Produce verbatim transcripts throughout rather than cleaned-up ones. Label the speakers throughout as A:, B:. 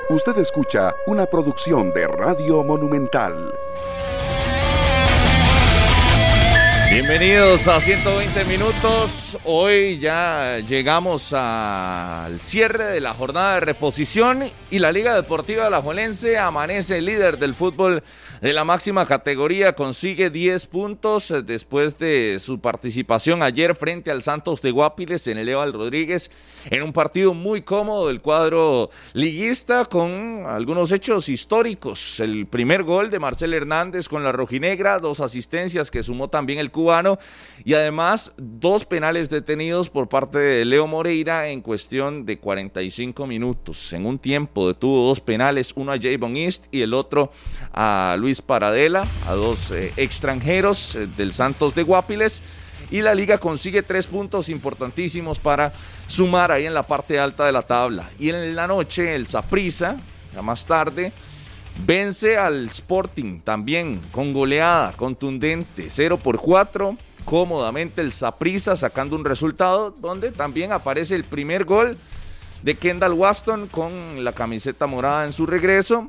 A: Usted escucha una producción de Radio Monumental.
B: Bienvenidos a ciento veinte minutos. Hoy ya llegamos al cierre de la jornada de reposición y la Liga Deportiva Alajuelense amanece líder del fútbol de la máxima categoría, consigue diez puntos después de su participación ayer frente al Santos de Guápiles en el Eval Rodríguez, en un partido muy cómodo del cuadro liguista con algunos hechos históricos. El primer gol de Marcel Hernández con la rojinegra, dos asistencias que sumó también el cubano y además dos penales detenidos por parte de Leo Moreira en cuestión de cuarenta y cinco minutos. En un tiempo detuvo dos penales, uno a Javon East y el otro a Luis Paradela, a dos eh, extranjeros eh, del Santos de Guápiles, y la liga consigue tres puntos importantísimos para sumar ahí en la parte alta de la tabla. Y en la noche el Saprissa, ya más tarde, vence al Sporting también con goleada contundente, cero por cuatro, cómodamente el Saprissa sacando un resultado donde también aparece el primer gol de Kendall Waston con la camiseta morada en su regreso.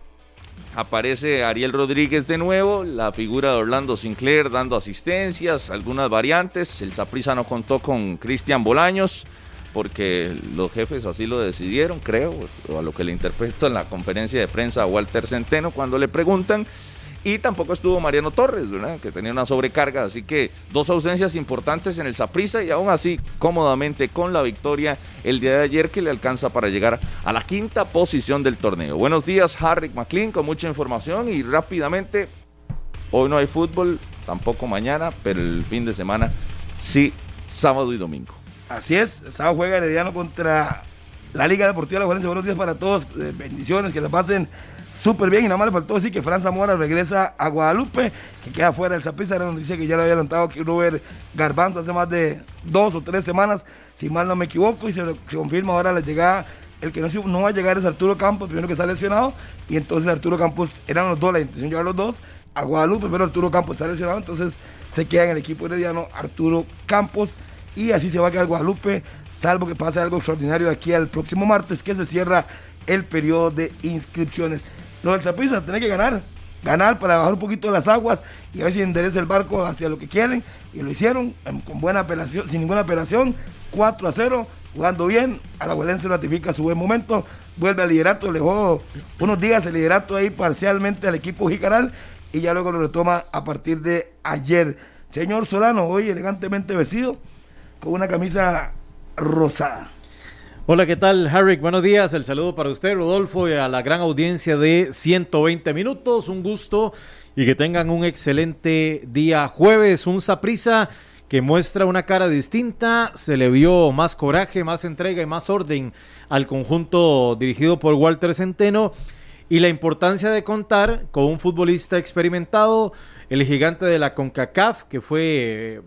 B: Aparece Ariel Rodríguez de nuevo, la figura de Orlando Sinclair dando asistencias, algunas variantes. El Saprissa no contó con Cristian Bolaños porque los jefes así lo decidieron, creo, o a lo que le interpreto en la conferencia de prensa a Walter Centeno cuando le preguntan. Y tampoco estuvo Mariano Torres, ¿verdad?, que tenía una sobrecarga, así que dos ausencias importantes en el Saprissa y aún así cómodamente con la victoria el día de ayer que le alcanza para llegar a la quinta posición del torneo. Buenos días, Harry McLean, con mucha información y rápidamente, hoy no hay fútbol, tampoco mañana, pero el fin de semana sí, sábado y domingo.
C: Así es, el sábado juega Herediano contra la Liga Deportiva Alajuelense. Buenos días para todos, eh, bendiciones, que la pasen súper bien, y nada más le faltó decir que Fran Zamora regresa a Guadalupe, que queda fuera del Saprissa. Era una noticia que ya le había adelantado que Robert Garbanzo hace más de dos o tres semanas, si mal no me equivoco, y se, se confirma ahora la llegada. El que no, no va a llegar es Arturo Campos, primero que está lesionado, y entonces Arturo Campos, eran los dos, la intención de llevar los dos a Guadalupe, pero Arturo Campos está lesionado, entonces se queda en el equipo herediano Arturo Campos, y así se va a quedar Guadalupe, salvo que pase algo extraordinario de aquí al próximo martes, que se cierra el periodo de inscripciones. Lo del Saprissa tiene que ganar, ganar para bajar un poquito las aguas y a ver si endereza el barco hacia lo que quieren, y lo hicieron con buena apelación, sin ninguna apelación, cuatro a cero, jugando bien. Alajuelense ratifica su buen momento, vuelve al liderato, le dejó unos días el liderato ahí parcialmente al equipo Jicaral y ya luego lo retoma a partir de ayer. Señor Solano, hoy elegantemente vestido con una camisa rosada.
D: Hola, ¿qué tal, Harry? Buenos días, el saludo para usted, Rodolfo, y a la gran audiencia de ciento veinte minutos, un gusto y que tengan un excelente día jueves. Un Saprissa que muestra una cara distinta, se le vio más coraje, más entrega y más orden al conjunto dirigido por Walter Centeno, y la importancia de contar con un futbolista experimentado, el gigante de la CONCACAF, que fue,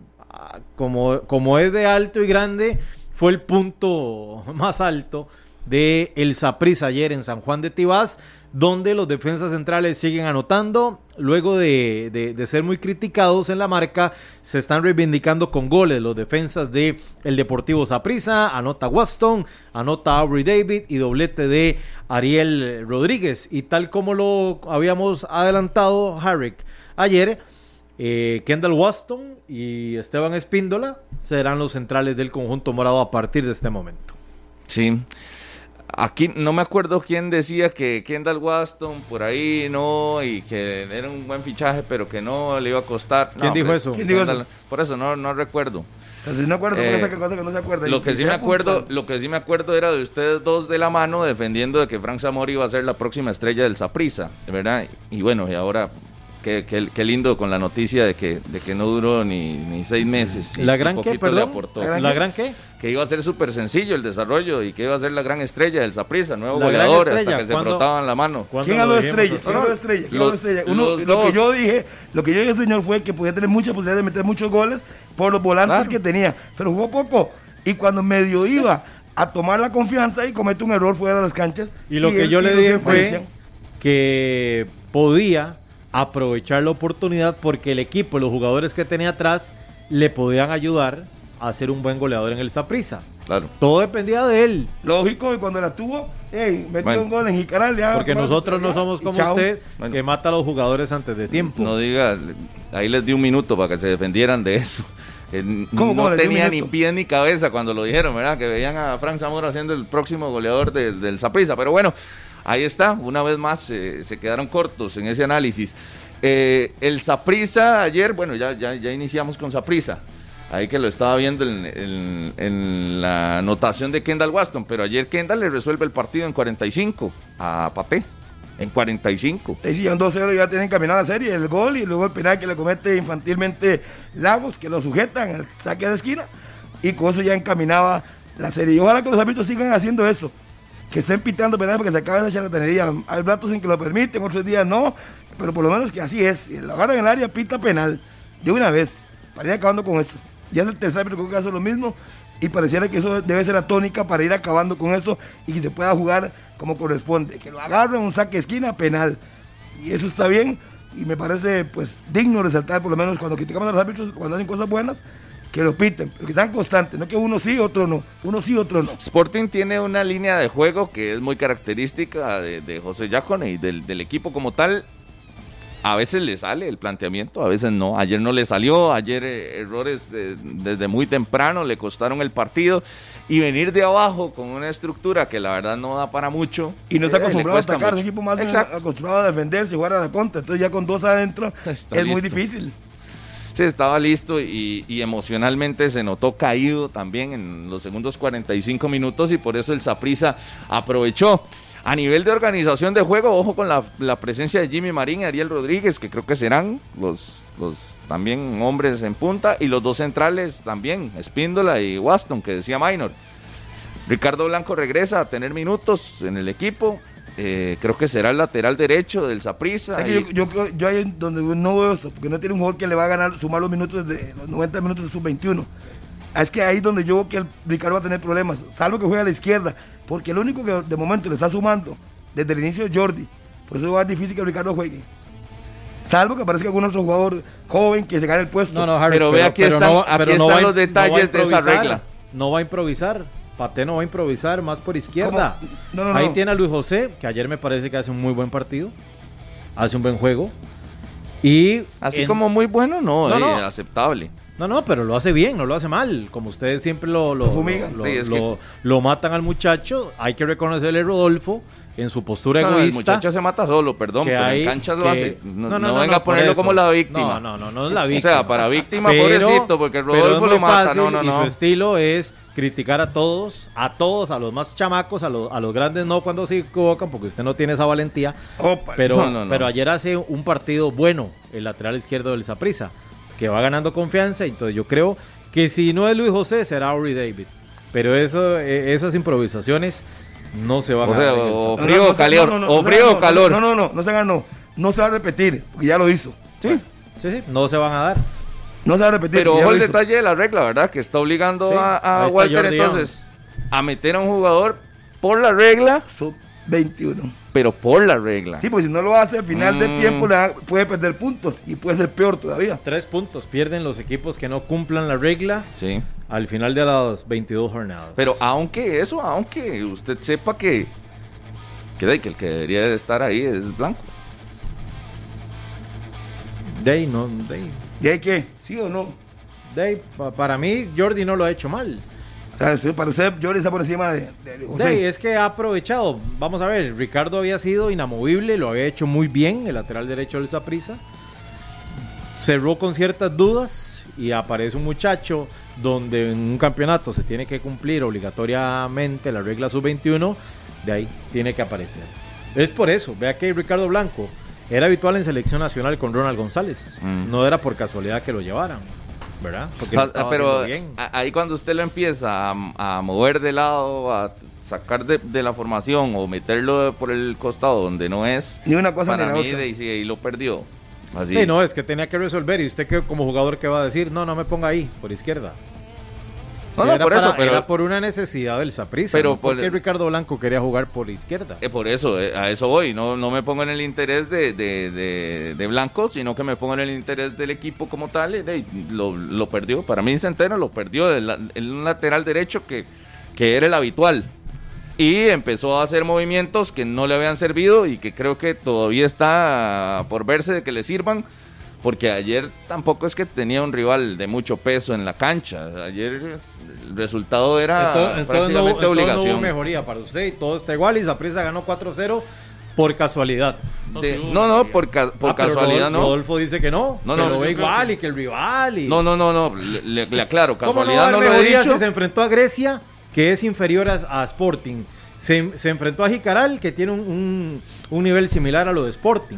D: como, como es de alto y grande, fue el punto más alto de el Saprissa ayer en San Juan de Tibás, donde los defensas centrales siguen anotando. Luego de, de, de ser muy criticados en la marca, se están reivindicando con goles los defensas de el Deportivo Saprissa. Anota Waston, anota Aubrey David y doblete de Ariel Rodríguez. Y tal como lo habíamos adelantado, Harry, ayer, Eh, Kendall Waston y Esteban Espíndola serán los centrales del conjunto morado a partir de este momento.
B: Sí, aquí no me acuerdo quién decía que Kendall Waston por ahí no, y que era un buen fichaje pero que no le iba a costar.
D: ¿Quién
B: no,
D: dijo
B: pues,
D: eso?
C: ¿Quién dijo
B: Kendall,
C: eso?
B: Por eso no, no recuerdo.
C: Entonces no acuerdo,
B: Eh,
C: esa cosa que no se acuerda.
B: Lo que sí me acuerdo, lo que sí me acuerdo era de ustedes dos de la mano defendiendo de que Frank Zamora iba a ser la próxima estrella del Saprissa, ¿verdad? Y bueno, y ahora Qué, qué, qué lindo con la noticia de que, de que no duró ni, ni seis meses.
D: ¿La gran qué, perdón?
B: ¿La
D: gran, ¿La gran qué?
B: Que iba a ser súper sencillo el desarrollo y que iba a ser la gran estrella del Saprissa, nuevo
D: la
B: goleador,
D: estrella,
B: hasta que
D: ¿cuándo,
B: se frotaban la mano.
C: ¿Quién habló de estrella? ¿Quién habló de estrella? ¿Quién habló de estrella? Uno,
B: los
C: lo
B: dos.
C: que yo dije, lo que yo dije, señor, fue que podía tener mucha posibilidad de meter muchos goles por los volantes claro. que tenía, pero jugó poco, y cuando medio iba a tomar la confianza y comete un error fuera de las canchas.
D: Y lo y que él, yo le dije fue que podía aprovechar la oportunidad porque el equipo, los jugadores que tenía atrás, le podían ayudar a ser un buen goleador en el Saprissa.
B: Claro.
D: Todo dependía de él.
C: Lógico, y cuando la tuvo, hey, metió
B: Bueno.
C: un gol en Jicaral. Ya,
D: Porque
C: bueno,
D: nosotros no
C: ya,
D: somos
C: y
D: como
C: chao.
D: usted,
B: Bueno.
D: que mata a los jugadores antes de tiempo.
B: No diga, ahí les di un minuto para que se defendieran de eso. Que
C: ¿Cómo, cómo
B: no
C: les di un
B: tenía ni
C: minuto?
B: pie ni cabeza cuando lo dijeron, ¿verdad? Que veían a Frank Zamora siendo el próximo goleador de- del Saprissa. Pero bueno, ahí está, una vez más eh, se quedaron cortos en ese análisis. Eh, el Saprissa ayer, bueno, ya, ya, ya iniciamos con Saprissa. Ahí que lo estaba viendo en, en- en la anotación de Kendall Waston, pero ayer Kendall le resuelve el partido en cuarenta y cinco a Paté, en cuarenta y cinco.
C: Le decían dos cero y ya tienen caminada la serie, el gol y luego el penal que le comete infantilmente Lagos, que lo sujetan en el saque de esquina, y con eso ya encaminaba la serie. Y ojalá que los árbitros sigan haciendo eso, que estén pitando penales porque se acaba esa charlatanería. Hay ratos en que lo permiten, otros días no, pero por lo menos que así es. Si lo agarran en el área, pita penal de una vez, para ir acabando con eso. Ya es el tercer árbitro que hace lo mismo, y pareciera que eso debe ser la tónica para ir acabando con eso y que se pueda jugar como corresponde, que lo agarren un saque de esquina, penal, y eso está bien, y me parece pues digno resaltar, por lo menos cuando criticamos a los árbitros cuando hacen cosas buenas, que lo piten, pero que sean constantes, no que uno sí, otro no, uno sí, otro no.
B: Sporting tiene una línea de juego que es muy característica de, de José Yacone y del, del equipo como tal. A veces le sale el planteamiento, a veces no. Ayer no le salió, ayer eh, errores de- desde muy temprano le costaron el partido, y venir de abajo con una estructura que la verdad no da para mucho.
C: Y no está
B: eh, le
C: acostumbrado a
B: cuesta
C: atacar, es un
B: mucho.
C: equipo más bien
B: Exacto.
C: acostumbrado a defenderse y jugar a la contra, entonces ya con dos adentro
B: Está
C: es muy
B: listo.
C: difícil.
B: Sí, estaba listo y, y emocionalmente se notó caído también en los segundos cuarenta y cinco minutos, y por eso el Saprissa aprovechó. A nivel de organización de juego, ojo con la, la presencia de Jimmy Marín y Ariel Rodríguez, que creo que serán los, los también hombres en punta, y los dos centrales también, Espíndola y Waston, que decía Minor. Ricardo Blanco regresa a tener minutos en el equipo. Eh, creo que será el lateral derecho del Saprissa.
C: Es que yo, yo creo, yo ahí donde no veo eso, porque no tiene un jugador que le va a ganar, sumar los minutos de los noventa minutos de sub veintiuno. Es que ahí donde yo veo que el Ricardo va a tener problemas, salvo que juegue a la izquierda, porque el único que de momento le está sumando desde el inicio es Jordi. Por eso va a ser difícil que Ricardo juegue. Salvo que aparezca algún otro jugador joven que se gane el puesto.
D: No, no, Harry,
B: Pero ve, aquí están- aquí
D: pero
B: están
D: va a-
B: los detalles
D: va a
B: de esa
D: improvisar,
B: regla.
D: No va a improvisar. Paté no va a improvisar más por izquierda.
C: ¿Cómo? No, no,
D: Ahí
C: no.
D: tiene a Luis José, que ayer me parece que hace un muy buen partido. Hace un buen juego. Y
B: Así
D: en-
B: como muy bueno, no,
D: No,
B: eh,
D: no.
B: aceptable.
D: No, no, pero lo hace bien, no lo hace mal. Como ustedes siempre lo, lo,
C: Lo fumigan.
D: lo-
B: Sí, es
D: lo- lo matan al muchacho. Hay que reconocerle a Rodolfo en su postura
B: No, no, el
D: egoísta.
B: muchacho se mata solo, perdón,
D: que
B: pero
D: hay-
B: en canchas lo
D: que-
B: hace. No, no venga a
D: por
B: ponerlo
D: eso.
B: como la víctima.
D: No, no, no, no es la
B: O
D: víctima.
B: sea, para víctima,
D: Pero-
B: pobrecito, porque
D: pero es
B: Rodolfo
D: muy
B: lo mata.
D: fácil,
B: No, no,
D: y su
B: no.
D: estilo es criticar a todos, a todos, a los más chamacos, a, los- a los grandes no cuando se equivocan, porque usted no tiene esa valentía.
C: Opa,
D: Pero,
B: No, no, no.
D: pero ayer hace un partido bueno el lateral izquierdo del Saprissa, que va ganando confianza. Entonces yo creo que si no es Luis José, será Uri David. Pero eso, eh, esas improvisaciones no se van
B: O
D: a
B: sea,
D: dar en el
B: o
D: Saprissa.
B: frío o calor, o
C: se
B: frío
C: haga,
B: o calor.
C: No, no, no, no se haga, no. No se va a repetir, porque ya lo hizo.
B: Sí.
D: Sí, sí, no se van a dar.
C: No se va a repetir.
B: Pero
C: porque ya
B: ojo
C: lo
B: el
C: hizo.
B: detalle de la regla, ¿verdad? Que está obligando
D: Sí,
B: a, a
D: ahí está
B: Walter
D: Jordi
B: entonces a meter a un jugador por la regla,
C: sub veintiuno.
B: pero por la regla.
C: Sí, porque si no lo hace al final del
B: Mm.
C: tiempo le da- puede perder puntos y puede ser peor todavía.
D: Tres puntos pierden los equipos que no cumplan la regla
B: Sí.
D: al final de las veintidós jornadas.
B: Pero aunque eso, aunque usted sepa que, que, de- que el que debería de estar ahí es Blanco.
D: Day, no, Day.
C: ¿Y hay qué? ¿Sí o no?
D: Day, pa- para mí, Jordi no lo ha hecho mal.
C: O sea, usted- para usted, Jordi está por encima de, de José.
D: Day, es que ha aprovechado. Vamos a ver, Ricardo había sido inamovible, lo había hecho muy bien, el lateral derecho del Saprissa. Cerró con ciertas dudas y aparece un muchacho donde en un campeonato se tiene que cumplir obligatoriamente la regla sub veintiuno, de ahí tiene que aparecer. Es por eso, vea que Ricardo Blanco era habitual en selección nacional con Ronald González.
B: Mm.
D: No era por casualidad que lo llevaran, ¿verdad? Porque lo
B: Ah,
D: estaba
B: pero
D: haciendo bien.
B: a- ahí cuando usted lo empieza a, a mover de lado, a sacar de, de la formación o meterlo por el costado donde no es,
C: Ni una cosa
B: para
C: ni la
B: mí
C: otra.
B: de, sí, ahí lo perdió. Así.
D: Sí, no, es que tenía que resolver. Y usted que como jugador, ¿qué va a decir? No, no me ponga ahí, por izquierda.
B: No, no,
D: Era
B: por eso,
D: para-
B: pero-
D: era por una necesidad del Saprissa.
B: Pero
D: ¿no?
B: por-
D: Porque Ricardo Blanco quería jugar por izquierda.
B: Eh, por eso, eh, a eso voy. No, no me pongo en el interés de, de, de, de Blanco, sino que me pongo en el interés del equipo como tal. Y de- lo, lo perdió. Para mí, Centeno lo perdió. El, el lateral derecho que que era el habitual. Y empezó a hacer movimientos que no le habían servido y que creo que todavía está por verse de que le sirvan, porque ayer tampoco es que tenía un rival de mucho peso en la cancha. Ayer el resultado era
D: entonces,
B: prácticamente
D: entonces no,
B: obligación.
D: Entonces no hubo mejoría para usted y todo está igual y Saprissa ganó cuatro cero por casualidad.
B: De, no, no, por, ca, por
D: ah,
B: casualidad
D: Rodolfo,
B: no.
D: Rodolfo dice que no,
B: no,
D: que
B: no
D: lo ve igual
B: que...
D: y que el rival y...
B: No, no, no, no, le, le, le aclaro, casualidad
D: ¿Cómo no,
B: no lo he dicho.
D: Si se enfrentó a Grecia, que es inferior a, a Sporting, se, se enfrentó a Jicaral, que tiene un, un, un nivel similar a lo de Sporting.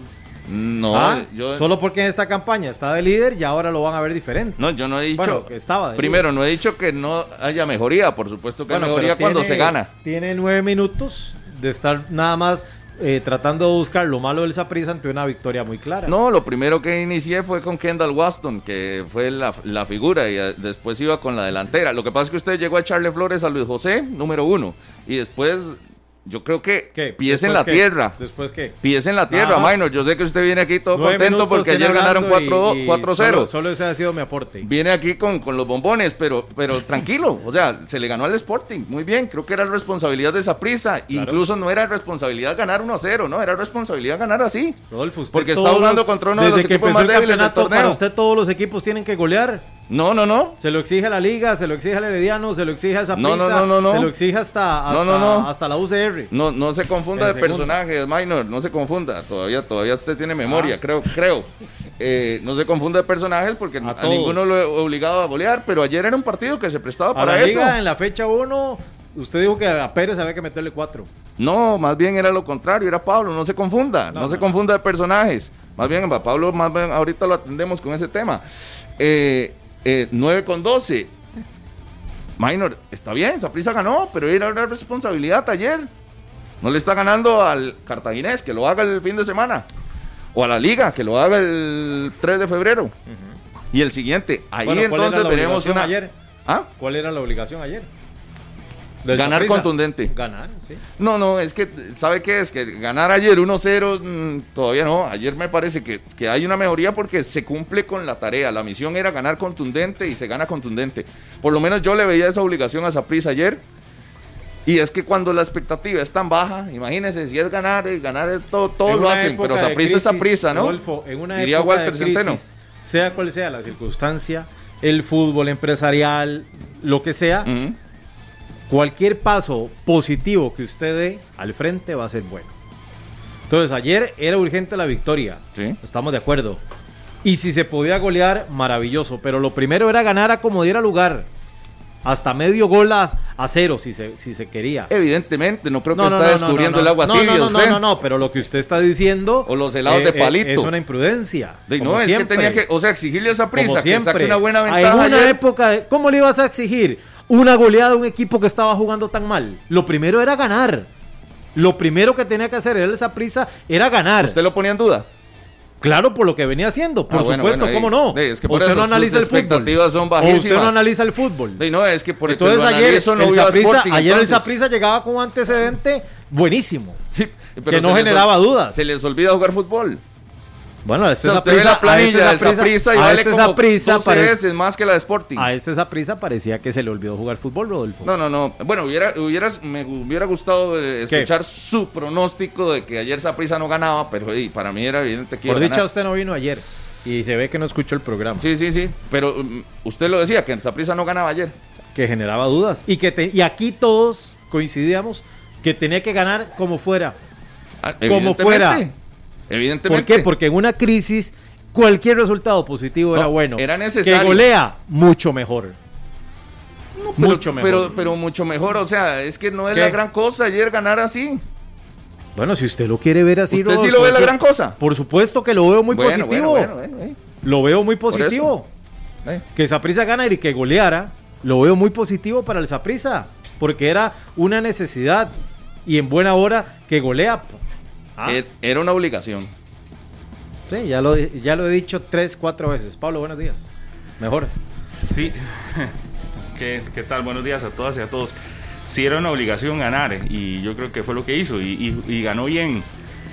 B: No,
D: ¿Ah?
B: yo...
D: Solo porque en esta campaña está de líder y ahora lo van a ver diferente.
B: No, yo no he dicho...
D: Bueno, que estaba de
B: primero,
D: líder.
B: No he dicho que no haya mejoría, por supuesto que
D: bueno,
B: hay mejoría cuando
D: tiene,
B: se gana.
D: Tiene nueve minutos de estar nada más eh, tratando de buscar lo malo del Saprissa ante una victoria muy clara.
B: No, lo primero que inicié fue con Kendall Waston, que fue la, la figura, y a, después iba con la delantera. Lo que pasa es que usted llegó a echarle flores a Luis José, número uno, y después... Yo creo que
D: ¿Qué?
B: pies en la
D: qué?
B: tierra.
D: ¿Después qué?
B: Pies en la tierra,
D: Ajá.
B: Minor. Yo sé que usted viene aquí todo
D: Nueve
B: contento porque ayer ganaron cuatro cero.
D: Solo, solo ese ha sido mi aporte.
B: Viene aquí con, con los bombones, pero, pero tranquilo. O sea, se le ganó al Sporting. Muy bien. Creo que era responsabilidad de Saprissa. Claro. Incluso no era responsabilidad ganar uno a cero, ¿no? Era responsabilidad ganar así.
D: Rodolfo, usted
B: porque está jugando contra uno de los equipos más débiles del torneo.
D: Para usted todos los equipos tienen que golear.
B: No, no, no.
D: Se lo exige a la Liga, se lo exige al Herediano, se lo exige a Saprissa,
B: no, no, no, no, no.
D: se lo exige hasta, hasta,
B: no, no, no.
D: hasta la U C R.
B: No, no se confunda de personajes, Minor, no se confunda. Todavía, todavía usted tiene memoria, ah. creo, creo. Eh, no se confunda de personajes porque a, a ninguno lo he obligado a golear, pero ayer era un partido que se prestaba
D: a
B: para
D: la
B: eso.
D: Liga, en la fecha uno, usted dijo que a Pérez había que meterle cuatro.
B: No, más bien era lo contrario, era Pablo, no se confunda, no, no, no se confunda de personajes. Más bien, a Pablo, más bien ahorita lo atendemos con ese tema. Eh... Eh, nueve con doce. Minor, está bien, Saprissa ganó, pero era una responsabilidad ayer. No le está ganando al Cartaginés, que lo haga el fin de semana. O a la Liga, que lo haga el tres de febrero. Uh-huh. Y el siguiente. Ahí bueno, entonces veremos una...
D: Ayer?
B: ¿Ah?
D: ¿Cuál era la obligación ayer?
B: Ganar
D: Saprissa.
B: Contundente.
D: Ganar, sí.
B: No, no, es que, ¿sabe qué? Es que ganar ayer uno cero, mmm, todavía no. Ayer me parece que, que hay una mejoría porque se cumple con la tarea. La misión era ganar contundente y se gana contundente. Por lo menos yo le veía esa obligación a Saprissa ayer. Y es que cuando la expectativa es tan baja, imagínense, si es ganar, ganar todo, todo lo hacen, pero Saprissa es Saprissa, ¿no?
D: Rodolfo, en una
B: diría
D: época
B: Walter
D: de crisis,
B: Centeno.
D: Sea cual sea la circunstancia, el fútbol empresarial, lo que sea, uh-huh. Cualquier paso positivo que usted dé al frente va a ser bueno. Entonces, ayer era urgente la victoria.
B: Sí.
D: Estamos de acuerdo. Y si se podía golear, maravilloso. Pero lo primero era ganar a como diera lugar. Hasta medio gol a, a cero, si se, si se quería.
B: Evidentemente, no creo que
D: no, no,
B: está
D: no,
B: descubriendo
D: no, no,
B: el agua
D: no,
B: tibia.
D: No, no,
B: usted.
D: no, no, no, pero lo que usted está diciendo...
B: O los helados
D: eh,
B: de palito.
D: Es una imprudencia.
B: De, no, es
D: siempre.
B: que tenía que, o sea, exigirle a Saprissa
D: Como
B: que
D: siempre.
B: saque una buena ventaja.
D: En una
B: ayer.
D: época, de, ¿cómo le ibas a exigir una goleada a un equipo que estaba jugando tan mal? Lo primero era ganar. Lo primero que tenía que hacer él, Saprissa, era ganar.
B: ¿Usted lo ponía en duda?
D: Claro, por lo que venía haciendo, por
B: ah, bueno,
D: supuesto,
B: bueno,
D: ¿cómo no?
B: De, es que por
D: usted
B: eso
D: no analiza el fútbol.
B: Son bajísimas.
D: O usted no analiza el fútbol.
B: De, no, es que por
D: entonces
B: lo
D: ayer,
B: analizo, no
D: el
B: Saprissa,
D: Sporting, ayer
B: entonces.
D: el Saprissa llegaba con un antecedente buenísimo,
B: sí,
D: que no generaba
B: les,
D: dudas.
B: Se les olvida jugar fútbol.
D: Bueno, este
B: o sea, usted ve la planilla del Saprissa y vale este como doce veces más que la de Sporting.
D: A este Saprissa parecía que se le olvidó jugar fútbol, Rodolfo.
B: No, no, no. Bueno, hubiera, hubiera, me hubiera gustado escuchar ¿Qué? Su pronóstico de que ayer Saprissa no ganaba, pero hey, para mí era evidente que
D: Por
B: iba a
D: dicha
B: ganar.
D: Usted no vino ayer y se ve que no escuchó el programa.
B: Sí, sí, sí. Pero um, usted lo decía, que Saprissa no ganaba ayer.
D: Que generaba dudas. Y, que te, y aquí todos coincidíamos que tenía que ganar como fuera.
B: Ah,
D: como fuera.
B: Evidentemente.
D: ¿Por qué? Porque en una crisis cualquier resultado positivo no, era bueno.
B: Era necesario.
D: Que golea, mucho mejor.
B: No, pero,
D: mucho mejor.
B: Pero, pero mucho mejor, o sea, es que no es
D: ¿Qué?
B: la gran cosa ayer ganar así.
D: Bueno, si usted lo quiere ver así...
B: ¿Usted
D: no,
B: sí lo ve
D: eso,
B: la gran cosa?
D: Por supuesto que lo veo muy
B: bueno,
D: positivo.
B: Bueno, bueno, bueno, eh.
D: Lo veo muy positivo.
B: Eh.
D: Que Saprissa gana y que goleara, lo veo muy positivo para el Saprissa. Porque era una necesidad y en buena hora que golea.
B: Ah. Era una obligación.
D: Sí, ya lo, ya lo he dicho tres, cuatro veces. Pablo, buenos días. Mejor.
E: Sí. ¿Qué, ¿Qué tal? Buenos días a todas y a todos. Sí, era una obligación ganar y yo creo que fue lo que hizo y, y, y ganó bien.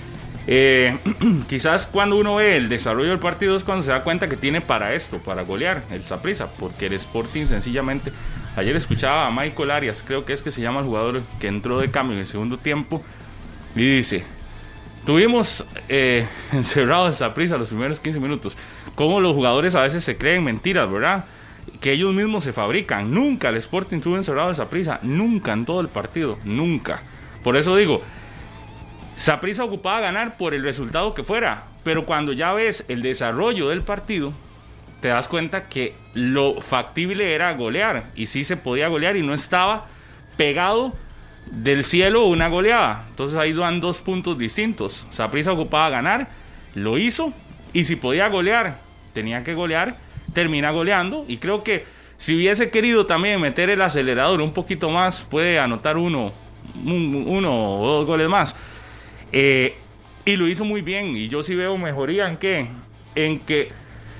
E: Eh, quizás cuando uno ve el desarrollo del partido es cuando se da cuenta que tiene para esto, para golear el Saprissa, porque el Sporting sencillamente Ayer escuchaba a Michael Arias, creo que es que se llama el jugador que entró de cambio en el segundo tiempo, y dice: tuvimos eh, encerrados en Saprissa los primeros quince minutos. Como los jugadores a veces se creen mentiras, ¿verdad? Que ellos mismos se fabrican. Nunca el Sporting tuvo encerrado en Saprissa, nunca en todo el partido, nunca. Por eso digo, Saprissa ocupaba ganar por el resultado que fuera, pero cuando ya ves el desarrollo del partido, te das cuenta que lo factible era golear, y sí se podía golear y no estaba pegado del cielo una goleada. Entonces ahí dan dos puntos distintos. Saprissa ocupaba ganar, lo hizo, y si podía golear, tenía que golear, termina goleando, y creo que si hubiese querido también meter el acelerador un poquito más, puede anotar uno, un, uno o dos goles más. Eh, y lo hizo muy bien, y yo sí veo mejoría en que, en que,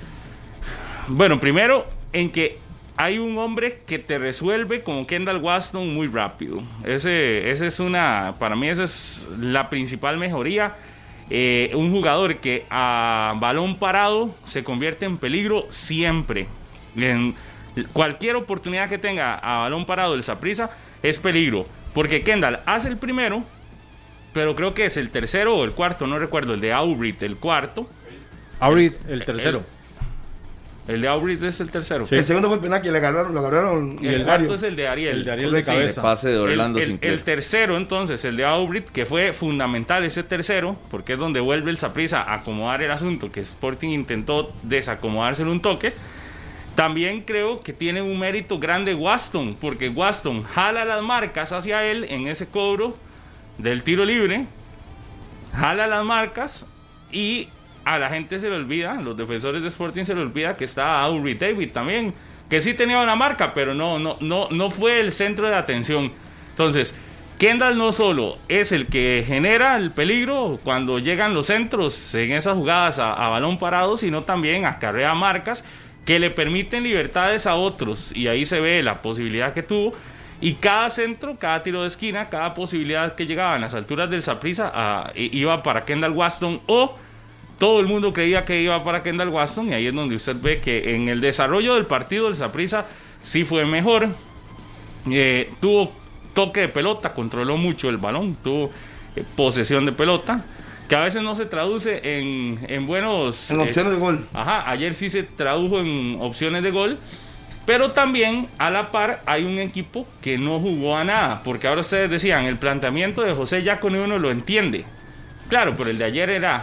E: bueno, primero en que hay un hombre que te resuelve como Kendall Waston muy rápido. Ese, ese es una, para mí esa es la principal mejoría. Eh, un jugador que a balón parado se convierte en peligro siempre. En cualquier oportunidad que tenga a balón parado el Saprissa es peligro, porque Kendall hace el primero, pero creo que es el tercero o el cuarto, no recuerdo, el de Aubrit, el cuarto.
D: Aubrit, el tercero.
E: El, el de Aubrit es el tercero.
C: Sí. El segundo fue el penal que le agarraron, lo agarraron.
E: El, el cuarto es el de Ariel.
D: El de Ariel de cabeza.
B: El pase de Orlando
E: el, el,
B: Sinclair.
E: el tercero, entonces, el de Aubrit, que fue fundamental ese tercero, porque es donde vuelve el Saprissa a acomodar el asunto, que Sporting intentó desacomodárselo un toque. También creo que tiene un mérito grande Waston, porque Waston jala las marcas hacia él en ese cobro del tiro libre, jala las marcas, y a la gente se le olvida, los defensores de Sporting se le olvida que está Aubrey David también, que sí tenía una marca, pero no, no, no, no fue el centro de atención. Entonces, Kendall no solo es el que genera el peligro cuando llegan los centros en esas jugadas a, a balón parado, sino también acarrea marcas que le permiten libertades a otros, y ahí se ve la posibilidad que tuvo. Y cada centro, cada tiro de esquina, cada posibilidad que llegaba en las alturas del Saprissa uh, iba para Kendall Waston, o todo el mundo creía que iba para Kendall Waston, y ahí es donde usted ve que en el desarrollo del partido el Saprissa sí fue mejor. Eh, tuvo toque de pelota, controló mucho el balón, tuvo eh, posesión de pelota, que a veces no se traduce en, en buenos...
C: En opciones
E: eh,
C: de gol.
E: Ajá, ayer sí se tradujo en opciones de gol. Pero también a la par hay un equipo que no jugó a nada, porque ahora ustedes decían, el planteamiento de José Yacone uno lo entiende, claro, pero el de ayer era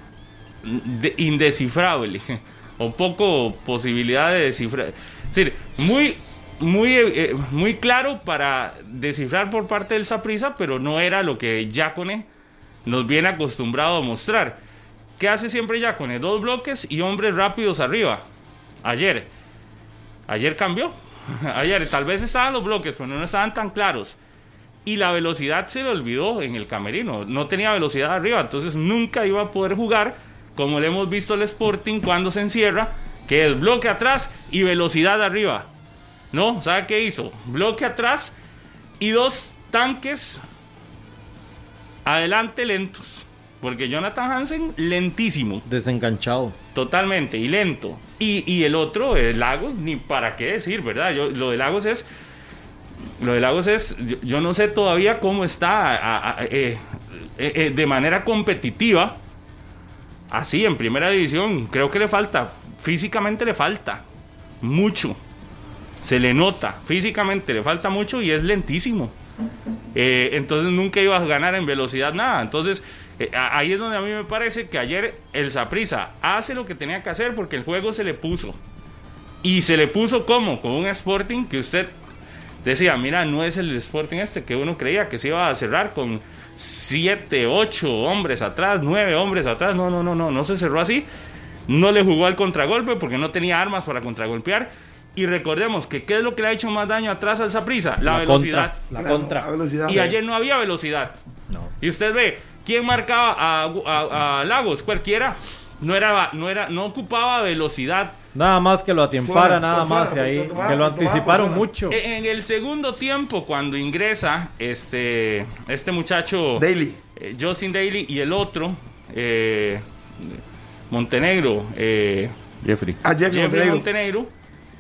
E: de, indescifrable, o poco posibilidad de descifrar, es decir, muy, muy, eh, muy claro para descifrar por parte del Saprissa, pero no era lo que Yacone nos viene acostumbrado a mostrar. ¿Qué hace siempre Yacone? Dos bloques y hombres rápidos arriba. Ayer Ayer cambió. Ayer tal vez estaban los bloques, pero no estaban tan claros. Y la velocidad se le olvidó en el camerino. No tenía velocidad arriba. Entonces nunca iba a poder jugar como le hemos visto al Sporting cuando se encierra, que es bloque atrás y velocidad arriba. No, ¿sabe qué hizo? Bloque atrás y dos tanques adelante lentos. Porque Jonathan Hansen, lentísimo.
D: Desenganchado. Totalmente,
E: y lento. Y, y el otro, el Lagos, ni para qué decir, ¿verdad? Yo, lo de Lagos es... Lo de Lagos es... Yo, yo no sé todavía cómo está a, a, eh, eh, eh, de manera competitiva. Así, en primera división. Creo que le falta. Físicamente le falta. Mucho. Se le nota. Físicamente le falta mucho y es lentísimo. Eh, entonces nunca iba a ganar en velocidad nada. Entonces... Eh, ahí es donde a mí me parece que ayer el Saprissa hace lo que tenía que hacer, porque el juego se le puso. Y se le puso como con un Sporting que usted decía, mira, no es el Sporting este que uno creía que se iba a cerrar con siete, ocho hombres atrás, nueve hombres atrás. No, no, no, no, no se cerró así. No le jugó al contragolpe porque no tenía armas para contragolpear. Y recordemos que ¿qué es lo que le ha hecho más daño atrás al Saprissa? La, la velocidad.
D: Contra, la contra.
C: La velocidad.
E: Y ayer no había velocidad.
D: No.
E: Y usted ve, ¿quién marcaba a, a, a Lagos? Cualquiera. No era, no era, no ocupaba velocidad.
D: Nada más que lo atiempara,
C: fuera,
D: nada
C: fuera,
D: más, y ahí,
C: tomaba,
D: que lo anticiparon
C: tomaba,
D: mucho.
E: En, en el segundo tiempo, cuando ingresa este, este muchacho
C: Daly,
E: eh, Justin Daly, y el otro, eh, Montenegro, eh,
B: Jeffrey.
C: a Jeffrey
E: Jeffrey
C: Montenegro.
E: Montenegro,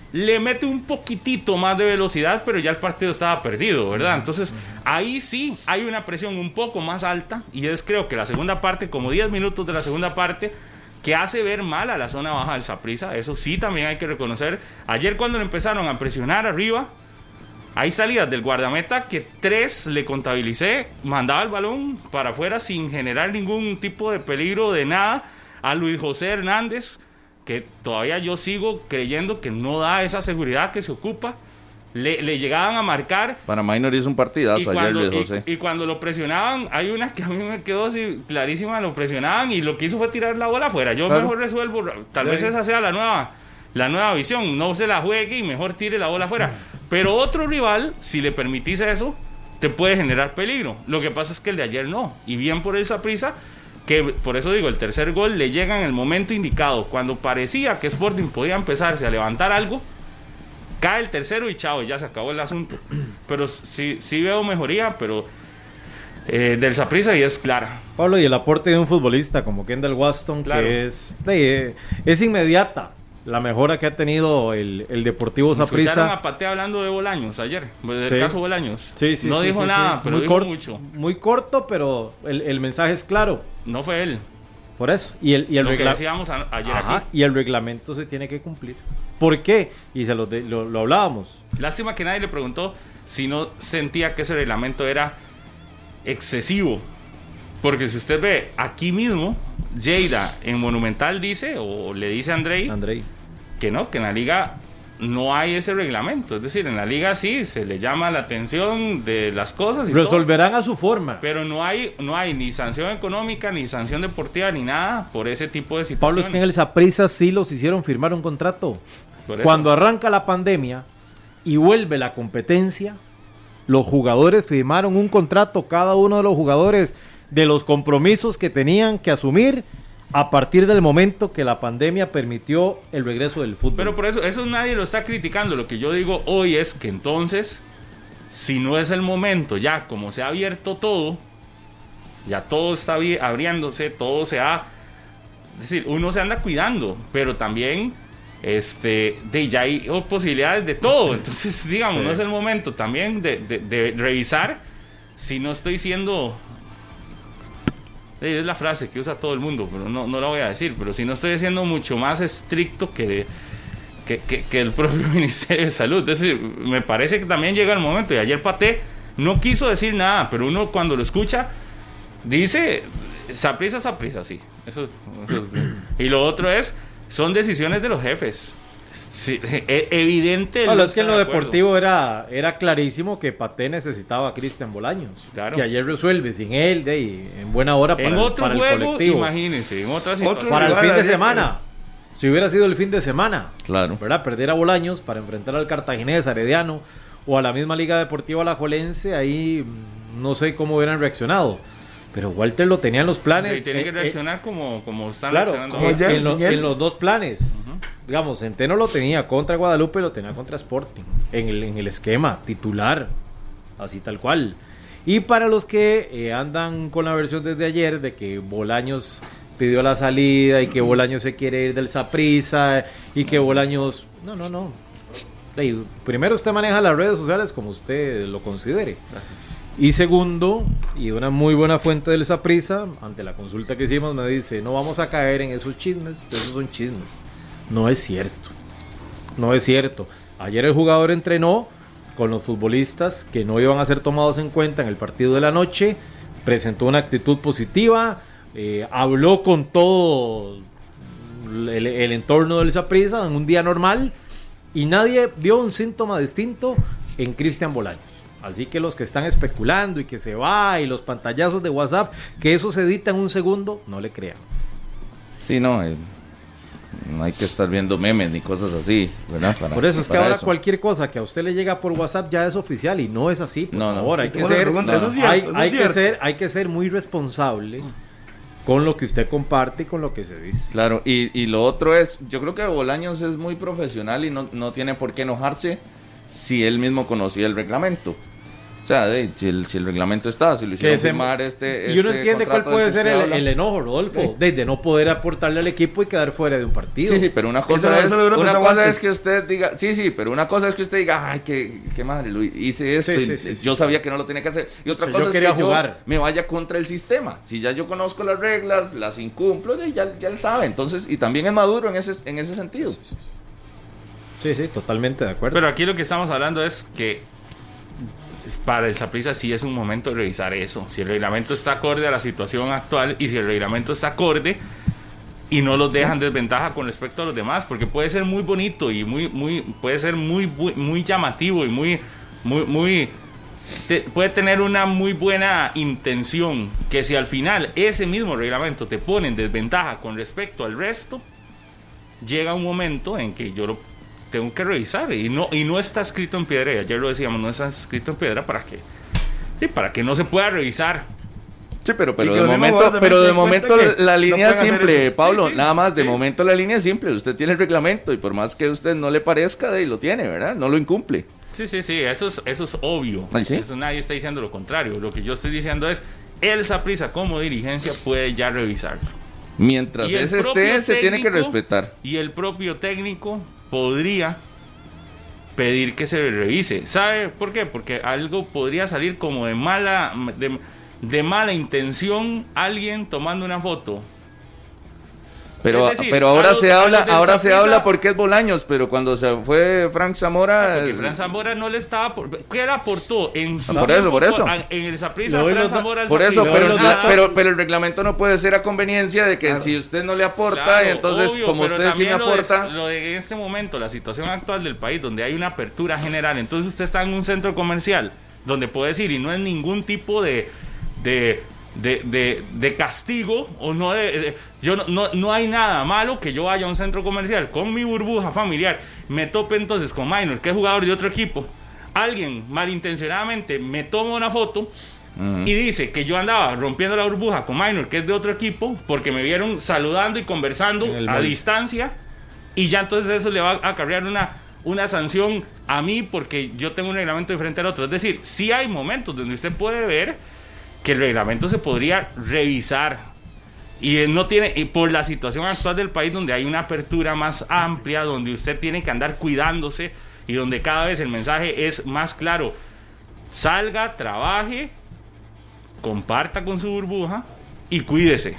E: le mete un poquitito más de velocidad, pero ya el partido estaba perdido, ¿verdad? Entonces, ahí sí hay una presión un poco más alta, y es creo que la segunda parte, como diez minutos de la segunda parte, que hace ver mal a la zona baja del Saprissa. Eso sí también hay que reconocer. Ayer cuando le empezaron a presionar arriba, hay salidas del guardameta que tres le contabilicé, mandaba el balón para afuera sin generar ningún tipo de peligro de nada, a Luis José Hernández, que todavía yo sigo creyendo que no da esa seguridad que se ocupa. Le, le llegaban a marcar.
B: Para Minor hizo un partidazo ayer, Luis José.
E: Y, y cuando lo presionaban, hay una que a mí me quedó así clarísima, lo presionaban y lo que hizo fue tirar la bola afuera. Yo claro. mejor resuelvo, tal sí. vez esa sea la nueva, la nueva visión, no se la juegue y mejor tire la bola afuera. Pero otro rival, si le permitís eso, te puede generar peligro. Lo que pasa es que el de ayer no, y bien por el Saprissa, que por eso digo, el tercer gol le llega en el momento indicado, cuando parecía que Sporting podía empezarse a levantar algo, cae el tercero y chao, ya se acabó el asunto. Pero sí, sí veo mejoría, pero eh, del Saprissa y es clara.
D: Pablo, y el aporte de un futbolista como Kendall Waston, claro. que es, de, es inmediata la mejora que ha tenido el, el Deportivo Saprissa.
E: Escucharon a Pate hablando de Bolaños ayer, del
D: sí.
E: caso Bolaños.
D: Sí, sí,
E: no
D: sí,
E: dijo
D: sí,
E: nada,
D: sí.
E: pero
D: muy
E: dijo
D: corto,
E: mucho.
D: Muy corto, pero el, el mensaje es claro.
E: No fue él.
D: Por eso. Y el, y el
E: lo
D: regla...
E: que decíamos a, ayer
D: Ajá,
E: aquí.
D: Y el reglamento se tiene que cumplir. ¿Por qué? Y se lo, de, lo, lo hablábamos.
E: Lástima que nadie le preguntó si no sentía que ese reglamento era excesivo. Porque si usted ve aquí mismo, Lleida en Monumental dice, o le dice a Andrei,
D: Andrei,
E: que no, que en la liga no hay ese reglamento. Es decir, en la liga sí se le llama la atención de las cosas y
D: resolverán
E: todo,
D: a su forma.
E: pero no hay, no hay ni sanción económica, ni sanción deportiva, ni nada por ese tipo de situaciones.
D: Pablo, es que en el Saprissa sí los hicieron firmar un contrato. Cuando arranca la pandemia y vuelve la competencia, los jugadores firmaron un contrato, cada uno de los jugadores, de los compromisos que tenían que asumir a partir del momento que la pandemia permitió el regreso del fútbol.
E: Pero por eso, eso nadie lo está criticando. Lo que yo digo hoy es que entonces, si no es el momento, ya como se ha abierto todo, ya todo está abriéndose, todo se ha... Es decir, uno se anda cuidando, pero también este, de, ya hay posibilidades de todo. Entonces, digamos, sí. no es el momento también de, de, de revisar si no estoy siendo... Es la frase que usa todo el mundo, pero no, no la voy a decir. Pero si no estoy siendo mucho más estricto que, que, que, que el propio Ministerio de Salud. Es decir, me parece que también llega el momento. Y ayer Paté no quiso decir nada, pero uno cuando lo escucha dice, Saprissa, Saprissa, sí. Eso, eso. Y lo otro es, son decisiones de los jefes. Sí, es evidente.
D: Bueno, es que en lo deportivo era, era clarísimo que Paté necesitaba a Cristian Bolaños, claro. que ayer resuelve sin él, de ahí, en buena hora para,
E: en otro
D: para
E: juego,
D: el colectivo.
E: Imagínense, en otra situación.
D: Para el fin de semana, si hubiera sido el fin de semana,
B: claro,
D: ¿verdad? Perder a Bolaños para enfrentar al Cartaginés, Herediano o a la misma Liga Deportiva Alajuelense, ahí no sé cómo hubieran reaccionado. Pero Walter lo tenía en los planes.
E: Sí, tiene
D: eh,
E: que reaccionar
D: eh,
E: como, como están
D: claro,
E: reaccionando.
D: Como
C: ayer,
D: en, lo, en los dos planes.
E: Uh-huh.
D: Digamos, Centeno lo tenía contra Guadalupe, lo tenía contra Sporting. En el, en el esquema titular. Así tal cual. Y para los que eh, andan con la versión desde ayer de que Bolaños pidió la salida y que Bolaños se quiere ir del Saprissa y que Bolaños... No, no, no. Hey, primero usted maneja las redes sociales como usted lo considere.
E: Gracias.
D: Y segundo, y una muy buena fuente del Saprissa, ante la consulta que hicimos, me dice, no vamos a caer en esos chismes, pero esos son chismes. No es cierto. No es cierto. Ayer el jugador entrenó con los futbolistas que no iban a ser tomados en cuenta en el partido de la noche, presentó una actitud positiva, eh, habló con todo el, el entorno del Saprissa en un día normal y nadie vio un síntoma distinto en Cristian Bolaños. Así que los que están especulando y que se va y los pantallazos de WhatsApp, que eso se edita en un segundo, no le crean.
B: Sí, no, eh, no hay que estar viendo memes ni cosas así, ¿verdad? Para,
D: por eso es que ahora
B: eso.
D: cualquier cosa que a usted le llega por WhatsApp ya es oficial y no es así. Por
B: no,
D: favor,
B: no.
D: hay que ser,
C: no, eso es cierto,
D: hay,
C: eso es
D: hay que
C: cierto.
D: ser, hay que ser muy responsable con lo que usted comparte y con lo que se dice.
B: Claro, y, y lo otro es, yo creo que Bolaños es muy profesional y no, no tiene por qué enojarse si él mismo conocía el reglamento. O sea, de, si, el, si el reglamento está, si lo hicieron
D: ese,
B: firmar este,
D: y uno
B: este
D: entiende cuál puede ser el, el enojo, Rodolfo,
B: sí.
D: de, de no poder aportarle al equipo y quedar fuera de un partido.
B: Sí, sí, pero una cosa,
C: eso,
B: es,
C: eso
B: una cosa es que
C: usted
B: usted diga, sí, sí, pero una cosa es que usted diga, ay, qué, qué madre, lo hice esto,
D: sí,
B: y
D: sí, sí, sí,
B: yo
D: sí.
B: sabía que no lo tenía que hacer. Y otra
D: O sea,
B: cosa
D: yo
B: es
D: quería
B: que
D: jugar.
B: yo me vaya contra el sistema. Si ya yo conozco las reglas, las incumplo, ya, ya él sabe. Entonces, y también es maduro en ese, en ese sentido.
D: Sí, sí, sí. Sí, sí, totalmente de acuerdo.
E: Pero aquí lo que estamos hablando es que para el Saprissa sí es un momento de revisar eso. Si el reglamento está acorde a la situación actual y si el reglamento está acorde y no los dejan sí. desventaja con respecto a los demás, porque puede ser muy bonito y muy, muy, puede ser muy, muy, muy llamativo y muy, muy, muy, te, puede tener una muy buena intención, que si al final ese mismo reglamento te pone en desventaja con respecto al resto, llega un momento en que yo lo tengo que revisar y no, y no está escrito en piedra, y ayer lo decíamos, no está escrito en piedra para que, sí, para que no se pueda revisar.
B: Sí, pero, pero de momento, pero de momento la línea
C: no
B: es simple, Pablo,
E: sí, sí,
B: nada más, de
E: sí.
B: momento la línea es simple, usted tiene el reglamento y por más que a usted no le parezca, de ahí lo tiene, ¿verdad? No lo incumple.
E: Sí, sí, sí, eso es, eso es obvio.
B: ¿Ah, sí?
E: Eso nadie está diciendo lo contrario. Lo que yo estoy diciendo es, el Saprissa como dirigencia puede ya revisarlo.
B: Mientras
E: Y el
B: ese
E: propio
B: esté, se tiene que
E: técnico-
B: respetar.
E: Y el propio técnico podría pedir que se revise. ¿Sabe por qué? Porque algo podría salir como de mala, de, de mala intención, alguien tomando una foto.
B: Pero,
E: Es decir,
B: pero ahora
E: a los-
B: se
E: a
B: habla,
E: los del
B: ahora se
E: Saprissa-
B: habla porque es Bolaños, pero cuando se fue Frank Zamora,
E: Porque Fran Zamora no le estaba... Por, ¿qué le aportó? En su
B: Ah, por eso,
E: tiempo,
B: por eso.
E: a- En el Saprissa,
D: Le doy
E: Fran
D: los-
E: Zamora al
B: por eso,
E: Saprissa.
B: pero,
D: los
B: la-
D: datos.
B: pero, pero el reglamento no puede ser a conveniencia de que
C: Claro.
B: si usted no le aporta,
E: Claro,
B: y entonces
E: obvio,
B: como
E: pero
B: usted sí me
E: también lo de-
B: aporta,
E: Lo de en este momento, la situación actual del país, donde hay una apertura general, entonces usted está en un centro comercial, donde puede decir, y no es ningún tipo de... de De, de, de castigo o no de, de- yo no, no, no hay nada malo que yo vaya a un centro comercial con mi burbuja familiar, me tope entonces con Minor, que es jugador de otro equipo, alguien malintencionadamente me toma una foto uh-huh. y dice que yo andaba rompiendo la burbuja con Minor, que es de otro equipo, porque me vieron saludando y conversando a
D: mall.
E: distancia, y ya entonces eso le va a acarrear una una sanción a mí porque yo tengo un reglamento diferente al otro. Es decir, sí hay momentos donde usted puede ver que el reglamento se podría revisar y él no tiene, y por la situación actual del país, donde hay una apertura más amplia, donde usted tiene que andar cuidándose y donde cada vez el mensaje es más claro: salga, trabaje, comparta con su burbuja y cuídese.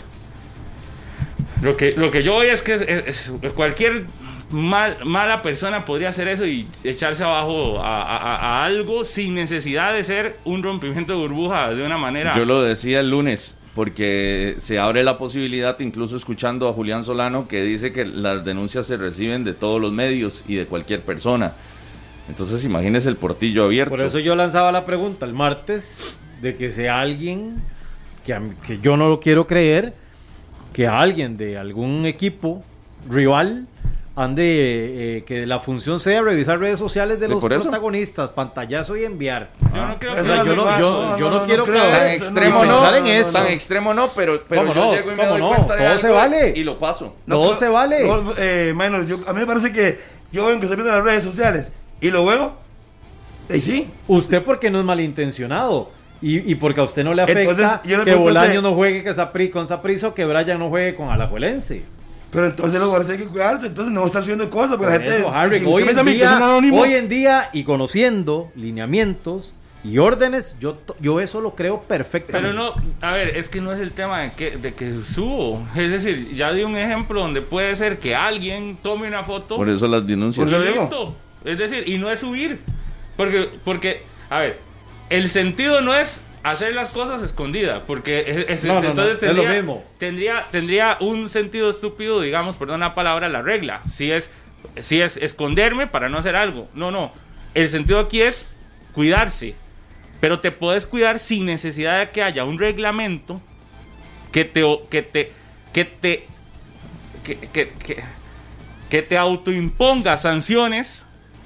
E: Lo que, lo que yo voy es que es, es, es cualquier mal, mala persona podría hacer eso y echarse abajo a, a, a algo sin necesidad de ser un rompimiento de burbuja de una manera.
B: yo lo decía el lunes, porque se abre la posibilidad, incluso escuchando a Julián Solano, que dice que las denuncias se reciben de todos los medios y de cualquier persona. Entonces imagínese el portillo abierto.
D: Por eso yo lanzaba la pregunta el martes de que sea alguien que, a mí- que yo no lo quiero creer, que alguien de algún equipo rival ande, eh, que la función sea revisar redes sociales de
B: ¿De
D: los
B: por eso?
D: protagonistas, pantallazo y enviar.
E: Yo no creo
C: Eso
D: O sea,
E: que-
D: yo no, yo, yo no quiero
C: creo.
D: creer
B: Tan
C: Eso
B: extremo
C: no,
B: no,
D: pensar en eso.
B: tan extremo no, pero, pero
D: ¿Cómo
B: yo
D: no?
B: llego y me
D: ¿Cómo
B: doy
D: no?
B: cuenta de
D: Todo
B: algo
D: se vale.
B: y lo paso.
D: Todo
C: creo-
D: se vale.
C: no, eh, Minor, yo- a mí me parece que yo veo que se pierden las redes sociales y lo veo. Y sí.
D: Usted porque no es malintencionado y, y porque a usted no le afecta
C: Entonces, yo le
D: que
C: pregunto a
D: Bolaños
C: usted-
D: no juegue que Sapri, con Saprissa o que Brian no juegue con Alajuelense.
C: Pero entonces los jugadores tienen que cuidarse, entonces no estar haciendo cosas, porque
D: Por
C: la gente.
D: eso, Harry,
C: si
D: hoy,
C: usted me dice
D: en
C: a mí que es un
D: día,
C: anónimo,
D: hoy en día y conociendo lineamientos y órdenes, yo, to- yo eso lo creo perfectamente.
E: Pero no, a ver, es que no es el tema de que, de que subo. Es decir, ya di un ejemplo donde puede ser que alguien tome una foto
B: Por eso las denuncias.
C: Por
E: y
C: eso digo.
E: listo. Es decir, y no es subir. Porque, porque, a ver, el sentido no es hacer las cosas escondidas, porque es- es-
D: No, no, no,
E: entonces
D: es
E: tendría,
D: lo mismo.
E: Tendría, tendría un sentido estúpido, digamos, perdón la palabra, la regla. Si es, si es esconderme para no hacer algo. No, no. El sentido aquí es cuidarse. Pero te puedes cuidar sin necesidad de que haya un reglamento que te que te que te que, que, que, que te autoimponga sanciones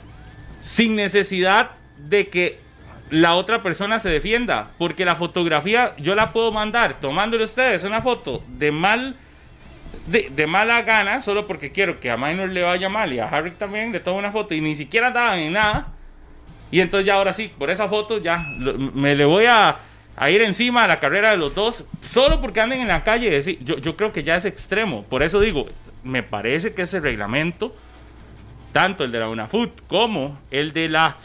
E: sin necesidad de que la otra persona se defienda, porque la fotografía yo la puedo mandar tomándole a ustedes una foto de mal de, de mala gana, solo porque quiero que a Minor le vaya mal y a Harry también le tomo una foto y ni siquiera andaban en nada, Y entonces ya ahora sí, por esa foto ya lo, me le voy a, a ir encima a la carrera de los dos, solo porque anden en la calle. Decir, yo, yo creo que ya es extremo. Por eso digo, me parece que ese reglamento, tanto el de la UNAFUT como el de la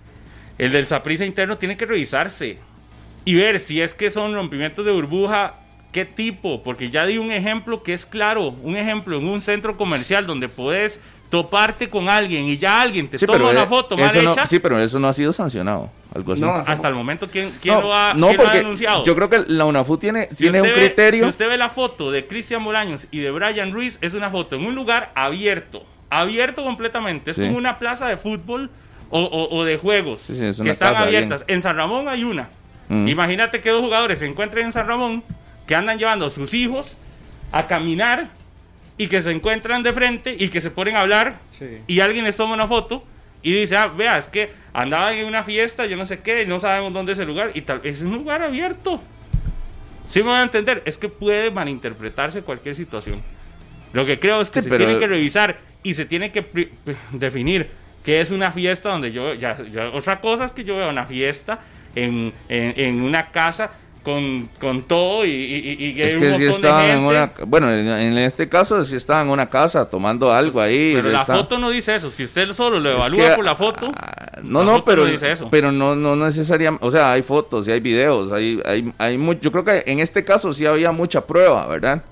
E: el del Saprissa interno, tiene que revisarse y ver si es que son rompimientos de burbuja, qué tipo, porque ya di un ejemplo que es claro, un ejemplo en un centro comercial donde podés toparte con alguien y ya alguien te
B: Sí,
E: toma
B: pero
E: una
B: eh,
E: foto mal
B: eso no-
E: hecha.
B: sí, pero eso no ha sido sancionado. Algo así.
C: No,
E: Hasta el momento, ¿quién, quién
B: No,
E: lo ha,
B: no,
E: quién lo ha
B: porque
E: denunciado?
B: yo creo que la UNAFUT tiene,
E: Si
B: tiene un
E: usted ve-
B: criterio.
E: si usted ve la foto de Cristian Bolaños y de Brian Ruiz, es una foto en un lugar abierto, abierto completamente. Es
B: Sí.
E: como una plaza de fútbol o, o- o de juegos
B: Sí, sí, es
E: que
B: una
E: están
B: casa
E: abiertas. En San Ramón hay una.
B: Mm.
E: Imagínate que dos jugadores se encuentren en San Ramón, que andan llevando a sus hijos a caminar y que se encuentran de frente y que se ponen a hablar
D: Sí.
E: y alguien les toma una foto y dice, ah, vea, es que andaban en una fiesta, yo no sé qué, no sabemos dónde es el lugar y tal. Es un lugar abierto. ¿Sí me van a entender? Es que puede malinterpretarse cualquier situación. Lo que creo es que
B: Sí,
E: se
B: pero-
E: tiene que revisar y se tiene que pri- pri- definir qué es una fiesta donde yo, ya, ya- otra cosa es que yo veo una fiesta en, en, en una casa con, con todo y, y, y que
B: Es
E: hay
B: que
E: un
B: sí
E: montón de
B: estaban en
E: gente.
B: una. Bueno, en, en este caso sí estaban en una casa tomando algo ahí.
E: Pero la
B: está-
E: foto no dice eso. Si usted solo lo
B: Es
E: evalúa
B: que,
E: por la foto,
B: ah, no,
E: la
B: no,
E: foto
B: pero,
E: no dice eso.
B: pero no, no necesariamente. O sea, hay fotos y hay videos. Hay, hay, hay mu- yo creo que en este caso sí había mucha prueba, ¿verdad?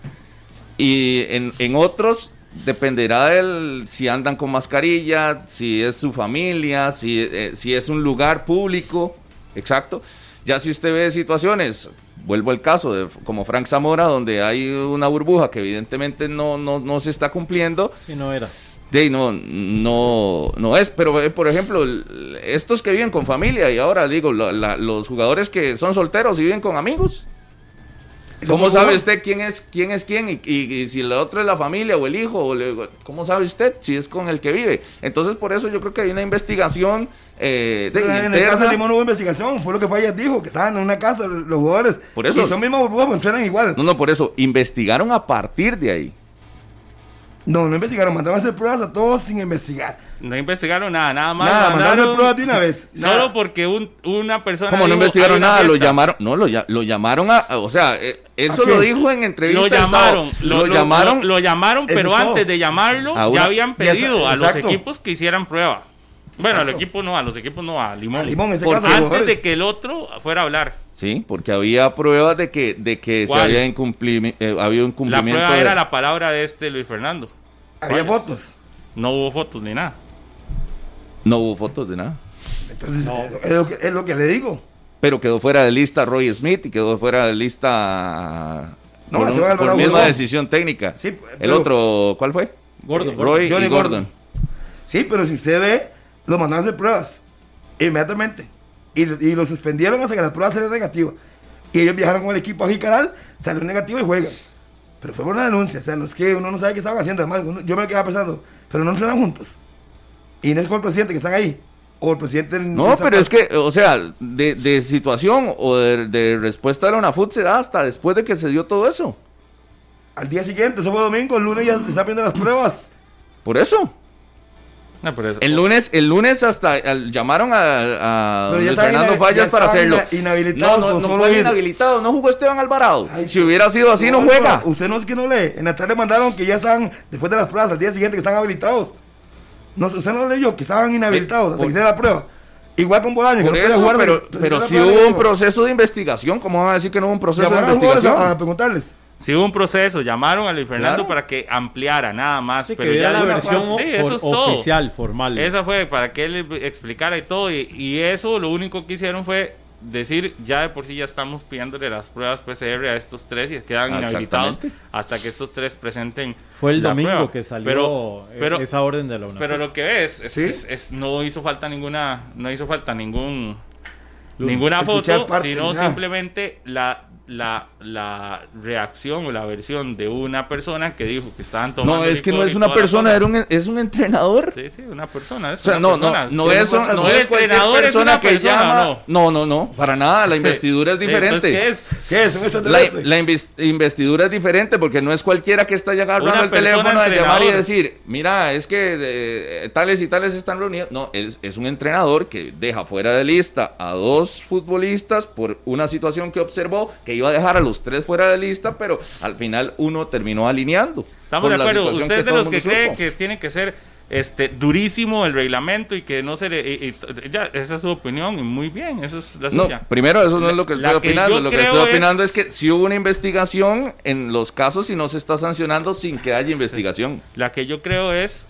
B: Y en, en otros dependerá del si andan con mascarilla, si es su familia, si, eh, si es un lugar público. Exacto. Ya si usted ve situaciones, vuelvo al caso de como Frank Zamora, donde hay una burbuja que evidentemente no, no, no se está cumpliendo.
D: Y no era.
B: Sí, no, no, no es, pero eh, por ejemplo, el- estos que viven con familia y ahora digo, la- la- los jugadores que son solteros y viven con amigos.
C: Eso
B: ¿Cómo
C: es
B: sabe
C: bueno.
B: usted quién es quién es quién y, y- y si la otra es la familia o el hijo? O le- ¿Cómo sabe usted si es con el que vive? Entonces, por eso yo creo que hay una investigación eh, de
C: Pero en el
B: interna.
C: caso de Limón no hubo investigación, fue lo que Fallas dijo, que estaban en una casa los jugadores.
B: Por eso-
C: Y son mismos burbujas, pero entrenan igual.
B: No, no, por eso investigaron a partir de ahí.
C: No, no investigaron, mandaron a hacer pruebas a todos sin investigar.
E: no investigaron nada, nada más.
C: Nada, mandaron a hacer
E: mandaron-
C: pruebas de una vez.
E: Solo
C: Nada.
E: porque un, una persona.
B: Como no
E: dijo,
B: investigaron
E: "Hay una
B: nada, lo
E: fiesta".
B: llamaron, no, lo, lla- lo llamaron a, o sea, eh, eso
C: ¿A qué?
B: lo dijo en entrevista.
E: Lo
B: el sábado.
E: llamaron, lo,
B: lo,
E: lo-
B: llamaron,
E: lo, lo llamaron,
C: Eso
E: pero
C: es todo.
E: antes de llamarlo
B: A una-
E: ya habían
C: Ya está,
E: pedido a los
C: exacto.
E: equipos que hicieran prueba. Bueno, al
C: Exacto.
E: equipo no, a los equipos no, a Limón.
C: A Limón, en ese
B: Por-
C: caso, los
E: Antes
C: jugadores.
E: de que el otro fuera a hablar.
B: sí, porque había pruebas de que, de que se
E: ¿Cuál?
B: había, incumplimi- eh, había un
E: La
B: cumplimiento.
E: prueba
B: de-
E: era la palabra de este Luis Fernando.
C: Había
E: Fallas.
C: fotos.
E: No hubo fotos ni nada.
B: No hubo fotos de nada.
C: Entonces,
E: No.
C: es, lo que, es lo que le digo.
B: Pero quedó fuera de lista Roy Smith y quedó fuera de lista
C: No,
B: por,
C: se
B: un-
C: va al
B: por
C: Bravo,
B: misma
C: no.
B: decisión técnica.
C: Sí,
B: El
C: pero-
B: otro, ¿cuál fue?
D: Gordon.
B: Roy
C: Johnny
B: y Gordon.
C: Gordon. Sí, pero si usted ve, lo mandaron a hacer pruebas inmediatamente. Y, y lo suspendieron hasta que las pruebas salieron negativas. Y ellos viajaron con el equipo a Jicaral, salió negativo y juegan. Pero fue por una denuncia. O sea, no es que uno no sabe qué estaban haciendo. Además, uno- yo me quedaba pensando, pero no entrenan juntos. Y no es con el presidente que están ahí. O el presidente.
B: No, pero es que, o sea, de, de situación o de, de respuesta de la UNAFUT se da hasta después de que se dio todo eso.
C: Al día siguiente, eso fue domingo, el lunes ya se están viendo las pruebas.
B: Por eso.
E: No, pero eso-
B: El lunes, el lunes hasta al- llamaron a, a
C: Pero ya
B: Luis
C: estaban
B: Fernando
C: ina-
B: Fallas
C: ya
B: para
C: estaban
B: hacerlo.
C: ina- inhabilitados
B: no, no,
C: con
B: no
C: solo
B: fue
C: ir.
B: inhabilitado, no jugó Esteban Alvarado.
C: Ay,
B: si hubiera sido así, no,
C: no,
B: juega.
C: Usted no es que no lee. En la tarde mandaron que ya están, después de las pruebas, al día siguiente que están habilitados. No, usted no leyó que estaban inhabilitados hasta
B: por-
C: que hiciera la prueba. Igual con Bolaños, que
B: Por
C: no podía
B: eso,
C: jugar.
B: pero,
C: hasta que-
B: pero
C: hasta que
B: si
C: hiciera la
B: hubo un
C: prueba.
B: proceso de investigación, ¿cómo van a decir que no hubo un proceso de
C: Llamaron a los jugadores
B: investigación?
C: a, a preguntarles.
E: Sí hubo un proceso, llamaron a Luis Fernando
B: Claro.
E: para que ampliara nada más.
D: Sí, que
E: pero
D: diera
E: ya
D: la
E: una
D: versión
E: parte- Sí, eso
D: for-
E: es todo.
D: oficial, formal.
E: Esa fue para que él explicara y todo. Y, y eso lo único que hicieron fue decir, ya de por sí ya estamos pidiéndole las pruebas P C R a estos tres y quedan
B: Ah,
E: inhabilitados
B: exactamente.
E: hasta que estos tres presenten.
D: Fue el
E: la
D: domingo
E: prueba.
D: que salió
E: Pero,
D: eh,
E: pero,
D: esa orden de la UNAFUT.
E: pero lo que ves es,
C: ¿Sí?
E: es- es- no hizo falta ninguna, no hizo falta ningún
D: Lunes.
E: ninguna
C: Escuchar
E: foto,
C: parte,
E: sino
C: nada.
E: simplemente la la, la reacción o la versión de una persona que dijo que estaban tomando.
B: No, es que no es
E: y
B: una
E: toda la
B: persona,
E: cosa.
B: era un, es un entrenador.
E: Sí, sí, una persona. Es
B: O sea,
E: una
B: no,
E: persona.
B: no, no es, no,
E: ¿Un
B: es cualquier
E: entrenador es
B: persona
E: una
B: que
E: persona
B: llama.
E: o no?
B: No, no, no, para nada. La investidura es diferente.
E: Entonces, ¿qué es?
C: ¿Qué es? ¿Un
B: La,
C: extraterrestre?
B: la inves- investidura es diferente porque no es cualquiera que está agarrando
E: Una
B: el teléfono
E: persona
B: a llamar y
E: entrenador.
B: decir, mira, es que eh, tales y tales están reunidos. No, es, es un entrenador que deja fuera de lista a dos futbolistas por una situación que observó, que iba a dejar a los tres fuera de lista, pero al final uno terminó alineando.
E: Estamos
B: por
E: de
B: la
E: acuerdo.
B: situación
E: Usted es de
B: todo
E: los
B: el
E: que
B: mundo
E: cree
B: supo.
E: que tiene que ser este durísimo el reglamento y que no se le. Y, y- ya, esa es su opinión y muy bien, eso es la
B: No,
E: suya.
B: primero eso no es lo que
E: La
B: estoy
E: que
B: opinando.
E: yo
B: Lo que
E: creo
B: estoy opinando
E: es-
B: es que si hubo una investigación en los casos y no se está sancionando sin que haya investigación.
E: La que yo creo es.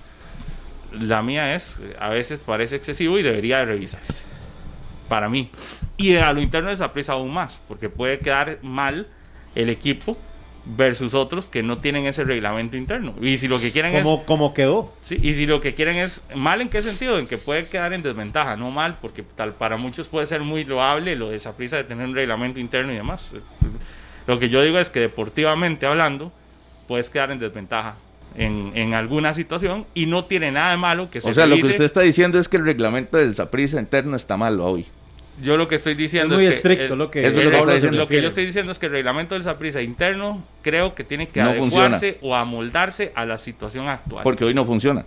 E: La mía es. A veces parece excesivo y debería de revisarse. Para mí. Y a lo interno de Saprissa aún más, porque puede quedar mal el equipo versus otros que no tienen ese reglamento interno. Y si lo que quieren es.
D: ¿Cómo, cómo quedó?
E: Sí, y si lo que quieren es mal, ¿en qué sentido? En que puede quedar en desventaja, no mal, porque tal para muchos puede ser muy loable lo de Saprissa de tener un reglamento interno y demás. Lo que yo digo es que deportivamente hablando, puedes quedar en desventaja en, en alguna situación y no tiene nada de malo que se
B: O sea, lo que
E: revise.
B: usted está diciendo es que el reglamento del Saprissa interno está mal hoy.
E: Yo lo que estoy diciendo
D: Es
E: es,
D: muy
E: que
D: estricto
E: el-
D: lo que-
B: eso es lo que
E: el-
B: está diciendo.
E: lo que
D: refiere.
E: yo estoy diciendo es que el reglamento del Saprissa interno creo que tiene que
B: No
E: adecuarse o amoldarse a la situación actual.
B: Porque hoy no funciona.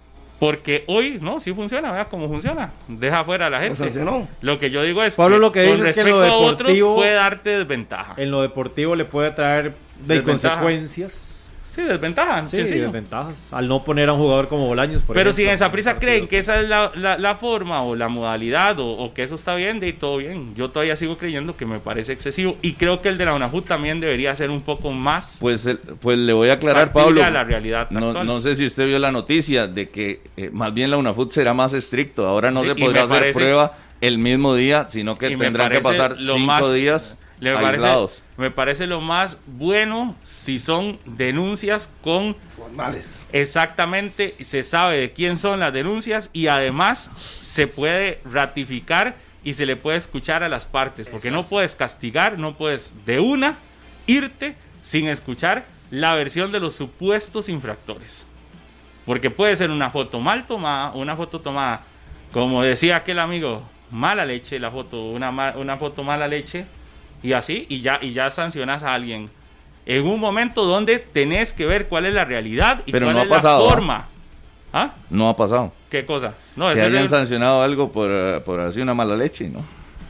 E: Porque hoy, no, sí funciona, vea cómo funciona. Deja fuera a la
C: Lo
E: gente.
C: sancionó.
E: Lo que yo digo es
D: Pablo
E: que
D: lo que
E: con
D: dice es que en
E: respecto
D: lo
E: a otros
D: deportivo-
E: puede darte desventaja.
D: En lo deportivo le puede traer de
E: Desventaja.
D: consecuencias.
E: Sí, desventaja,
D: Sí,
E: sencillo.
D: desventajas. Al no poner a un jugador como Bolaños, por
E: Pero si
D: ejemplo,
E: en Saprissa
D: en
E: creen
D: partidos.
E: que esa es la, la, la forma o la modalidad o, o que eso está bien, de ahí todo bien. Yo todavía sigo creyendo que me parece excesivo y creo que el de la UNAFUT también debería ser un poco más
B: Pues, el- pues le voy a aclarar,
E: factible
B: Pablo.
E: a la realidad
B: No,
E: actual.
B: no sé si usted vio la noticia de que eh, más bien la UNAFUT será más estricto. Ahora no
E: Sí,
B: se
E: y
B: podrá
E: me
B: hacer
E: parece-
B: prueba el mismo día, sino que
E: Y me
B: tendrán que
E: parece
B: pasar
E: lo
B: cinco
E: más-
B: días
E: le parece-
B: aislados.
E: me parece lo más bueno si son denuncias con
C: Formales.
E: exactamente, se sabe de quién son las denuncias y además se puede ratificar y se le puede escuchar a las partes, porque no puedes castigar, no puedes de una irte sin escuchar la versión de los supuestos infractores. Porque puede ser una foto mal tomada, una foto tomada, como decía aquel amigo, mala leche la foto, una, ma- una foto mala leche, y así, y ya, y ya sancionas a alguien. En un momento donde tenés que ver cuál es la realidad y
B: Pero
E: cuál
B: no ha
E: es
B: pasado,
E: la
B: ¿ah?
E: forma. ¿Ah?
B: No ha pasado.
E: ¿Qué cosa? No,
B: Que
E: ese
B: hayan
E: es-
B: sancionado algo por, eh, por así una mala leche, ¿no?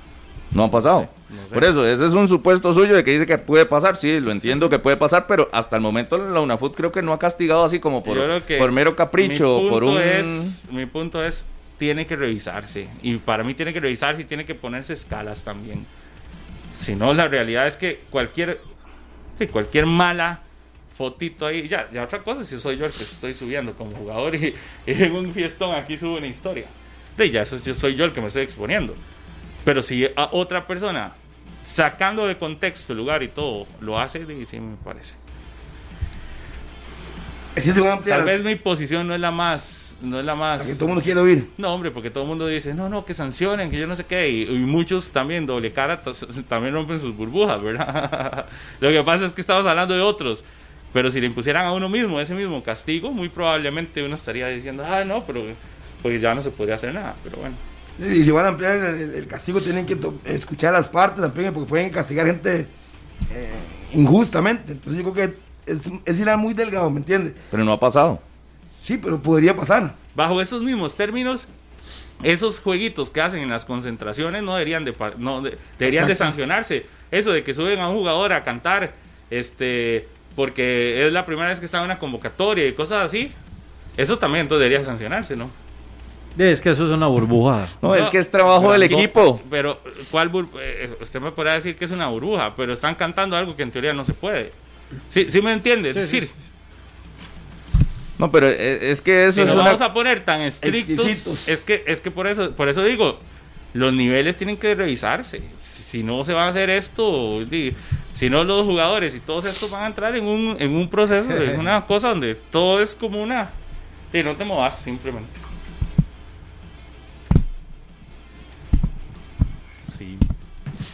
B: No ha pasado.
E: No sé.
B: Por eso, ese es un supuesto suyo de que dice que puede pasar. Sí, lo entiendo que puede pasar, pero hasta el momento la UNAFUT creo que no ha castigado así como por,
E: Yo creo que
B: por mero capricho,
E: mi
B: por
E: punto
B: un...
E: es- mi punto es, tiene que revisarse. Y para mí tiene que revisarse y tiene que ponerse escalas también. Si no, la realidad es que cualquier, sí, cualquier mala fotito ahí, ya, ya otra cosa si soy yo el que estoy subiendo como jugador y, y en un fiestón aquí subo una historia. De ya, eso sí soy yo el que me estoy exponiendo. Pero si a otra persona, sacando de contexto el lugar y todo, lo hace, de- sí me parece.
C: Es que se van a ampliar
E: Tal
C: las-
E: vez mi posición no es la más, no es la
C: la que
E: más.
C: todo el mundo quiere oír.
E: No, hombre, porque todo el mundo dice, no, no, que sancionen, que yo no sé qué. Y, y muchos también, doble cara, tos- también rompen sus burbujas, ¿verdad? Lo que pasa es que estamos hablando de otros. Pero si le impusieran a uno mismo ese mismo castigo, muy probablemente uno estaría diciendo, ah, no, pero pues ya no se podría hacer nada. Pero bueno.
C: Y si van a ampliar el, el- el castigo, tienen que to- escuchar las partes también, porque pueden castigar gente eh, injustamente. Entonces yo creo que es, es ir a muy delgado, ¿me entiendes?
B: Pero no ha pasado.
C: Sí, pero podría pasar.
E: Bajo esos mismos términos, esos jueguitos que hacen en las concentraciones no deberían de, pa- no, de- deberían de
C: Exacto.
E: sancionarse. Eso de que suben a un jugador a cantar, este, porque es la primera vez que está en una convocatoria y cosas así, eso también entonces debería sancionarse, ¿no?
D: Es que eso es una burbuja.
B: No,
E: No,
B: es que es trabajo
E: pero
B: del
E: no,
B: equipo.
E: Pero, ¿cuál bur- eh, usted me podrá decir que es una burbuja, pero están cantando algo que en teoría no se puede. ¿Sí, sí me entiende? Es
D: Sí,
E: decir,
D: sí,
B: No, pero e- es que eso
E: si
B: es
E: nos
B: una...
E: vamos a poner tan estrictos,
C: Exquisitos.
E: es que, es que por eso, por eso digo, los niveles tienen que revisarse. Si no se va a hacer esto, di- si no los jugadores y todos estos van a entrar en un, en un proceso, en una cosa donde todo es como una... Y no te movas simplemente. Sí.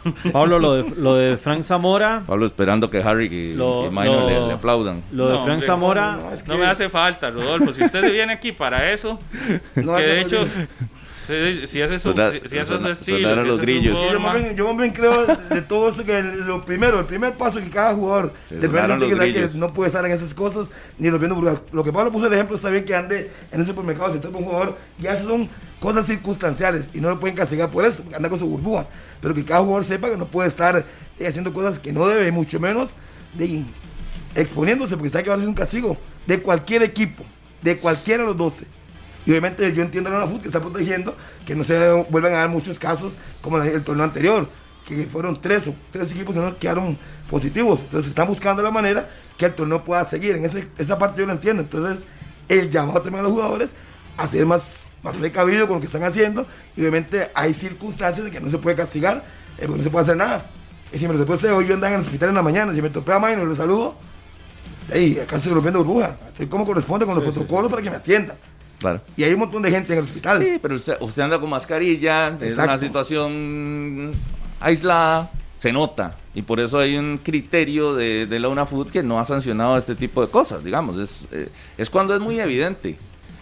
D: Pablo, lo de, lo de Frank Zamora.
B: Pablo esperando que Harry y,
D: Lo-
B: y Maino
D: lo-
B: le, le aplaudan.
D: Lo de
E: No,
D: Frank
E: hombre,
D: Zamora.
C: no, es que-
E: No me hace falta, Rodolfo. Si usted viene aquí para eso,
C: No,
E: que de
C: no,
E: hecho,
C: no.
E: si, si ese es su,
B: Sonar-
E: si, si ese es su
B: sonar-
E: estilo,
B: sonar a
E: si
B: los
E: esa es su
B: grillos.
C: Y yo
E: forma,
C: más bien, yo más bien creo de, de todo esto que lo primero, el primer paso que cada jugador
B: Se
C: de primer
B: sonaron
C: tiene que
B: los
C: saber que
B: grillos.
C: no puede estar en esas cas ni los viendo burbujas. Lo que Pablo puso el ejemplo está bien que ande en el supermercado, si toca un jugador, ya eso son cosas circunstanciales y no lo pueden castigar por eso, porque anda con su burbuja. Pero que cada jugador sepa que no puede estar eh, haciendo cosas que no debe, mucho menos de exponiéndose, porque sabe que va a ser un castigo de cualquier equipo, de cualquiera de los doce. Y obviamente yo entiendo a la FUT que está protegiendo que no se vuelvan a dar muchos casos como el, el torneo anterior, que fueron tres o tres equipos que no quedaron positivos. Entonces están buscando la manera que el torneo pueda seguir. En ese, esa parte yo lo entiendo. Entonces el llamado también a los jugadores a ser más, más precavidos con lo que están haciendo. Y obviamente hay circunstancias en que no se puede castigar, eh, porque no se puede hacer nada. Y si me lo después de hoy yo andaba en el hospital en la mañana, si me topé a Maino y le saludo, hey, acá estoy rompiendo burbuja. Estoy como corresponde con los sí, protocolos sí. para que me atiendan.
B: Claro.
C: Y hay un montón de gente en el hospital.
B: Sí, pero usted, usted anda con mascarilla, Exacto. es una situación aislada, se nota. Y por eso hay un criterio de, de la UNAFUT que no ha sancionado este tipo de cosas, digamos. Es, eh, es cuando es muy evidente.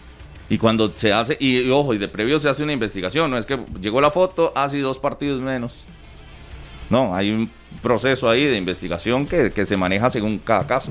B: Y cuando se hace, y, y ojo, y de previo se hace una investigación, no es que llegó la foto, hace dos partidos menos. No, hay un proceso ahí de investigación que, que se maneja según cada caso.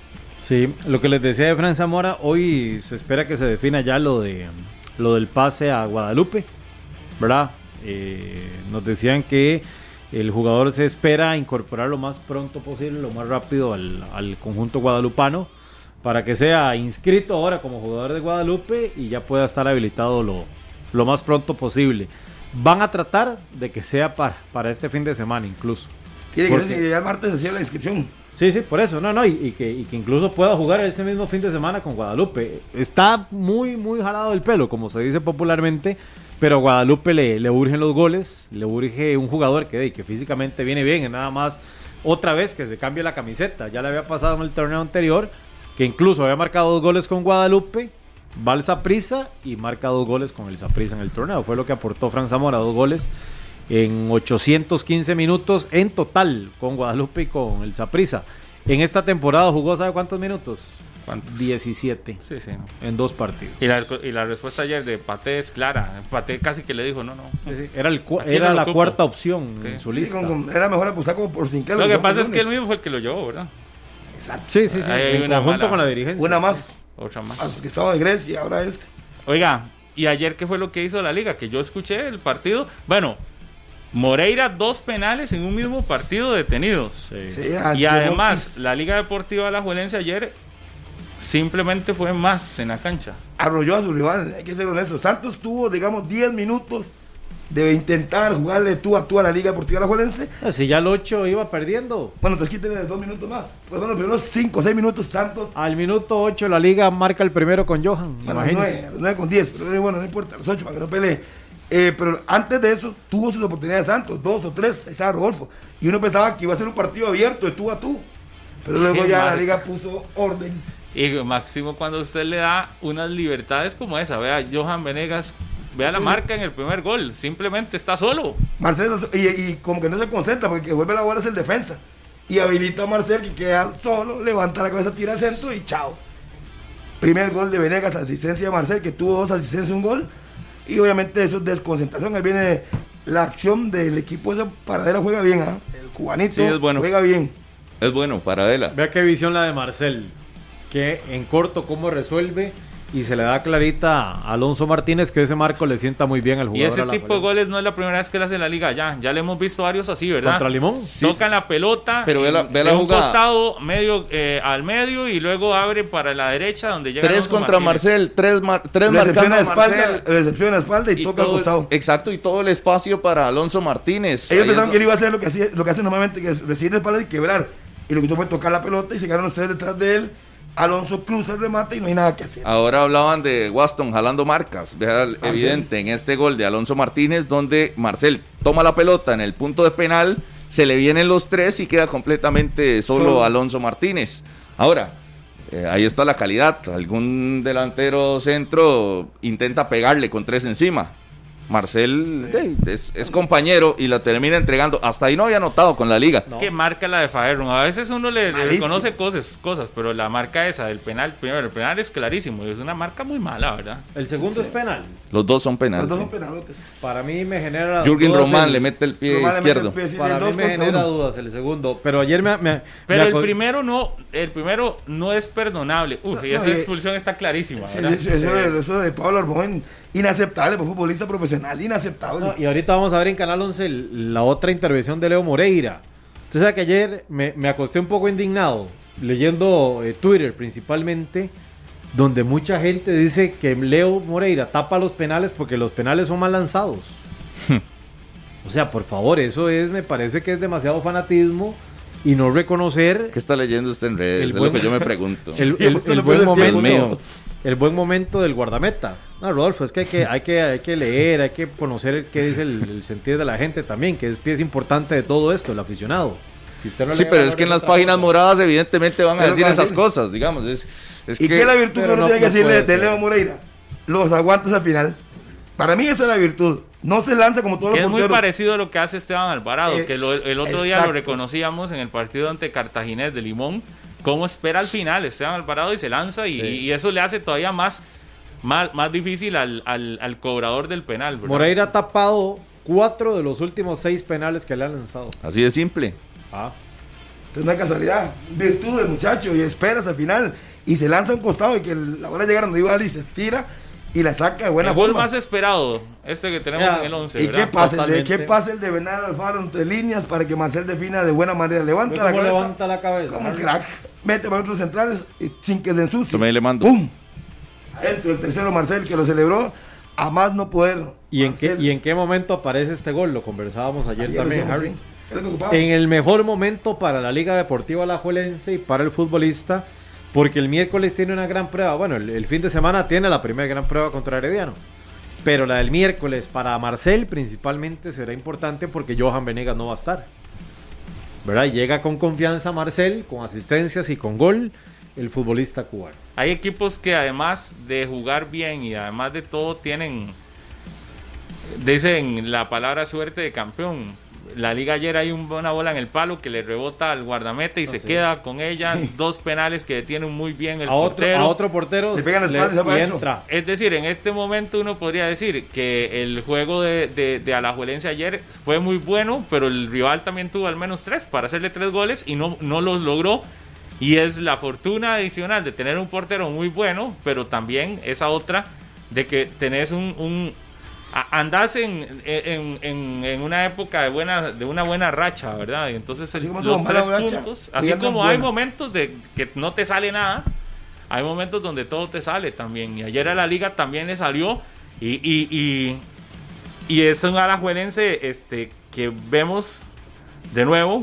D: Sí, lo que les decía de Fran Zamora, hoy se espera que se defina ya lo de lo del pase a Guadalupe, ¿verdad? Eh, nos decían que el jugador se espera incorporar lo más pronto posible, lo más rápido al, al conjunto guadalupano, para que sea inscrito ahora como jugador de Guadalupe y ya pueda estar habilitado lo, lo más pronto posible. Van a tratar de que sea para, para este fin de semana incluso.
C: Tiene
D: Porque...
C: que ser, ya el martes se cierra la inscripción.
D: Sí, sí, por eso, no, no, y, y, que, y que incluso pueda jugar este mismo fin de semana con Guadalupe. Está muy, muy jalado el pelo, como se dice popularmente, pero a Guadalupe le, le urgen los goles, le urge un jugador que, que físicamente viene bien, es nada más otra vez que se cambie la camiseta. Ya le había pasado en el torneo anterior, que incluso había marcado dos goles con Guadalupe, va al Saprissa y marca dos goles con el Saprissa en el torneo. Fue lo que aportó Fran Zamora, dos goles en ochocientos quince minutos en total con Guadalupe y con el Saprissa. En esta temporada jugó, ¿sabe cuántos minutos?
E: ¿Cuántos?
D: diecisiete.
E: Sí, sí. No.
D: En dos partidos.
E: Y la, y la respuesta ayer de Paté es clara. Paté casi que le dijo, no, no.
D: Sí, sí. Era, el, era no la ocupo. cuarta opción okay. en su lista.
C: Sí, con, con, era mejor apostar como por Sinclair.
E: Lo que pasa es que él mismo fue el que lo llevó, ¿verdad?
C: Exacto.
D: Sí, sí, sí.
E: Hay
D: en
E: una
D: conjunto
E: mala,
D: con la dirigencia.
C: Una más.
E: Otra más.
C: Ah, que estaba de Grecia, ahora este.
E: Oiga, ¿y ayer qué fue lo que hizo la liga? Que yo escuché el partido. Bueno, Moreira, dos penales en un mismo partido detenidos.
D: Sí.
C: Sí,
E: y además, la Liga Deportiva Alajuelense ayer simplemente fue más en la cancha.
C: Arrolló a su rival, hay que ser honesto. Santos tuvo, digamos, diez minutos de intentar jugarle tú a tú a la Liga Deportiva Alajuelense.
D: Si ya el ocho iba perdiendo.
C: Bueno, entonces quítale dos minutos más. Pues bueno, los primeros cinco o seis minutos Santos.
D: Al minuto ocho la Liga marca el primero con Johan.
C: Bueno, a los nueve con diez, pero bueno, no importa, a los ocho para que no pelee. Eh, pero antes de eso, tuvo sus oportunidades Santos, dos o tres, ahí estaba Rodolfo. Y uno pensaba que iba a ser un partido abierto de tú a tú. Pero luego
E: Qué
C: ya
E: mal.
C: la Liga puso orden.
E: Y máximo cuando usted le da unas libertades como esa. Vea, Johan Venegas, vea sí. la marca en el primer gol. Simplemente está solo.
C: Marcel, y, y como que no se concentra, porque el que vuelve la bola es el defensa. Y habilita a Marcel, que queda solo, levanta la cabeza, tira al centro y chao. Primer gol de Venegas, asistencia de Marcel, que tuvo dos asistencias y un gol. Y obviamente eso es desconcentración. Ahí viene la acción del equipo. Ese Paradela juega bien, ¿eh? El cubanito
B: sí, es bueno.
C: juega bien.
B: Es bueno, Paradela.
D: Vea qué visión la de Marcel. Que en corto cómo resuelve y se le da clarita a Alonso Martínez, que ese marco le sienta muy bien al jugador.
E: Y ese tipo de goles no es la primera vez que le hace la liga ya. Ya le hemos visto varios así, ¿verdad?
D: Contra Limón.
E: Sí. Tocan la pelota,
B: pero ve la, ve la
E: de un
B: jugada.
E: costado medio eh, al medio y luego abre para la derecha donde llega
B: tres
E: Alonso
B: contra
E: Martínez.
B: Marcel, tres, mar, tres
C: recepción
B: marcando
C: a
B: a
C: espalda,
B: Marcel.
C: recepción a espalda y, y toca
B: todo,
C: al costado.
B: Exacto, y todo el espacio para Alonso Martínez.
C: Ellos
B: Ahí
C: pensaban
B: es...
C: que él iba a hacer lo que, hacía, lo que hace normalmente, que es recibir de espalda y quebrar. Y lo que hizo fue tocar la pelota y se quedaron los tres detrás de él. Alonso cruza el remate y no hay nada que hacer.
B: Ahora hablaban de Waston jalando marcas. Vea, evidente en este gol de Alonso Martínez, donde Marcel toma la pelota en el punto de penal, se le vienen los tres y queda completamente solo, solo. Alonso Martínez. Ahora, eh, ahí está la calidad. Algún delantero centro intenta pegarle con tres encima. Marcel eh, es, es compañero y la termina entregando. Hasta ahí no había notado con la liga.
E: No. Que marca la de Faerun. A veces uno le, le
C: Malísimo.
E: reconoce cosas, cosas, pero la marca esa del penal, primero, el penal es clarísimo. Es una marca muy mala, ¿verdad?
D: El segundo es penal.
B: Los dos son penales.
C: Los dos son
B: sí.
C: penalotes.
D: Para mí me genera
B: Jürgen
D: dudas
B: Román
D: el-
B: le mete el pie
C: Román le mete
B: izquierdo.
C: el pie, sí,
D: Para
C: el
D: mí
C: dos
D: me
C: contra
D: genera
C: uno.
D: dudas el segundo. Pero ayer me... me
E: Pero
D: me
E: el
D: aco-
E: primero no, el primero no es perdonable. Uf, y
C: No,
E: esa
C: y-
E: expulsión está clarísima,
C: Sí,
E: ¿verdad?
C: sí, eso, de, eso de Pablo Arbón, inaceptable, por futbolista profesional, inaceptable.
D: No, y ahorita vamos a ver en Canal once el- la otra intervención de Leo Moreira. Usted sabe que ayer me, me acosté un poco indignado leyendo eh, Twitter principalmente, donde mucha gente dice que Leo Moreira tapa los penales porque los penales son mal lanzados. O sea, por favor, eso es, me parece que es demasiado fanatismo y no reconocer
B: ¿Qué está leyendo usted en redes?
D: El
B: es
D: buen-
B: lo que yo me pregunto.
D: el,
C: Y
D: el-
C: usted
D: el
C: le
D: buen
C: pone el tiempo
D: momento,
B: mío.
D: el buen momento del guardameta. No, Rodolfo, es que hay que, hay que, hay que leer, hay que conocer qué dice el, el sentir de la gente también, que es pieza importante de todo esto, el aficionado. Si usted no
B: Sí,
D: lee
B: pero es
D: valores
B: que en
D: de
B: las
D: otra
B: páginas
D: cosa.
B: moradas evidentemente van a
C: Es lo
B: decir
C: que va a
B: esas
C: decir.
B: cosas, digamos. Es, es
C: ¿Y
B: que
C: qué es la virtud que
D: pero
C: uno
D: no-
C: tiene que
D: no
C: decirle
D: puede
C: de
D: ser.
C: Leo Moreira? Los aguantes al final. Para mí esa es la virtud. No se lanza como todos
E: Que
C: los
E: es muy
C: porteros.
E: parecido a lo que hace Esteban Alvarado,
C: Eh,
E: que lo- el otro día
C: exacto.
E: lo reconocíamos en el partido ante Cartaginés de Limón, cómo espera al final Esteban Alvarado y se lanza y,
D: Sí.
E: y eso le hace todavía más, más, más difícil al, al, al cobrador del penal, ¿verdad?
D: Moreira ha tapado cuatro de los últimos seis penales que le han lanzado.
B: así de simple.
D: Ah.
C: Es una casualidad. Virtud del muchacho y esperas al final. Y se lanza a un costado y que el- la bola llega donde iba y se estira y la saca de buena
E: el gol
C: forma.
E: más esperado, este que tenemos
D: Ya,
E: en el once,
C: ¿Y
E: ¿verdad?
C: qué pasa? El de,
D: Totalmente.
C: ¿Qué pasa el de Bernal Alfaro entre líneas para que Marcel defina de buena manera? Levanta la
D: ¿Cómo
C: cabeza.
D: levanta la cabeza?
C: Como un crack. Mete para otros centrales y sin que se ensucie.
B: Yo me le mando.
C: ¡Pum! Adentro el tercero Marcel que lo celebró a más no poder.
D: ¿Y en, qué,
C: Marcel,
D: ¿Y en qué momento aparece este gol? Lo conversábamos ayer,
C: ayer
D: también,
C: decíamos,
D: Harry.
C: sí, es lo que ocupaba.
D: En el mejor momento para la Liga Deportiva Alajuelense y para el futbolista, porque el miércoles tiene una gran prueba. Bueno, el, el fin de semana tiene la primera gran prueba contra Herediano, pero la del miércoles para Marcel principalmente será importante porque Johan Venegas no va a estar, ¿verdad? Y llega con confianza Marcel, con asistencias y con gol, el futbolista cubano.
E: Hay equipos que además de jugar bien y además de todo tienen, dicen la palabra suerte de campeón. La liga ayer hay un- una bola en el palo que le rebota al guardameta y
D: Ah,
E: se
D: sí.
E: queda con ella.
C: Sí.
E: Dos penales que detienen muy bien el
D: A otro,
E: portero.
D: a otro portero
C: Le pegan la espalda y se va
D: y
C: adentro.
D: entra.
E: Es decir, en este momento uno podría decir que el juego de, de, de Alajuelense ayer fue muy bueno, pero el rival también tuvo al menos tres para hacerle tres goles y no, no los logró. Y es la fortuna adicional de tener un portero muy bueno, pero también esa otra de que tenés un... un a- andás en, en, en, en una época de buena de una buena racha, ¿verdad? Y entonces
C: Así
E: el-
C: como
E: los
C: tuvo mala
E: tres
C: racha,
E: puntos, así
C: llegando
E: como
C: en
E: hay
C: buena.
E: momentos de que no te sale nada, hay momentos donde todo te sale también. Y ayer a la liga también le salió. Y, y, y, y es un alajuelense este, que vemos de nuevo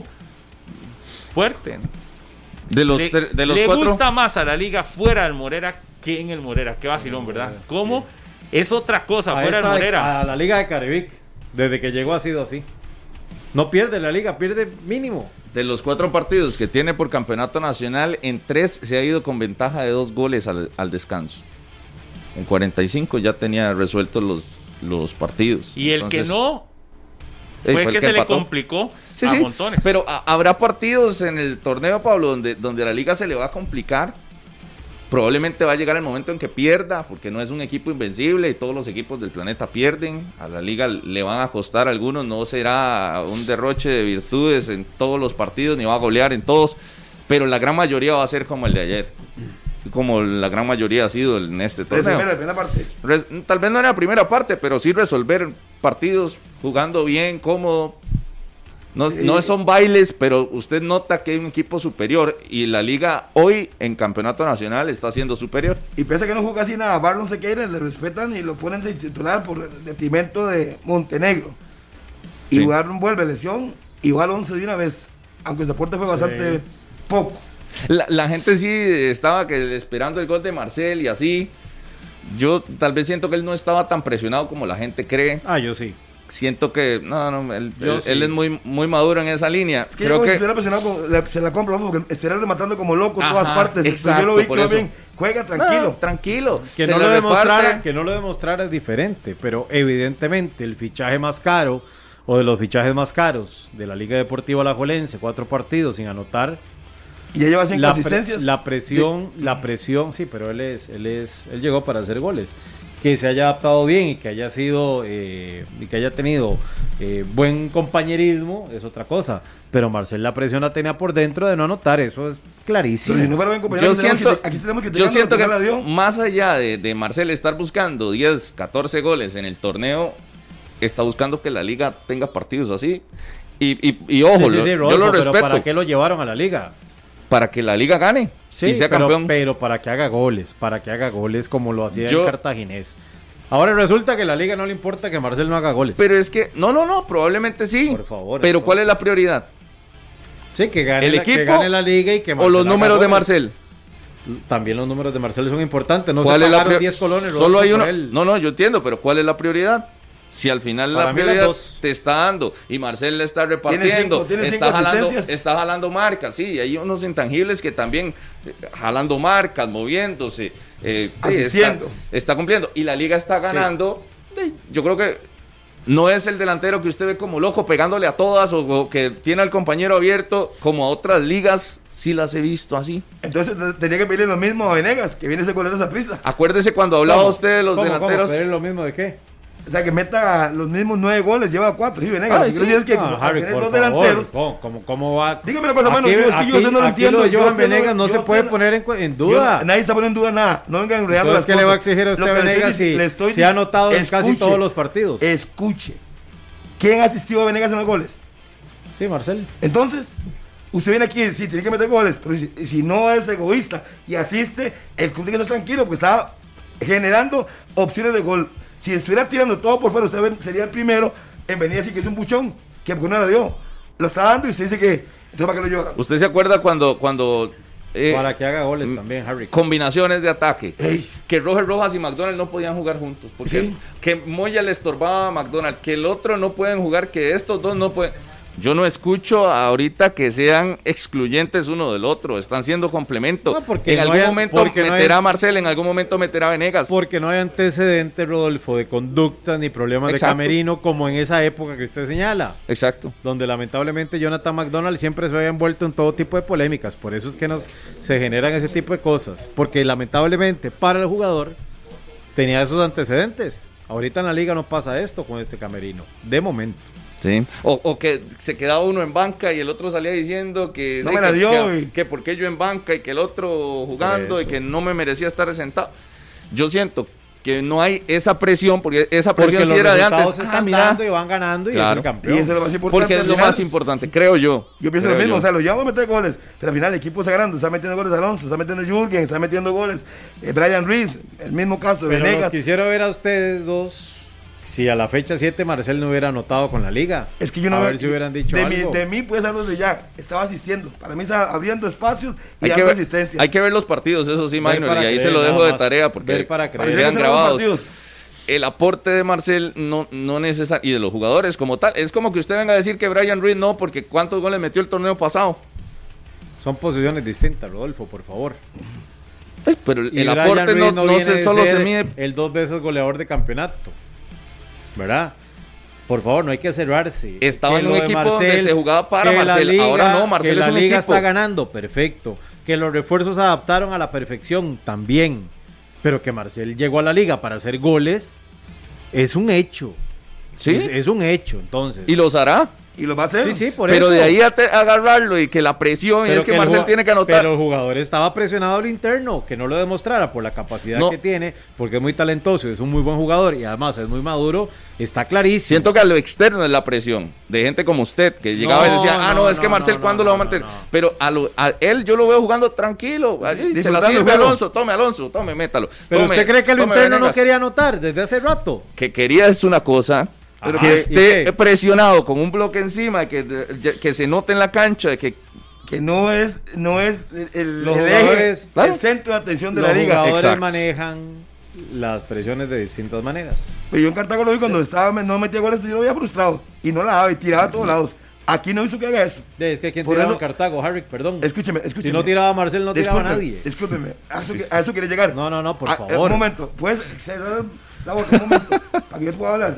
E: fuerte.
B: De los,
E: Le,
B: tre- de los
E: le
B: cuatro.
E: gusta más a la liga fuera del Morera que en el Morera. Qué vacilón, ¿verdad? ¿Cómo? Es otra cosa
D: A
E: fuera del
D: esta de-
E: Morera.
D: a la Liga de Caribic, desde que llegó ha sido así. No pierde la liga, pierde mínimo.
B: De los cuatro partidos que tiene por campeonato nacional, en tres se ha ido con ventaja de dos goles al, al descanso. En cuarenta y cinco ya tenía resueltos los, los partidos.
E: Y el
B: Entonces,
E: que no
B: eh,
E: fue, que,
B: el
E: se le
B: empató.
E: complicó
B: Sí,
E: a
B: sí,
E: montones.
B: pero a- habrá partidos en el torneo, Pablo, donde, donde la liga se le va a complicar. Probablemente va a llegar el momento en que pierda, porque no es un equipo invencible y todos los equipos del planeta pierden. A la liga le van a costar algunos, no será un derroche de virtudes en todos los partidos, ni va a golear en todos, pero la gran mayoría va a ser como el de ayer, como la gran mayoría ha sido en este
C: Resolver
B: torneo.
C: la primera parte.
B: Res- Tal vez no en la primera parte, pero sí resolver partidos jugando bien, cómodo. No,
C: Sí.
B: no son bailes, pero usted nota que hay un equipo superior y la liga hoy en campeonato nacional está siendo superior.
C: Y pese a que no juega así nada, Barlon Sequeira le respetan y lo ponen de titular por el detrimento de Montenegro. Y
B: Sí.
C: Barlon vuelve lesión y va al once de una vez, aunque su aporte fue bastante poco.
B: La, la gente sí estaba que, esperando el gol de Marcel y así. Yo tal vez siento que él no estaba tan presionado como la gente cree.
D: Ah, yo sí.
B: siento que no, no, él, él,
D: sí.
B: él es muy, muy maduro en esa línea.
C: Es que
B: Creo
C: yo,
B: que
C: si estuviera presionado, con- la- se la compro, porque estaría rematando como loco en
B: Ajá,
C: todas partes. Entonces,
B: exacto,
C: yo lo vi que
B: por
C: más
B: eso.
C: bien juega tranquilo.
B: No, tranquilo.
D: Que
B: Se
D: no,
B: le
D: lo demostrara,
B: reparte.
D: que no lo demostrara es diferente, pero evidentemente el fichaje más caro o de los fichajes más caros de la Liga Deportiva Alajuelense, cuatro partidos sin anotar,
C: Y ya lleva cinco
D: la, pre-
C: asistencias.
D: la presión, la presión, sí, pero él es, él es, él llegó para hacer goles. Que se haya adaptado bien y que haya sido eh, y que haya tenido eh, buen compañerismo es otra cosa. Pero Marcel la presión la tenía por dentro de no anotar, eso es clarísimo.
C: Pero si no fuera buen compañero,
B: Yo
C: aquí tenemos
B: siento,
C: que- aquí tenemos que
B: yo
C: tirarnos
B: siento
C: lo
B: que
C: la dio.
B: más allá de, de Marcel estar buscando diez, catorce goles en el torneo, está buscando que la liga tenga partidos así. Y, y, y ojo,
D: Sí, sí, sí,
B: lo- yo
D: Rodolfo,
B: lo
D: pero
B: respeto.
D: ¿para qué lo llevaron a la liga?
B: Para que la liga gane
D: Sí,
B: y sea
D: pero,
B: campeón.
D: pero para que haga goles, para que haga goles como lo hacía
B: Yo-
D: el cartaginés. Ahora resulta que a la liga no le importa que Marcel no haga goles.
B: Pero es que, no, no, no, probablemente sí.
D: Por favor,
B: Pero
D: entonces.
B: ¿cuál es la prioridad?
D: Sí, que gane,
B: ¿El
D: la, que
B: equipo
D: gane la liga y que
B: ¿O
D: Marcel
B: los
D: haga
B: números de
D: goles.
B: Marcel?
D: También los números de Marcel son importantes. No se
B: ¿Cuál es la
D: pagaron
B: prior-
D: diez colones.
B: Solo
D: Rodolfo,
B: hay
D: por
B: uno.
D: él.
B: No, no, yo entiendo, pero ¿cuál es la prioridad? Si al final
D: Para
B: la
D: mí las
B: prioridad
D: dos.
B: te está dando y Marcel le está repartiendo,
C: cinco, tiene
B: está,
C: cinco
B: jalando,
C: asistencias.
B: está jalando marcas, sí, hay unos intangibles que también eh, jalando marcas, moviéndose, eh, sí,
C: Asistiendo.
B: está, está cumpliendo y la liga está ganando. Sí, yo creo que no es el delantero que usted ve como loco pegándole a todas o, o que tiene al compañero abierto como a otras ligas, sí las he visto así.
C: Entonces te- tenía que pedirle lo mismo a Venegas, que viene ese golero esa prisa.
B: Acuérdese cuando hablaba
D: ¿Cómo?
B: usted de los
D: ¿Cómo,
B: delanteros.
D: ¿Cómo? ¿Pedir lo mismo de qué?
C: O sea, que meta los mismos nueve goles, lleva cuatro, sí, Venegas.
B: Ay,
C: Lo que
B: sí.
C: quiero decir es que
D: No,
C: como
D: Harry,
C: tener
D: por
C: dos
D: favor,
C: delanteros.
D: ¿cómo, cómo, cómo va?
C: Dígame una cosa, mano,
D: Aquí-
C: yo, es que yo
D: aquí-
C: eso no lo
D: aquí
C: entiendo.
D: lo de
C: yo
D: Johan
C: usted no-
D: Venegas no
C: yo
D: se
C: usted
D: puede
C: no-
D: poner en, cu- en
C: yo-
D: duda.
C: nadie está poniendo en duda nada. No vengan enredando las
D: Entonces, ¿qué
C: cosas.
D: le va a exigir a usted
C: Lo
D: a
C: que le estoy
D: Venegas
C: dic-
D: si
C: le estoy
D: se ha
C: dic-
D: anotado en casi
C: escuche,
D: todos los partidos?
C: Escuche. ¿Quién asistió a Venegas en los goles?
D: Sí, Marcel.
C: Entonces, usted viene aquí y sí, tiene que meter goles, pero si, si no es egoísta y asiste, el club tiene que estar tranquilo porque está generando opciones de gol. Si estuviera tirando todo por fuera, usted ven- sería el primero en venir así que es un buchón, que porque no la dio. Lo está dando y usted dice que, entonces ¿para qué lo lleva?
B: ¿Usted se acuerda cuando, cuando eh,
D: Para que haga goles
B: mm,
D: también, Harry.
B: combinaciones de ataque?
C: Ey.
B: Que Roger Rojas y McDonald no podían jugar juntos. Porque
C: Sí.
B: que Moya le estorbaba a McDonald, que el otro no pueden jugar, que estos dos no pueden. Yo no escucho ahorita que sean excluyentes uno del otro, están siendo complemento.
D: No, porque
B: en
D: no
B: algún
D: hay-
B: momento
D: porque no hay-
B: meterá a Marcel, en algún momento meterá a Venegas.
D: Porque no hay antecedentes, Rodolfo, de conducta ni problemas
B: Exacto.
D: de camerino como en esa época que usted señala,
B: Exacto.
D: donde lamentablemente Jonathan McDonald siempre se había envuelto en todo tipo de polémicas. Por eso es que nos se generan ese tipo de cosas. Porque lamentablemente para el jugador tenía esos antecedentes. Ahorita en la liga no pasa esto con este camerino, de momento.
B: Sí. O, o que se quedaba uno en banca y el otro salía diciendo que,
C: No
B: de
C: me la
B: que,
C: dio,
B: que,
C: güey.
B: que por qué yo en banca y que el otro jugando
D: Por
B: y
D: eso.
B: que no me merecía estar sentado. Yo siento que no hay esa presión, porque esa
D: Porque
B: presión
D: los
B: sí era de
D: resultados
B: antes.
D: se
B: Ah,
D: están
B: mira,
D: dando y van ganando y
B: Claro.
D: es el
C: Y
D: campeón.
C: eso es lo más importante.
B: porque es
C: al
B: lo
C: final.
B: más importante, creo yo.
C: Yo pienso
B: Creo
C: lo mismo,
B: yo.
C: o sea, lo llevamos a meter goles, pero al final el equipo está ganando, está metiendo goles Alonso, está metiendo Jürgen, está metiendo goles eh, Brian Reese, el mismo caso de
D: Pero los
C: Venegas.
D: quisiera ver a ustedes dos si a la fecha siete Marcel no hubiera anotado con la liga.
C: Es que yo no
D: a
C: veo-
D: ver si hubieran dicho
C: de
D: algo.
C: Mi, de mí puede ser de ya, estaba asistiendo. Para mí estaba abriendo espacios y
B: Hay que,
C: dando
B: ver,
C: asistencia.
B: hay que ver los partidos, eso sí,
D: Ver
B: Minor,
D: para
B: y ahí
D: creer,
B: se lo dejo
D: nada
B: de
D: más.
B: tarea porque
D: Ver para creer.
C: Parece que
B: quedan
C: son los
B: grabados.
C: partidos.
B: El aporte de Marcel no, no necesita, y de los jugadores como tal, es como que usted venga a decir que Brian Reed no, porque ¿cuántos goles metió el torneo pasado?
D: Son posiciones distintas, Rodolfo, por favor.
B: Ay, pero el,
D: Y
B: el
D: Brian
B: aporte
D: Reed
B: no, no
D: viene
B: se,
D: de
B: solo
D: ser
B: se mide.
D: el dos veces goleador de campeonato, ¿verdad? Por favor, no hay que cerrarse.
B: Estaba
D: Que
B: en un
D: lo de
B: equipo donde se jugaba para
D: que la
B: Marcel.
D: liga-
B: Ahora no, Marcel
D: que
B: es
D: la
B: un
D: liga
B: equipo.
D: está ganando, perfecto. Que los refuerzos se adaptaron a la perfección, también. Pero que Marcel llegó a la liga para hacer goles, es un hecho.
B: ¿Sí?
D: Es, es un hecho, entonces.
B: Y los hará.
C: Y lo va a hacer.
D: Sí, sí, por
B: Pero
D: eso.
B: de ahí a te- agarrarlo y que la presión, y
D: Pero
B: es que,
D: el
B: Marcel
D: jugad-
B: tiene que anotar.
D: Pero el jugador estaba presionado al interno, que no lo demostrara por la capacidad
B: No.
D: que tiene, porque es muy talentoso, es un muy buen jugador y además es muy maduro, está clarísimo.
B: Siento que a lo externo es la presión de gente como usted, que llegaba y decía, ah, no,
D: no,
B: es que
D: no,
B: Marcel,
D: no,
B: ¿cuándo
D: no,
B: lo va a
D: no,
B: mantener?
D: no, no.
B: Pero a, lo- a él yo lo veo jugando tranquilo. Ahí, se la
C: disfrutando el
B: sirve
C: juego.
B: Alonso, tome Alonso, tome, métalo.
D: Pero
B: tome,
D: usted cree que el
B: tome
D: interno no
B: Venegas.
D: quería anotar desde hace rato.
B: Que quería es una cosa,
D: Ajá,
B: que
D: ¿y
B: esté
D: qué?
B: presionado con un bloque encima, que, de- que se note en la cancha, de que
C: Que no es, no es el, el,
D: Los
C: el
D: jugadores-
C: eje,
B: Claro.
C: el centro de atención de
D: Los
C: la liga.
D: jugadores
B: Exacto.
D: manejan las presiones de distintas maneras.
C: Pero yo en Cartago lo vi cuando estaba, no metía goles, yo lo veía frustrado. Y no la daba y tiraba a todos lados. Aquí no hizo que haga eso.
D: De, es que quien
C: Por
D: tiraba
C: eso-
D: en Cartago, Harry, perdón.
C: Escúcheme, escúcheme.
D: Si no tiraba Marcel, no tiraba
C: Discúlpeme,
D: nadie.
C: Discúlpeme, a eso, que- a eso quiere llegar.
D: No, no, no, por
C: A-
D: favor.
C: Un momento, ¿puedes cerrar la boca un momento? Para que yo pueda hablar.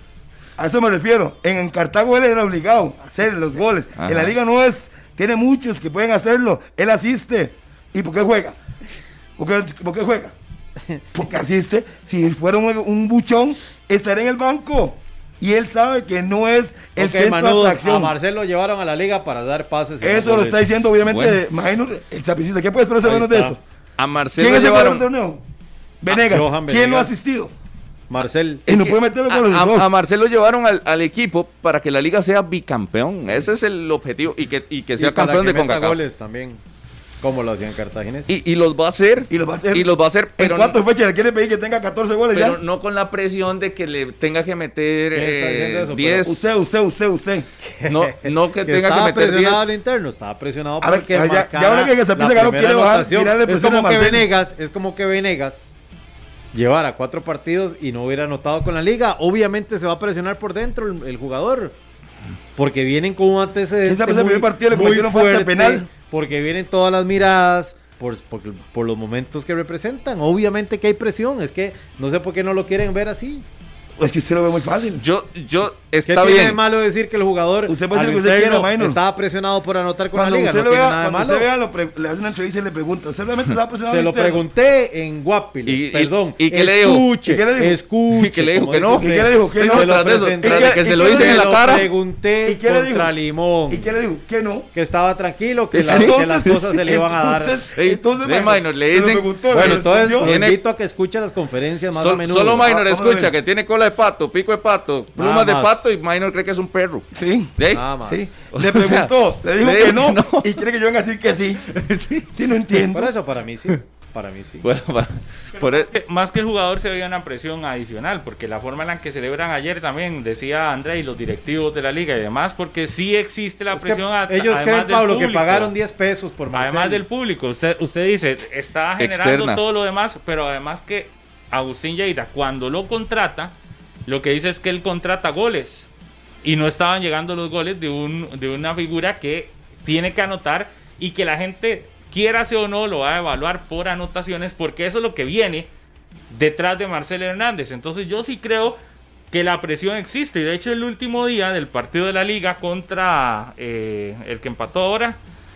C: A eso me refiero. En, en Cartago él era obligado a hacer los goles.
B: Ajá.
C: En la liga no es. Tiene muchos que pueden hacerlo. Él asiste. ¿Y por qué juega? ¿Por qué, por qué juega? Porque asiste. Si fuera un, un buchón, estaría en el banco. Y él sabe que no es el
D: Ok,
C: centro
D: Manudos,
C: de
D: a
C: atracción.
D: Marcel lo llevaron a la liga para dar pases. y no
C: Eso lo
D: goles.
C: está diciendo obviamente
B: Bueno.
C: Minor, el sapicista. ¿Qué puede esperar
D: Ahí
C: menos de
D: está.
C: eso?
B: A Marcel
C: ¿Quién
B: lo
C: es el
B: llevaron.
C: jugador del torneo? Venegas.
D: Johan
C: ¿Quién lo ha
D: Venegas.
C: asistido?
D: Marcel.
C: Y no
B: que
C: puede meter los
B: a,
C: goles los
B: a-
C: dos.
B: a Marcel lo llevaron al, al equipo para que la liga sea bicampeón. Ese es el objetivo. Y que, y que sea
D: Y para
B: campeón
D: que
B: de
D: meta
B: CONCACAF.
D: goles también, como lo hacían Cartaginés.
B: Y, y los va a hacer.
C: Y los va a hacer.
B: Y los va a hacer, pero,
C: en cuatro fechas le quiere pedir que tenga catorce goles
B: pero
C: ya.
B: no con la presión de que le tenga que meter
D: ¿Quién está diciendo
B: eh,
D: eso?
B: diez.
C: Usted, usted, usted, usted.
B: No, no que,
D: que
B: tenga que
D: estaba
B: meter
D: presionado
B: diez.
D: al interno, estaba presionado
C: Ahora,
D: porque
C: ya- ya-
D: marcara
C: ya ahora que Zapisa
D: la
C: ganó,
D: primera
C: quiere bajar,
D: anotación.
C: tirarle
D: Es
C: presión a
D: como que
C: Marcel.
D: Venegas, es como que Venegas llevara cuatro partidos y no hubiera anotado con la liga. Obviamente se va a presionar por dentro el, el jugador, porque vienen con un antecedente
C: Ese fue el primer partido, le
D: muy
C: cometieron falta
D: fuerte,
C: penal.
D: porque vienen todas las miradas. Por, por, por los momentos que representan, obviamente que hay presión, es que no sé por qué no lo quieren ver así.
C: Es que usted lo ve muy fácil.
B: Yo, yo,
D: ¿Qué
B: está
D: tiene de
B: bien.
D: malo decir que el jugador
C: Usted puede
D: a
C: decir
D: lo
C: lo que usted
D: interno
C: quiera, Minor.
D: estaba presionado por anotar con
C: Cuando
D: la liga?
C: usted
D: No
C: lo
D: tiene
C: vea,
D: nada de
C: cuando
D: malo.
C: usted vea, lo pre- le hace una entrevista y le pregunta. ¿Usted realmente estaba presionado
D: Se
C: al
D: lo
C: interno?
D: pregunté en Guapiles,
B: Y- y-
D: perdón.
B: ¿y qué le dijo?
D: Escuche,
C: ¿Y qué le dijo?
D: escuche.
B: ¿Y qué le dijo?
D: como
B: Que no.
D: dice
C: ¿Y
D: usted.
C: qué le dijo? Que no.
D: Se lo
B: Tras de eso,
D: presenté.
B: tras de que
C: ¿Y
B: se
C: qué
B: lo
C: le
B: dicen en
C: dijo?
B: la
D: Se
B: cara.
D: lo pregunté
C: ¿Y qué le
D: contra
C: dijo?
D: Limón.
C: ¿Y qué le dijo? ¿Qué no?
D: Que estaba tranquilo, que, la-
B: Sí.
D: que las cosas se le iban a dar.
C: Entonces,
B: Ey,
C: entonces,
B: de
C: Minor,
B: Minor, le
C: se lo
B: dicen-
C: preguntó, le
D: Bueno, entonces
C: respondió.
D: lo
B: Tiene-
D: invito a que escuche las conferencias más
B: Sol-
D: a menudo.
B: solo Minor
C: Ah,
B: escucha
C: vamos a ver.
B: que tiene cola de pato, pico de pato, plumas
D: Nada
B: de
D: más.
B: pato y Minor cree que es un perro.
C: Sí.
B: ¿De ahí?
D: Nada más.
C: Sí.
B: O
C: Le
B: sea,
C: preguntó, le dijo
B: le
C: que
B: dijo
C: no,
B: que no.
C: y quiere que yo venga a decir que sí. Sí, no entiendo.
D: Por eso, para mí sí. Para mí sí.
B: Bueno, pa- por e-
E: Que- Más que el jugador se veía una presión adicional, porque la forma en la que celebran ayer también, decía André y los directivos de la liga y demás, porque sí existe la
D: Es que
E: presión. a-
D: ellos
E: además
D: creen,
E: del
D: Pablo, que
E: público.
D: pagaron diez pesos por Marcel.
E: Además del público, usted, usted dice, está generando
B: Externa.
E: todo lo demás, pero además que Agustín Lleida, cuando lo contrata, lo que dice es que él contrata goles y no estaban llegando los goles de, un, de una figura que tiene que anotar y que la gente, quiera o no, lo va a evaluar por anotaciones, porque eso es lo que viene detrás de Marcel Hernández. Entonces yo sí creo que la presión existe. Y de hecho el último día del partido de la liga contra eh, el que empató ahora,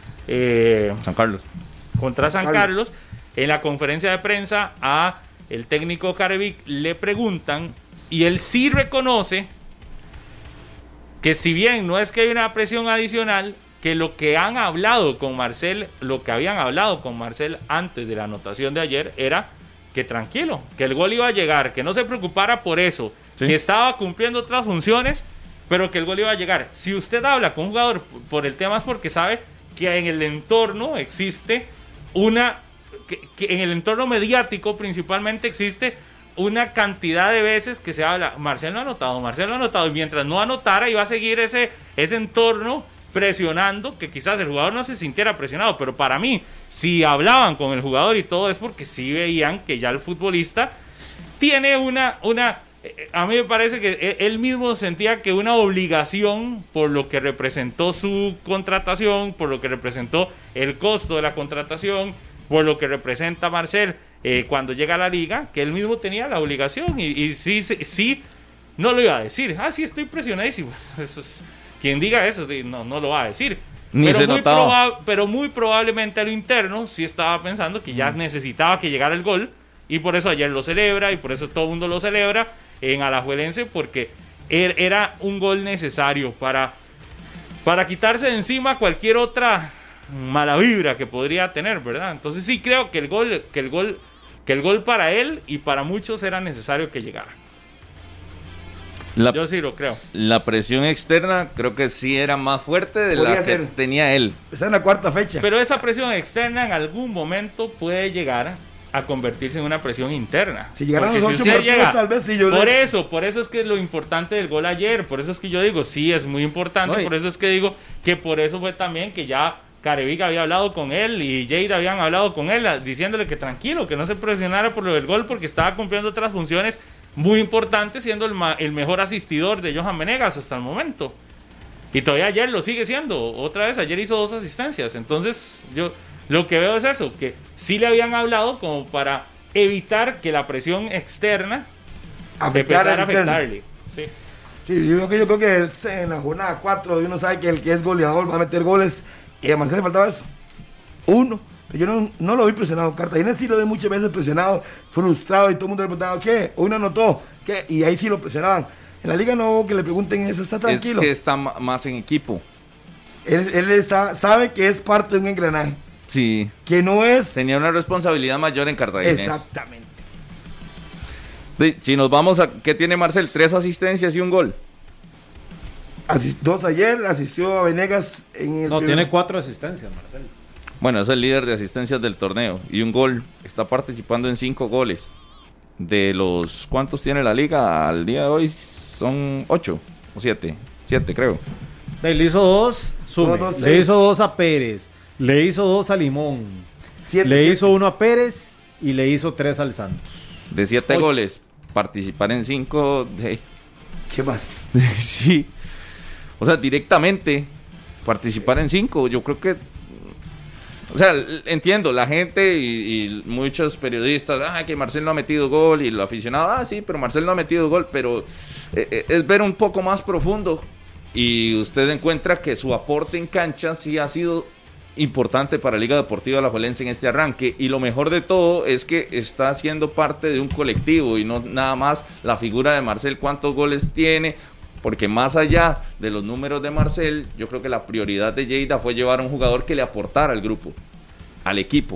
E: eh,
B: San Carlos.
E: contra San
C: Carlos.
E: Carlos, en la conferencia de prensa a el técnico Carevic le preguntan y él sí reconoce que si bien no es que hay una presión adicional, que lo que han hablado con Marcel, lo que habían hablado con Marcel antes de la anotación de ayer era que tranquilo, que el gol iba a llegar, que no se preocupara por eso,
B: Sí.
E: que estaba cumpliendo otras funciones, pero que el gol iba a llegar. Si usted habla con un jugador por el tema es porque sabe que en el entorno existe una, que, que en el entorno mediático principalmente existe una cantidad de veces que se habla, Marcel no ha anotado, Marcel no ha anotado, y mientras no anotara iba a seguir ese, ese entorno presionando, que quizás el jugador no se sintiera presionado, pero para mí, si hablaban con el jugador y todo es porque sí veían que ya el futbolista tiene una, una eh, a mí me parece que eh, él mismo sentía que una obligación por lo que representó su contratación, por lo que representó el costo de la contratación, por lo que representa Marcel eh, cuando llega a la liga, que él mismo tenía la obligación y, y sí, sí, sí, no lo iba a decir, ah, sí, estoy presionadísimo, eso es, quien diga eso no, no lo va a decir.
B: Ni
E: pero,
B: se
E: muy
B: notaba.
E: proba- pero muy probablemente a lo interno sí estaba pensando que ya necesitaba que llegara el gol y por eso ayer lo celebra y por eso todo el mundo lo celebra en Alajuelense, porque er- era un gol necesario para, para quitarse de encima cualquier otra mala vibra que podría tener, ¿verdad? Entonces sí creo que el gol, que el gol, que el gol para él y para muchos era necesario que llegara.
B: La,
E: Yo sí lo creo.
B: la presión externa creo que sí era más fuerte de la
C: Podría
B: que
C: ser.
B: tenía él.
C: Está en la cuarta fecha.
E: Pero esa presión externa en algún momento puede llegar a convertirse en una presión interna.
C: Si llegaran
E: Porque
C: los
E: si
C: ocho
E: usted
C: partidos,
E: llega-
C: tal vez sí yo
E: Por
C: le-
E: eso, por eso es que es lo importante del gol ayer. Por eso es que yo digo, sí, es muy importante.
B: No, y-
E: por eso es que digo que por eso fue también que ya Carevic había hablado con él y Jade habían hablado con él diciéndole que tranquilo, que no se presionara por lo del gol porque estaba cumpliendo otras funciones muy importantes, siendo el, ma- el mejor asistidor de Johan Venegas hasta el momento. Y todavía ayer lo sigue siendo. Otra vez, ayer hizo dos asistencias. Entonces, yo lo que veo es eso, que sí le habían hablado como para evitar que la presión externa
C: Afectar
E: empezara a
C: al interno.
E: afectarle. Sí.
C: Sí, yo creo que, yo creo que es en la jornada cuatro uno sabe que el que es goleador va a meter goles y a Marcel le faltaba eso. Uno. Yo no, no lo vi presionado. Cartagena sí lo vi muchas veces presionado, frustrado y todo el mundo le preguntaba, ¿qué? Hoy no anotó. ¿Qué? Y ahí sí lo presionaban. En la liga no, que le pregunten eso, está tranquilo.
B: Es que está ma- más en equipo.
C: Él, él está, sabe que es parte de un engranaje.
B: Sí.
C: Que no es...
B: Tenía una responsabilidad mayor en Cartagena.
C: Exactamente.
B: Sí, si nos vamos a... ¿Qué tiene Marcel? Tres asistencias y un gol.
C: Asis- dos ayer, asistió a Venegas en el...
D: No,
C: primer-
D: tiene cuatro asistencias, Marcel.
B: Bueno, es el líder de asistencias del torneo. Y un gol. Está participando en cinco goles. De los... ¿Cuántos tiene la liga al día de hoy? Son ocho o siete. Siete, creo.
D: Le hizo dos, sume.
C: Dos, dos,
D: le
C: seis.
D: hizo dos a Pérez. Le hizo dos a Limón.
C: Siete,
D: le
C: siete.
D: hizo uno a Pérez y le hizo tres al Santos.
B: De siete
D: Ocho.
B: goles. Participar en cinco... hey.
C: ¿Qué más?
B: Sí. O sea, directamente participar en cinco, yo creo que... O sea, entiendo, la gente y, y muchos periodistas, ah, que Marcel no ha metido gol, y los aficionados, ah, sí, pero Marcel no ha metido gol, pero eh, eh, es ver un poco más profundo, y usted encuentra que su aporte en cancha sí ha sido importante para Liga Deportiva Alajuelense en este arranque, y lo mejor de todo es que está siendo parte de un colectivo, y no nada más la figura de Marcel, cuántos goles tiene, porque más allá de los números de Marcel, yo creo que la prioridad de Lleida fue llevar a un jugador que le aportara al grupo, al equipo.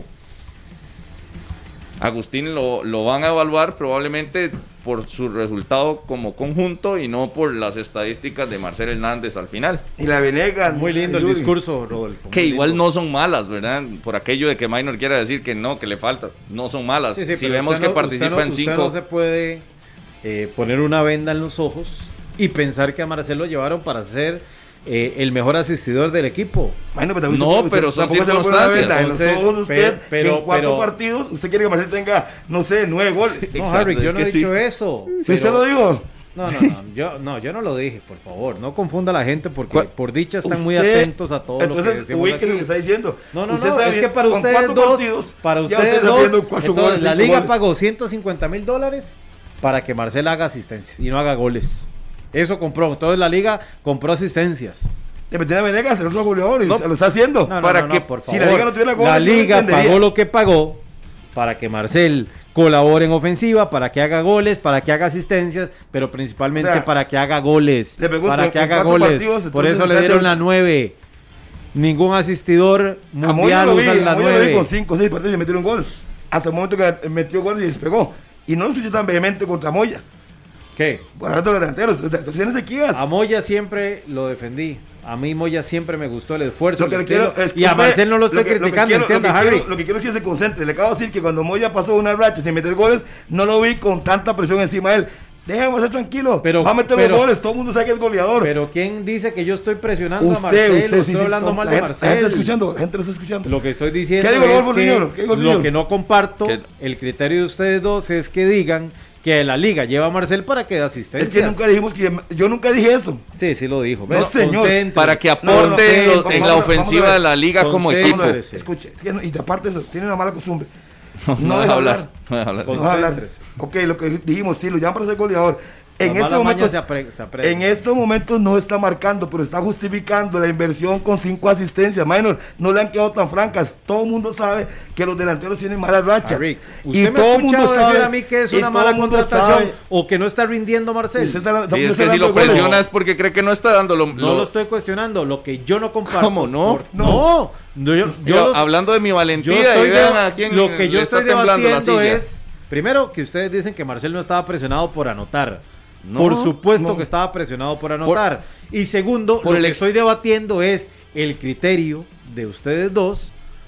B: Agustín lo, lo van a evaluar probablemente por su resultado como conjunto y no por las estadísticas de Marcel Hernández al final.
C: Y la Venegas.
D: Muy lindo el
C: Yuri.
D: discurso, Rodolfo.
B: Que
D: muy
B: igual
D: lindo.
B: no son malas, ¿verdad? Por aquello de que Minor quiera decir que no, que le falta. No son malas.
D: Sí, sí,
B: si
D: pero
B: vemos
D: usted
B: que
D: no-
B: participa
D: usted no-
B: en
D: usted
B: cinco...
D: no se puede eh, poner una venda en los ojos y pensar que a Marcel lo llevaron para ser eh, el mejor asistidor del equipo.
C: Bueno, pero también
B: No,
C: usted- usted
B: pero son
C: tampoco se va a poner una
B: circunstancias.
C: venda en los
D: Entonces,
C: ojos de usted,
D: pero- pero-
C: que en cuatro
D: pero-
C: partidos usted quiere que Marcel tenga, no sé, nueve goles.
B: Sí.
D: No,
B: Exacto,
D: Harry, yo
B: es
D: no he
B: que
D: dicho
B: sí.
D: eso.
C: Si
D: pero-
C: usted lo digo.
D: No, no, no, yo no, yo no lo dije, por favor. No confunda a la gente porque
B: ¿Cuál?
D: por dicha están muy
C: Usted-
D: atentos a todo lo que
C: Entonces,
D: decimos
C: ubíquese
D: aquí.
C: lo que está diciendo.
D: No, no,
C: Usted
D: no,
C: sabe
D: es
C: bien,
D: que para
C: con
D: ustedes
C: cuatro
D: dos,
C: partidos,
D: para
C: ya
D: ustedes
C: usted está
D: dos,
C: viendo cuatro
D: entonces
C: goles,
D: la
C: cinco
D: liga
C: goles.
D: pagó ciento cincuenta mil dólares para que Marcel haga asistencia y no haga goles. Eso compró, entonces la liga compró asistencias.
C: Le metió a Venegas, el otro goleador, y
B: No.
C: se lo está haciendo.
D: No, no,
B: Para
D: no, no,
B: que-
D: por
C: si
D: favor.
C: la liga no tuviera goles,
D: La
C: no
D: liga
C: entendería.
D: pagó lo que pagó para que Marcel colabore en ofensiva, para que haga goles, para que haga asistencias, pero principalmente
C: O sea,
D: para que haga goles.
C: le pregunto,
D: para que
C: en
D: haga
C: cuatro
D: goles.
C: partidos,
D: Por
C: entonces,
D: eso le
C: usted
D: dieron
C: le-
D: la nueve. Ningún asistidor
C: A Moya
D: mundial
C: lo vi,
D: usa la
C: a Moya lo vi
D: nueve.
C: con cinco o seis partidos y metió un gol. Hasta el momento que metió gol y despegó. Y no lo escuché tan vehemente contra Moya.
D: ¿Qué?
C: Por ejemplo, los delanteros. Entonces tiene sequías.
D: A Moya siempre lo defendí. A mí Moya siempre me gustó el esfuerzo.
C: Lo que
D: el
C: le quiero,
D: estilo.
C: es
D: y a Marcel no lo estoy
C: que- que
D: criticando,
C: quiero-
D: entienda,
C: lo que
D: Harry.
C: quiero- Lo que quiero es que se concentre. Le acabo de decir que cuando Moya pasó una racha sin meter goles, no lo vi con tanta presión encima de él. Déjame ser tranquilo.
D: Pero-
C: Va a meter
D: pero-
C: los goles. Todo el mundo sabe que es goleador.
D: Pero ¿quién dice que yo estoy presionando a
C: usted,
D: Marcel?
C: usted,
D: o
C: sí,
D: estoy
C: sí,
D: hablando
C: no,
D: mal
C: la
D: de
C: gente-
D: Marcel.
C: La gente está escuchando. La gente lo está escuchando.
D: Lo que estoy diciendo
C: ¿Qué digo,
D: es
C: Rodolfo,
D: que
C: señor? ¿Qué digo,
D: lo
C: señor?
D: que no comparto,
B: ¿Qué?
D: el criterio de ustedes dos es que digan que la liga lleva a Marcel para que dé
C: Es
D: asistencias.
C: que nunca dijimos que. Yo nunca dije eso.
D: Sí, sí lo dijo.
C: No, señor.
D: Concéntrese.
B: Para que
C: No,
B: aporte
C: no, no,
B: en, lo-
C: vamos,
B: en la
C: vamos,
B: ofensiva
C: vamos a ver.
B: de la liga como
D: Concéntrese.
B: equipo.
D: Concéntrese.
C: Escuche, es que no- y de aparte de eso, tiene una mala costumbre.
B: No,
C: No
B: deja
C: deja
B: hablar.
C: hablar.
B: No deja hablar.
D: Con-
C: No va a hablar.
D: Concéntrese.
C: Ok, lo que dijimos, sí, lo llaman para ser goleador. En
D: Las
C: este
D: malas
C: momento,
D: mañas se apre- se aprenden.
C: en estos momentos no está marcando, pero está justificando la inversión con cinco asistencias. Minor, no le han quedado tan francas. Todo el mundo sabe que los delanteros tienen malas rachas.
D: Harry,
C: y
D: ¿usted me
C: todo
D: ha
C: el mundo
D: escuchado decir
C: sabe
D: a mí que es
C: y
D: una
C: todo
D: mala
C: el mundo
D: contratación
C: sabe-
D: o que no está rindiendo Marcel?
C: Usted está- está-
B: Sí,
C: usted
B: es
C: está
B: que si
C: hablando
B: lo
C: de goles.
B: presiona es porque cree que no está dando lo...
D: No
B: lo-
D: lo estoy cuestionando, lo que yo no comparto.
B: ¿Cómo no?
D: por- no, no, yo, yo
B: Yo,
D: los-
B: hablando de mi
D: yo
B: valentía,
D: estoy
B: y vean
D: de-
B: a quién
D: lo que yo
B: le está
D: estoy
B: temblando la
D: debatiendo
B: silla.
D: es, primero, que ustedes dicen que Marcel no estaba presionado por anotar.
B: No,
D: por supuesto
C: no.
D: que estaba presionado por anotar. y segundo,
B: por
D: lo
B: el
D: que
B: ex-
D: estoy debatiendo es el criterio de ustedes dos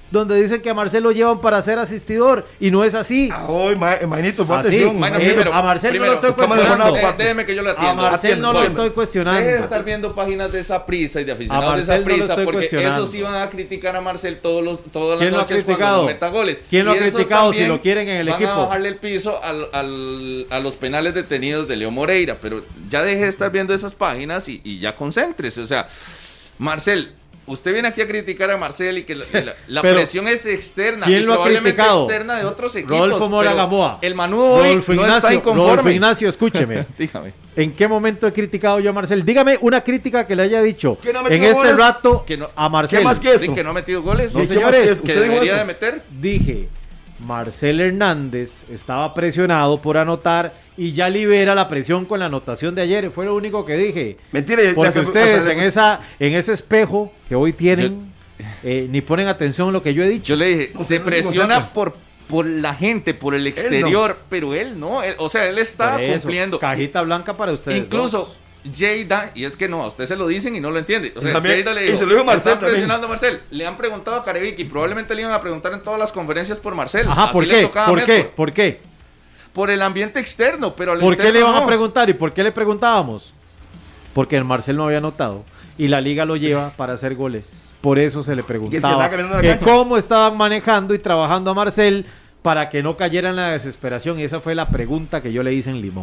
D: donde dicen que a Marcel lo llevan para ser asistidor y no es así.
C: Ah, hoy, ma, Mainito, pon
D: Así,
C: atención.
B: Bueno,
D: eh,
B: primero,
D: a Marcel
B: primero,
D: no lo estoy
C: estamos
D: cuestionando.
C: en la
B: Eh, déjeme que yo le
D: A
B: atiendo.
D: Marcel no lo
C: Atiendo.
D: estoy cuestionando.
B: Deje de estar viendo páginas de Saprissa y de aficionados
D: A
B: de
D: Marcel no lo
B: Saprissa,
D: estoy
B: porque
D: cuestionando.
B: esos iban a criticar a Marcel todos los, todas las
D: ¿Quién lo ha
B: noches cuando
D: criticado?
B: no meta goles.
D: ¿Quién lo
B: Y
D: ha
B: esos
D: criticado si
B: también
D: lo quieren en el
B: van
D: equipo?
B: a bajarle el piso al, al, a los penales detenidos de Leo Moreira, pero ya deje de estar viendo esas páginas y, y ya concéntrese. O sea, Marcel, usted viene aquí a criticar a Marcel y que la, la- la
D: Pero,
B: presión es externa.
D: ¿quién
B: y
D: lo ha
B: probablemente
D: criticado?
B: externa de otros equipos.
D: Rodolfo Mora
B: pero
D: Gamboa.
B: El Manu hoy
D: Rodolfo
B: no está
D: Ignacio, Rodolfo
B: inconforme.
D: Ignacio, escúcheme.
B: Dígame.
D: ¿En qué momento he criticado yo a Marcel? Dígame una crítica que le haya dicho
C: Que no ha
D: en
C: metido
D: este
C: goles.
D: rato
B: Que no-
D: a Marcel.
C: ¿Qué más que
B: Sí,
C: eso?
B: que no ha metido goles.
D: No,
C: ¿Y qué
D: señores,
C: más que eso?
B: que
C: ¿Usted dijo
B: debería
C: eso?
B: de meter.
D: Dije, Marcel Hernández estaba presionado por anotar y ya libera la presión con la anotación de ayer. Fue lo único que dije.
C: Mentira, ya-
D: Porque
C: ya se-
D: ustedes
C: hasta-
D: en esa en ese espejo que hoy tienen eh, ni ponen atención a lo que yo he dicho.
B: Yo le dije,
C: Usted
B: se
C: no
B: presiona
C: concentra.
B: por, por la gente, por el exterior, pero él no. Él- o sea, él está
D: Por eso,
B: cumpliendo.
D: Cajita blanca para ustedes.
B: Incluso
D: dos.
B: Jada, y es que no, a usted se lo dicen y no lo entiende. O sea,
C: También-
B: Jada le
C: y
B: dijo,
C: se lo dijo Marcel
B: "Están
C: también".
B: presionando a Marcel. Le han preguntado a Carevic y probablemente le iban a preguntar en todas las conferencias por Marcel.
D: Ajá,
B: Así
D: ¿por
B: le
D: qué?
B: tocaba a
D: ¿Por qué?
B: Medford.
D: ¿Por qué?
B: Por el ambiente externo, pero al
D: ¿Por qué
B: interno
D: le iban a
B: no.
D: preguntar y por qué le preguntábamos? Porque el Marcel no había anotado y la liga lo lleva para hacer goles. Por eso se le preguntaba
C: andaba caminando en la
D: que
C: cancha.
D: cómo estaban manejando y trabajando a Marcel para que no cayera en la desesperación. Y esa fue la pregunta que yo le hice en Limón.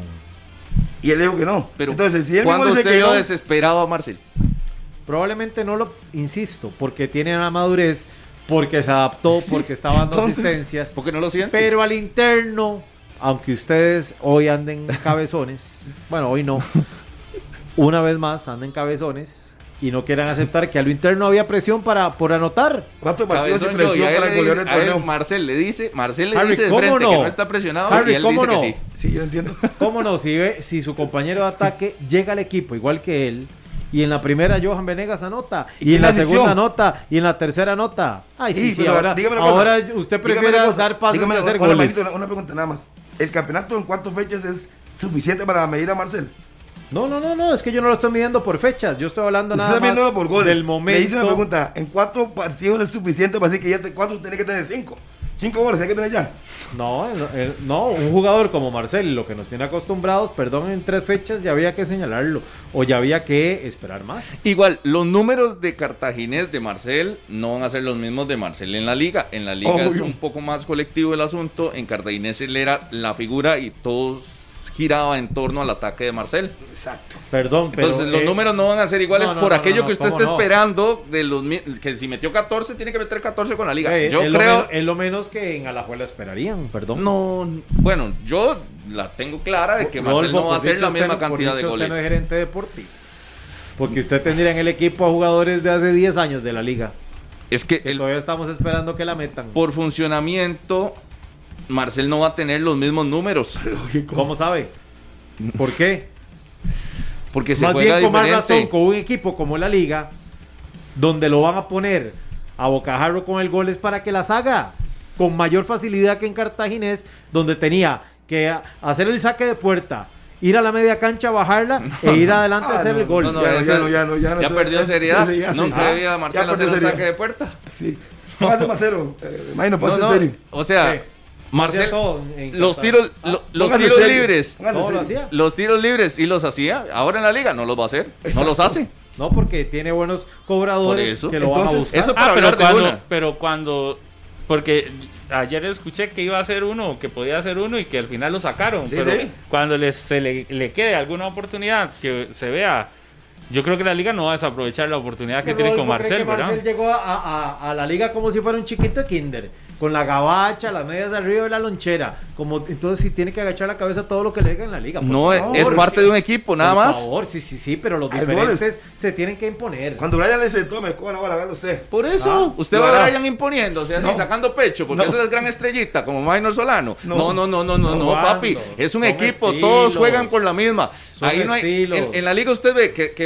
C: Y él dijo que no.
B: Pero
C: Entonces, si él
B: ¿cuándo
C: mismo dice
B: usted
C: que
B: vio
C: no,
B: desesperado a Marcel?
D: Probablemente no lo, insisto, porque tiene la madurez, porque se adaptó, porque estaba dando
C: Entonces,
D: asistencias.
B: ¿Por qué no lo siente?
D: Pero al interno, aunque ustedes hoy anden cabezones, bueno, hoy no, una vez más anden cabezones y no quieran aceptar que a lo interno había presión para por anotar.
C: cuatro partidos sin
B: Cabezón yo, y
C: presión
B: a él
C: para el
B: le
C: goleador
B: dice-
C: del
B: a él
C: torneo.
B: Marcel le dice, Marcel le
D: Harry,
B: dice de
D: ¿cómo
B: frente
D: no?
B: que no está presionado
D: Harry,
B: y él
D: ¿cómo
B: dice
D: no?
B: que sí.
C: Sí, yo entiendo.
D: ¿Cómo no? Si, ve, si su compañero de ataque llega al equipo igual que él, y en la primera Johan Venegas anota, y,
C: ¿Y
D: en la
C: quién
D: segunda
C: asistió?
D: anota, y en la tercera anota. Ay, sí,
C: Sí,
D: sí,
C: pero
D: ahora,
C: dígame una cosa.
D: ahora usted
C: Dígame
D: prefiere
C: una cosa,
D: dar pases
C: dígame
D: que
C: una-
D: hacer
C: una,
D: goles.
C: Manito, una, una pregunta nada más. ¿El campeonato en cuántas fechas es suficiente para medir a Marcel?
D: No, no, no, no, es que yo no lo estoy midiendo por fechas, yo estoy hablando
C: Usted
D: nada
C: está
D: más
C: viéndolo por goles.
D: del momento.
C: Le hice una pregunta. ¿En cuántos partidos es suficiente para decir que ya te, cuántos tiene que tener? Cinco. Cinco goles hay que tener ya.
D: No, el- el- no, un jugador como Marcel, lo que nos tiene acostumbrados, perdón, en tres fechas ya había que señalarlo o ya había que esperar más.
B: Igual, los números de Cartaginés de Marcel no van a ser los mismos de Marcel en la liga. En la liga es
C: Obvio.
B: un poco más colectivo el asunto. En Cartaginés él era la figura y todos giraba en torno al ataque de Marcel.
C: Exacto.
D: Perdón, pero
B: Entonces los
D: eh,
B: números no van a ser iguales
D: no, no,
B: por
D: no,
B: aquello
D: no,
B: que usted
D: ¿cómo
B: está
D: no?
B: esperando de los mi- que si metió catorce tiene que meter catorce con la liga.
D: eh,
B: yo
D: es lo
B: creo
D: menos- es lo menos que en Alajuela esperarían, perdón.
B: no, bueno, yo la tengo clara de que Marcel
D: Rodolfo,
B: no va a
D: por
B: hacer
D: dicho
B: la misma
D: usted- por
B: cantidad de
D: dicho usted
B: goles.
D: no es gerente deportivo. Porque usted tendría en el equipo a jugadores de hace diez años de la liga.
B: Es que
D: Que
B: el-
D: todavía estamos esperando que la metan.
B: por funcionamiento Marcel no va a tener los mismos números
C: Lógico.
D: ¿Cómo sabe? ¿Por qué?
B: porque se
D: Más
B: juega
D: bien con más
B: diferente.
D: razón con un equipo como la liga, donde lo van a poner a bocajarro con el gol es para que las haga con mayor facilidad que en Cartaginés, donde tenía que a- hacer el saque de puerta, ir a la media cancha, bajarla e ir adelante a
C: Ah,
D: hacer
C: no,
D: el gol.
B: No, no,
C: Ya no,
B: ese-
C: ya no, ya no, ya no,
B: ya
C: eso-
B: perdió
C: eso-
B: seriedad.
C: eso ya sí,
B: Nunca
C: sí.
B: había
C: Ya
B: Marcel
C: perdió
B: hacer un
C: seriedad.
B: saque de puerta.
C: Sí. Póngase más cero. Eh, Imagino,
B: No,
C: póngase
B: no,
C: serio.
B: o sea,
D: Sí.
B: Marcel,
D: Hacía todo en
B: los
D: Qatar.
B: tiros, lo- los
C: Póngase
B: tiros
C: serio.
B: libres,
C: Póngase
D: Todo lo
C: serio.
D: hacía.
B: los tiros libres y los hacía. Ahora en la liga no los va a hacer, no
C: Exacto.
B: los hace.
D: No, porque tiene buenos cobradores
B: Por eso.
D: que lo van a
C: Entonces,
D: buscar.
B: Eso
E: Ah,
B: para
E: pero
B: hablar de
E: cuando,
B: una.
E: pero cuando, porque ayer escuché que iba a ser uno, que podía ser uno y que al final lo sacaron.
C: Sí,
E: pero
C: sí.
E: cuando les, se le, le quede alguna oportunidad que se vea, yo creo que la liga no va a desaprovechar la oportunidad que tiene con
D: Rodolfo cree
E: Marcel,
D: que
E: ¿verdad?
D: Marcel llegó a, a- a la liga como si fuera un chiquito de kinder, con la gabacha, las medias de arriba y la lonchera. Como, entonces si tiene que agachar la cabeza todo lo que le diga en la liga. por
B: No, es-
C: favor,
B: es
C: es
B: parte
C: que-
B: de un equipo, nada
D: Por
B: más.
D: favor, sí, sí, sí, pero los
C: Hay
D: diferentes
C: goles.
D: se tienen que imponer.
C: Cuando Brian le dice, tome, coja la bola, hágalo usted.
B: Por eso,
D: Ah,
B: usted
C: lo
B: va a
C: hará.
B: Brian imponiéndose así,
C: No.
B: sacando pecho, porque
C: No.
B: esa es gran estrellita, como Maynor Solano. No,
C: No.
B: no, no, no, no, no,
D: ¿Cuándo?
B: papi. Es un
D: Son
B: equipo,
D: estilos.
B: todos juegan por la misma.
D: Son
B: Ahí no hay,
D: estilos.
B: en, en la liga usted ve que, que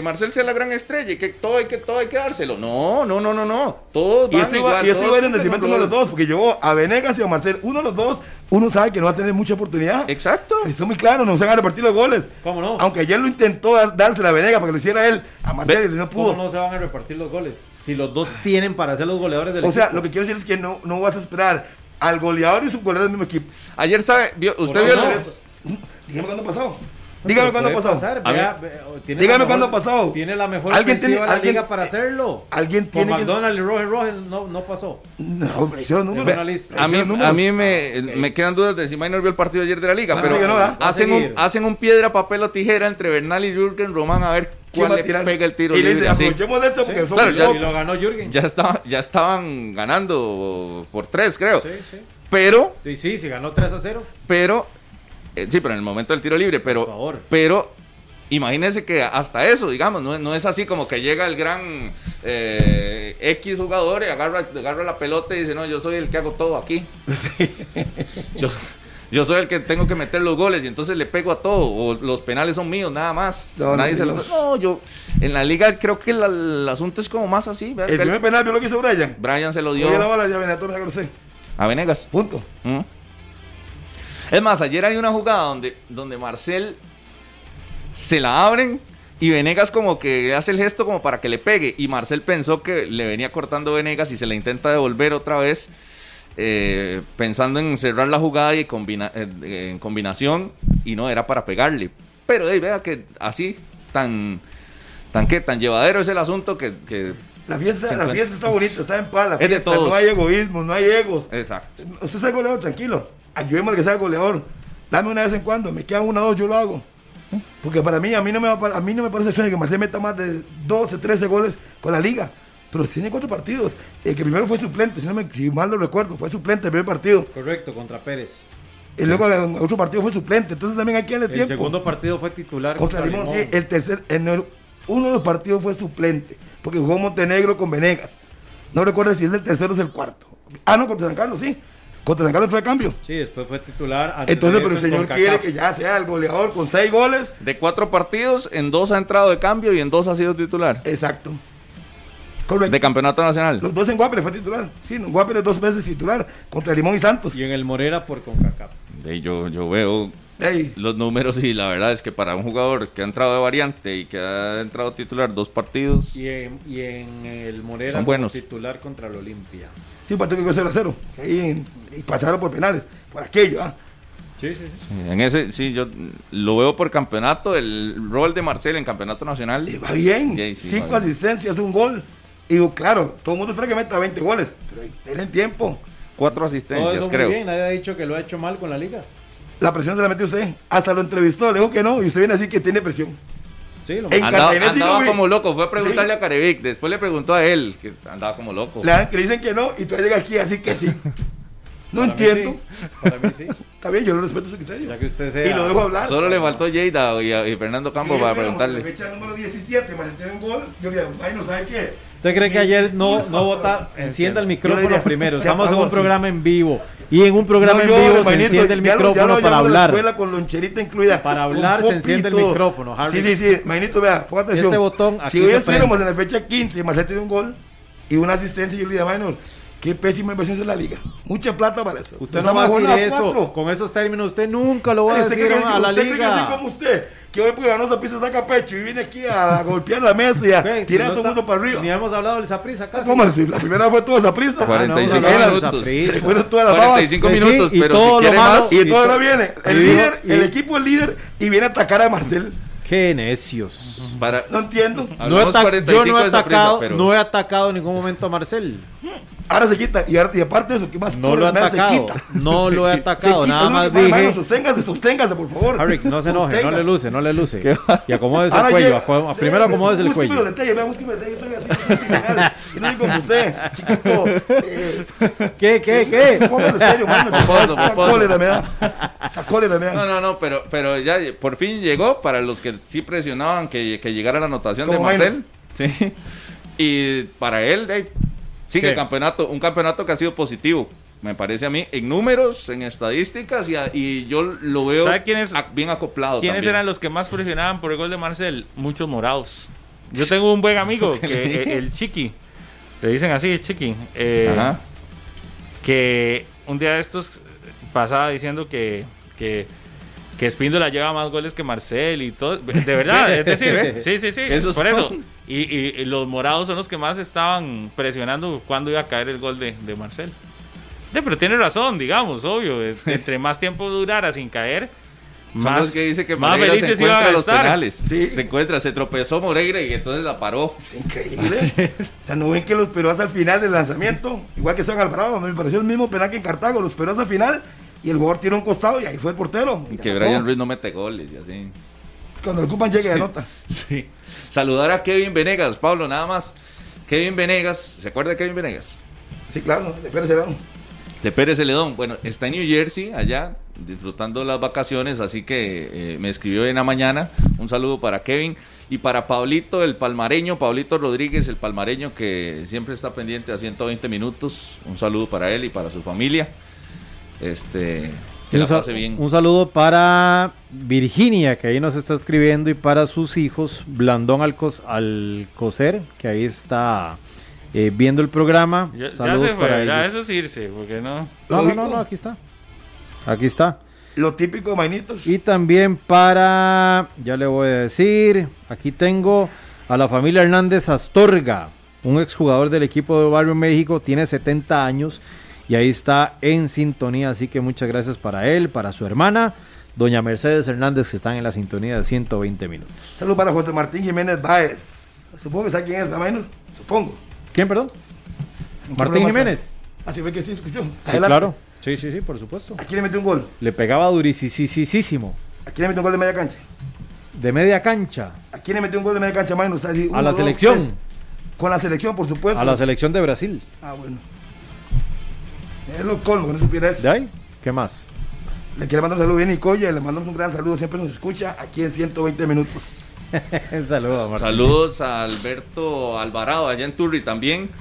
B: Marcel sea la gran estrella y que todo hay que, todo hay que dárselo. No, no, no, no, no. Todos
C: Y
B: van
C: esto
B: igual.
C: igual, y esto
B: todos
C: igual en
B: cumplen
C: detrimento
B: un
C: uno de los
B: rol.
C: dos, porque llevó a Venegas y a Marcel, uno de los dos, uno sabe que no va a tener mucha oportunidad.
B: Exacto.
C: Está muy claro, no se van a repartir los goles.
D: ¿Cómo no?
C: Aunque ayer lo intentó dar, dársela a Venegas para que lo hiciera él, a Marcel y no pudo.
D: ¿Cómo no se van a repartir los goles? Si los dos tienen para ser los goleadores del
C: O sea,
D: equipo.
C: lo que quiero decir es que no, no vas a esperar al goleador y su goleador del mismo equipo.
B: Ayer, ¿sabe? Vio- ¿Usted
D: Por
B: vio?
D: favor.
B: el-
C: Dígame cuándo ha pasado.
D: Pero
C: Dígame cuándo ha
D: puede
C: pasado.
D: pasar,
B: A
D: vea,
B: mí-
D: vea, tiene
C: Dígame
D: la mejor-
C: cuándo ha pasado.
D: Tiene la mejor
C: Alguien
D: ofensiva
C: tiene-
D: de la
C: alguien-
D: liga para hacerlo.
C: Alguien
D: Con
C: tiene que...
D: McDonald's y Roger Roger no, no pasó.
C: No, pero hicieron números.
D: Una lista.
B: A mí,
C: Hicieron números.
B: a mí me, me quedan dudas de si Minor vio el partido ayer de la liga,
C: Ah,
B: pero
C: sí que no, ¿verdad?
B: hacen,
D: Va a
B: un,
D: seguir.
B: hacen un piedra, papel o tijera entre Bernal y Jürgen Román a ver
C: ¿Quién
B: cuál
C: va a
B: le
C: tirar?
B: pega el tiro
C: Y le
B: libre.
C: dice,
B: así.
C: aprovechemos de esto porque
D: Sí,
C: somos
B: claro, ya-
C: locos.
D: Y lo ganó Jürgen.
B: Ya, estaba, ya estaban ganando por tres, creo.
D: Sí, sí.
B: Pero,
D: Sí, sí, sí, ganó tres a cero.
B: pero, eh, sí, pero en el momento del tiro libre, pero,
D: Por favor.
B: pero, imagínense que hasta eso, digamos, no, no es así como que llega el gran eh, X jugador y agarra, agarra la pelota y dice, no, yo soy el que hago todo aquí. Yo, yo soy el que tengo que meter los goles y entonces le pego a todo, o los penales son míos, nada más.
C: No,
B: Nadie
C: no,
B: se
C: no.
B: los... No, yo, en la liga creo que la- el asunto es como más así. ¿verdad?
C: El primer penal vio lo que hizo Brian.
B: Brian se lo dio
C: Oye la bola, ya ven, a todos me sé.
B: a Venegas.
C: Punto.
B: ¿Mm? Es más, ayer hay una jugada donde, donde Marcel se la abren y Venegas como que hace el gesto como para que le pegue y Marcel pensó que le venía cortando Venegas y se la intenta devolver otra vez eh, pensando en cerrar la jugada y combina, eh, en combinación y no, era para pegarle. Pero hey, vea que así tan, tan, ¿qué? Tan llevadero es el asunto que... que
C: La fiesta, la
B: cincuenta.
C: fiesta está bonita, está en paz, la
B: Es de
C: fiesta,
B: todos.
C: no hay egoísmo, no hay egos.
B: Exacto.
C: Usted es el goleador, tranquilo. Ayúdeme al que sea el goleador. Dame una vez en cuando, me quedan una o dos, yo lo hago. Porque para mí, a mí no me, va, a mí no me parece extraño que Marcel meta más de doce, trece goles con la liga. Pero tiene cuatro partidos. El que primero fue suplente, si, no me, si mal lo recuerdo, fue suplente el primer partido.
D: Correcto, contra Pérez.
C: Y luego en otro partido fue suplente. Entonces también hay que darle
D: El
C: tiempo.
D: segundo partido fue titular
C: Contra Limón, sí. El tercer, en el- uno de los partidos fue suplente. Porque jugó Montenegro con Venegas. No recuerdo si es el tercero o es el cuarto. Ah, no, contra San Carlos, sí. Contra San Carlos entró de cambio.
D: Sí, después fue titular. antes
C: Entonces,
D: de
C: pero el
D: eso en
C: señor
D: CONCACAF.
C: quiere que ya sea el goleador con seis goles.
B: De cuatro partidos, en dos ha entrado de cambio y en dos ha sido titular.
C: Exacto. Correcto.
B: De campeonato nacional.
C: Los dos en Guapere fue titular. Sí, en Guapere dos veces titular. Contra Limón y Santos.
D: Y en el Morera por CONCACAF.
B: Sí, yo, yo veo
C: Ey,
B: los números y la verdad es que para un jugador que ha entrado de variante y que ha entrado titular dos partidos,
D: Y en, y en el Morera
B: Son
D: como
B: buenos.
D: titular contra el Olimpia.
C: sí, un partido que quedó cero a cero. Ahí en- y pasaron por penales. Por aquello, ¿ah?
D: Sí, sí, sí.
B: en ese sí yo lo veo por campeonato, el rol de Marcel en campeonato nacional.
C: Le va bien.
B: Sí, sí,
C: Cinco
B: va bien.
C: asistencias, un gol. Y digo, claro, todo el mundo espera que meta veinte goles. Pero denle tiempo.
B: Cuatro
D: Todo
B: asistencias,
D: eso muy
B: creo.
D: bien, nadie ha dicho que lo ha hecho mal con la liga.
C: La presión se la metió usted. Hasta lo entrevistó, le dijo que no. Y usted viene así que tiene presión.
D: Sí, lo
C: En
B: Andaba,
C: Cartagena sí lo
B: andaba
C: vi.
B: como loco, fue a preguntarle
C: Sí.
B: a Carevic, después le preguntó a él, que andaba como loco.
C: Le, dan- que le dicen que no y tú llegas aquí así que sí. No
D: Para mí
C: entiendo.
D: sí, Para mí sí.
C: Está bien, yo lo respeto su criterio.
D: Ya que usted sea.
C: Y lo dejo hablar.
B: Solo le faltó Lleida y, a- y Fernando Campos
C: Sí,
B: para
C: pero,
B: preguntarle.
C: Fecha número diecisiete, más tiene un gol. Yo le digo, ay, no sabe qué.
D: ¿Usted cree que ayer no, no vota? Encienda el
C: Yo
D: micrófono
C: diría,
D: primero.
C: se
D: Estamos en
C: apagó,
D: un
C: sí.
D: programa en vivo. Y en un programa
C: No
D: en
C: llore,
D: vivo se
C: manito,
D: enciende el
C: ya lo- ya
D: micrófono
C: lo
D: para
C: llamo a la
D: hablar.
C: escuela con loncherita incluida.
D: Para
C: con
D: hablar se enciende el
C: popito.
D: micrófono, Harry.
C: Sí, sí, sí. Magnito, vea, ponga atención.
D: Este botón aquí
C: Si hoy
D: se
C: estuviéramos
D: prende.
C: en la fecha quince y Marcel tiene un gol y una asistencia, yo le diría, Maynor, qué pésima inversión es la liga. Mucha plata para eso.
D: Usted no va a decir eso. Con esos términos, usted nunca lo va a
C: ¿Usted
D: decir
C: cree que-
D: a la
C: usted cree que así
D: liga.
C: como usted, que hoy porque ganó Saprissa saca pecho y viene aquí a golpear la mesa y a
D: Ve, si
C: tirar
D: no
C: a todo el
D: está-
C: mundo para arriba?
D: Ni hemos hablado del Saprissa casi.
C: ¿Cómo así? La primera fue toda Saprissa.
B: cuarenta y cinco
D: Ah, no,
B: minutos.
D: Saprissa.
C: Se fueron todas las
B: cuarenta y
C: babas.
B: cinco
D: Sí,
B: minutos,
D: y
B: pero
D: todo
B: si
D: lo
B: quiere
D: malo-
B: más.
C: Y
D: Y
C: todo ahora
D: to-
C: viene. El
D: y-
C: líder,
D: y-
C: el equipo es líder y viene a atacar a Marcel.
D: Qué necios.
B: Para,
C: No entiendo.
D: No he
B: hablamos
D: ata-
B: cuarenta y
D: yo
B: cinco
D: no he
B: de Saprissa,
D: atacado,
B: pero
D: no he atacado en ningún momento a Marcel.
C: Ahora se quita. Y, ahora- y aparte de eso, ¿qué más?
D: No lo he
C: Torres, se
D: atacado.
C: quita.
D: No lo he
C: Se
D: atacado.
C: quita.
D: Nada
C: Eso
D: más
C: es lo que- hermano,
D: dije.
C: Sosténgase, sosténgase, por favor.
D: Harry, no se enoje, no le
C: Sosténgase.
D: luce, no le luce. Y acomódese el
C: Ahora
D: cuello.
C: llega-
D: aco- Primero acomódese el
C: Búsqueme
D: cuello.
C: los detalles, vea, búsqueme los detalles. Yo soy así, yo soy criminal. Yo no digo como usted, chiquito. Eh,
D: ¿Qué, qué, qué?
C: póngase serio, mano.
B: Poposo,
C: Esa
B: poposo.
C: cólera me da. Esa cólera me da.
B: No, no, no, pero, pero ya por fin llegó para los que sí presionaban que, que llegara la anotación de
C: Como
B: Marcel. Sí. Y para él, eh, sigue
D: ¿Qué?
B: el campeonato, un campeonato que ha sido positivo, me parece a mí, en números, en estadísticas, y, a- y yo lo veo
E: ¿Sabe quién es-
B: ac- bien acoplado.
E: ¿Quiénes
B: también.
E: eran los que más presionaban por el gol de Marcel? Muchos morados. Yo tengo un buen amigo, que, el, el Chiqui, le dicen así, el Chiqui, eh,
B: Ajá.
E: que un día de estos pasaba diciendo que, que, que Espíndola lleva más goles que Marcel y todo. De verdad, es decir, sí, sí, sí,
B: Esos
E: por eso.
B: son.
E: Y, y, y los morados son los que más estaban presionando cuando iba a caer el gol de, de Marcel. Sí, pero tiene razón, digamos, obvio. es- Entre más tiempo durara sin caer,
B: Son
E: más,
B: los que dice que
E: más
B: Moreira se
E: felices iban
B: encuentra
E: a
B: a los
E: estar.
B: penales.
C: Sí.
B: Se encuentra, se tropezó Moreira y entonces la paró.
C: Es increíble. O sea, no ven que los peruanos al final del lanzamiento, igual que Esteban Alvarado, me pareció el mismo penal que en Cartago, los peruanos al final, y el jugador tiró un costado y ahí fue el portero.
B: Y
C: Y
B: que
C: tapó.
B: Brian Ruiz no mete goles y así.
C: Cuando el ocupan llega de nota.
B: Sí. Saludar a Kevin Venegas, Pablo, nada más. Kevin Venegas, ¿se acuerda de Kevin Venegas?
C: Sí, claro, de Pérez Celedón.
B: De Pérez Celedón. Bueno, está en New Jersey, allá, disfrutando las vacaciones, así que eh, me escribió en la mañana. Un saludo para Kevin y para Pablito, el palmareño, Pablito Rodríguez, el palmareño que siempre está pendiente a ciento veinte minutos. Un saludo para él y para su familia. Este, que
D: un,
B: la
D: sa-
B: pase bien.
D: un saludo para Virginia, que ahí nos está escribiendo, y para sus hijos, Blandón Alcos, Alcocer, que ahí está eh, viendo el programa.
E: Ya, ya
D: Saludos
E: se fue,
D: para
E: ya
D: ellos.
E: eso es irse, porque no.
D: No, no, no, no, aquí está. Aquí está.
C: Lo típico de Mainitos.
D: Y también para, ya le voy a decir, aquí tengo a la familia Hernández Astorga, un exjugador del equipo de Barrio México, tiene setenta años y ahí está en sintonía, así que muchas gracias para él, para su hermana, doña Mercedes Hernández, que están en la sintonía de ciento veinte minutos.
C: Saludos para José Martín Jiménez Báez. Supongo que sabe quién es, Maynor. Supongo.
D: ¿Quién, perdón?
C: ¿En qué
D: Martín
C: programa
D: Jiménez.
C: está? Así fue que sí, escuchó.
D: Sí,
C: Adelante.
D: claro. Sí, sí, sí, por supuesto.
C: Aquí le metió un gol.
D: Le pegaba durisísimo.
C: Aquí le metió un gol de media cancha.
D: De media cancha.
C: Aquí le metió un gol de media cancha, Maynor. Está así,
D: A
C: uno,
D: la
C: dos,
D: selección.
C: tres. Con la selección, por supuesto.
D: A la selección de Brasil.
C: Ah, bueno. Es lo colmo, que no supiera eso.
D: ¿De ahí? ¿Qué más?
C: Le quiero mandar un saludo bien, Nicoya. Le mandamos un gran saludo. Siempre nos escucha aquí en ciento veinte minutos.
D: Saludos, Martín.
B: Saludos a Alberto Alvarado, allá en Turri también.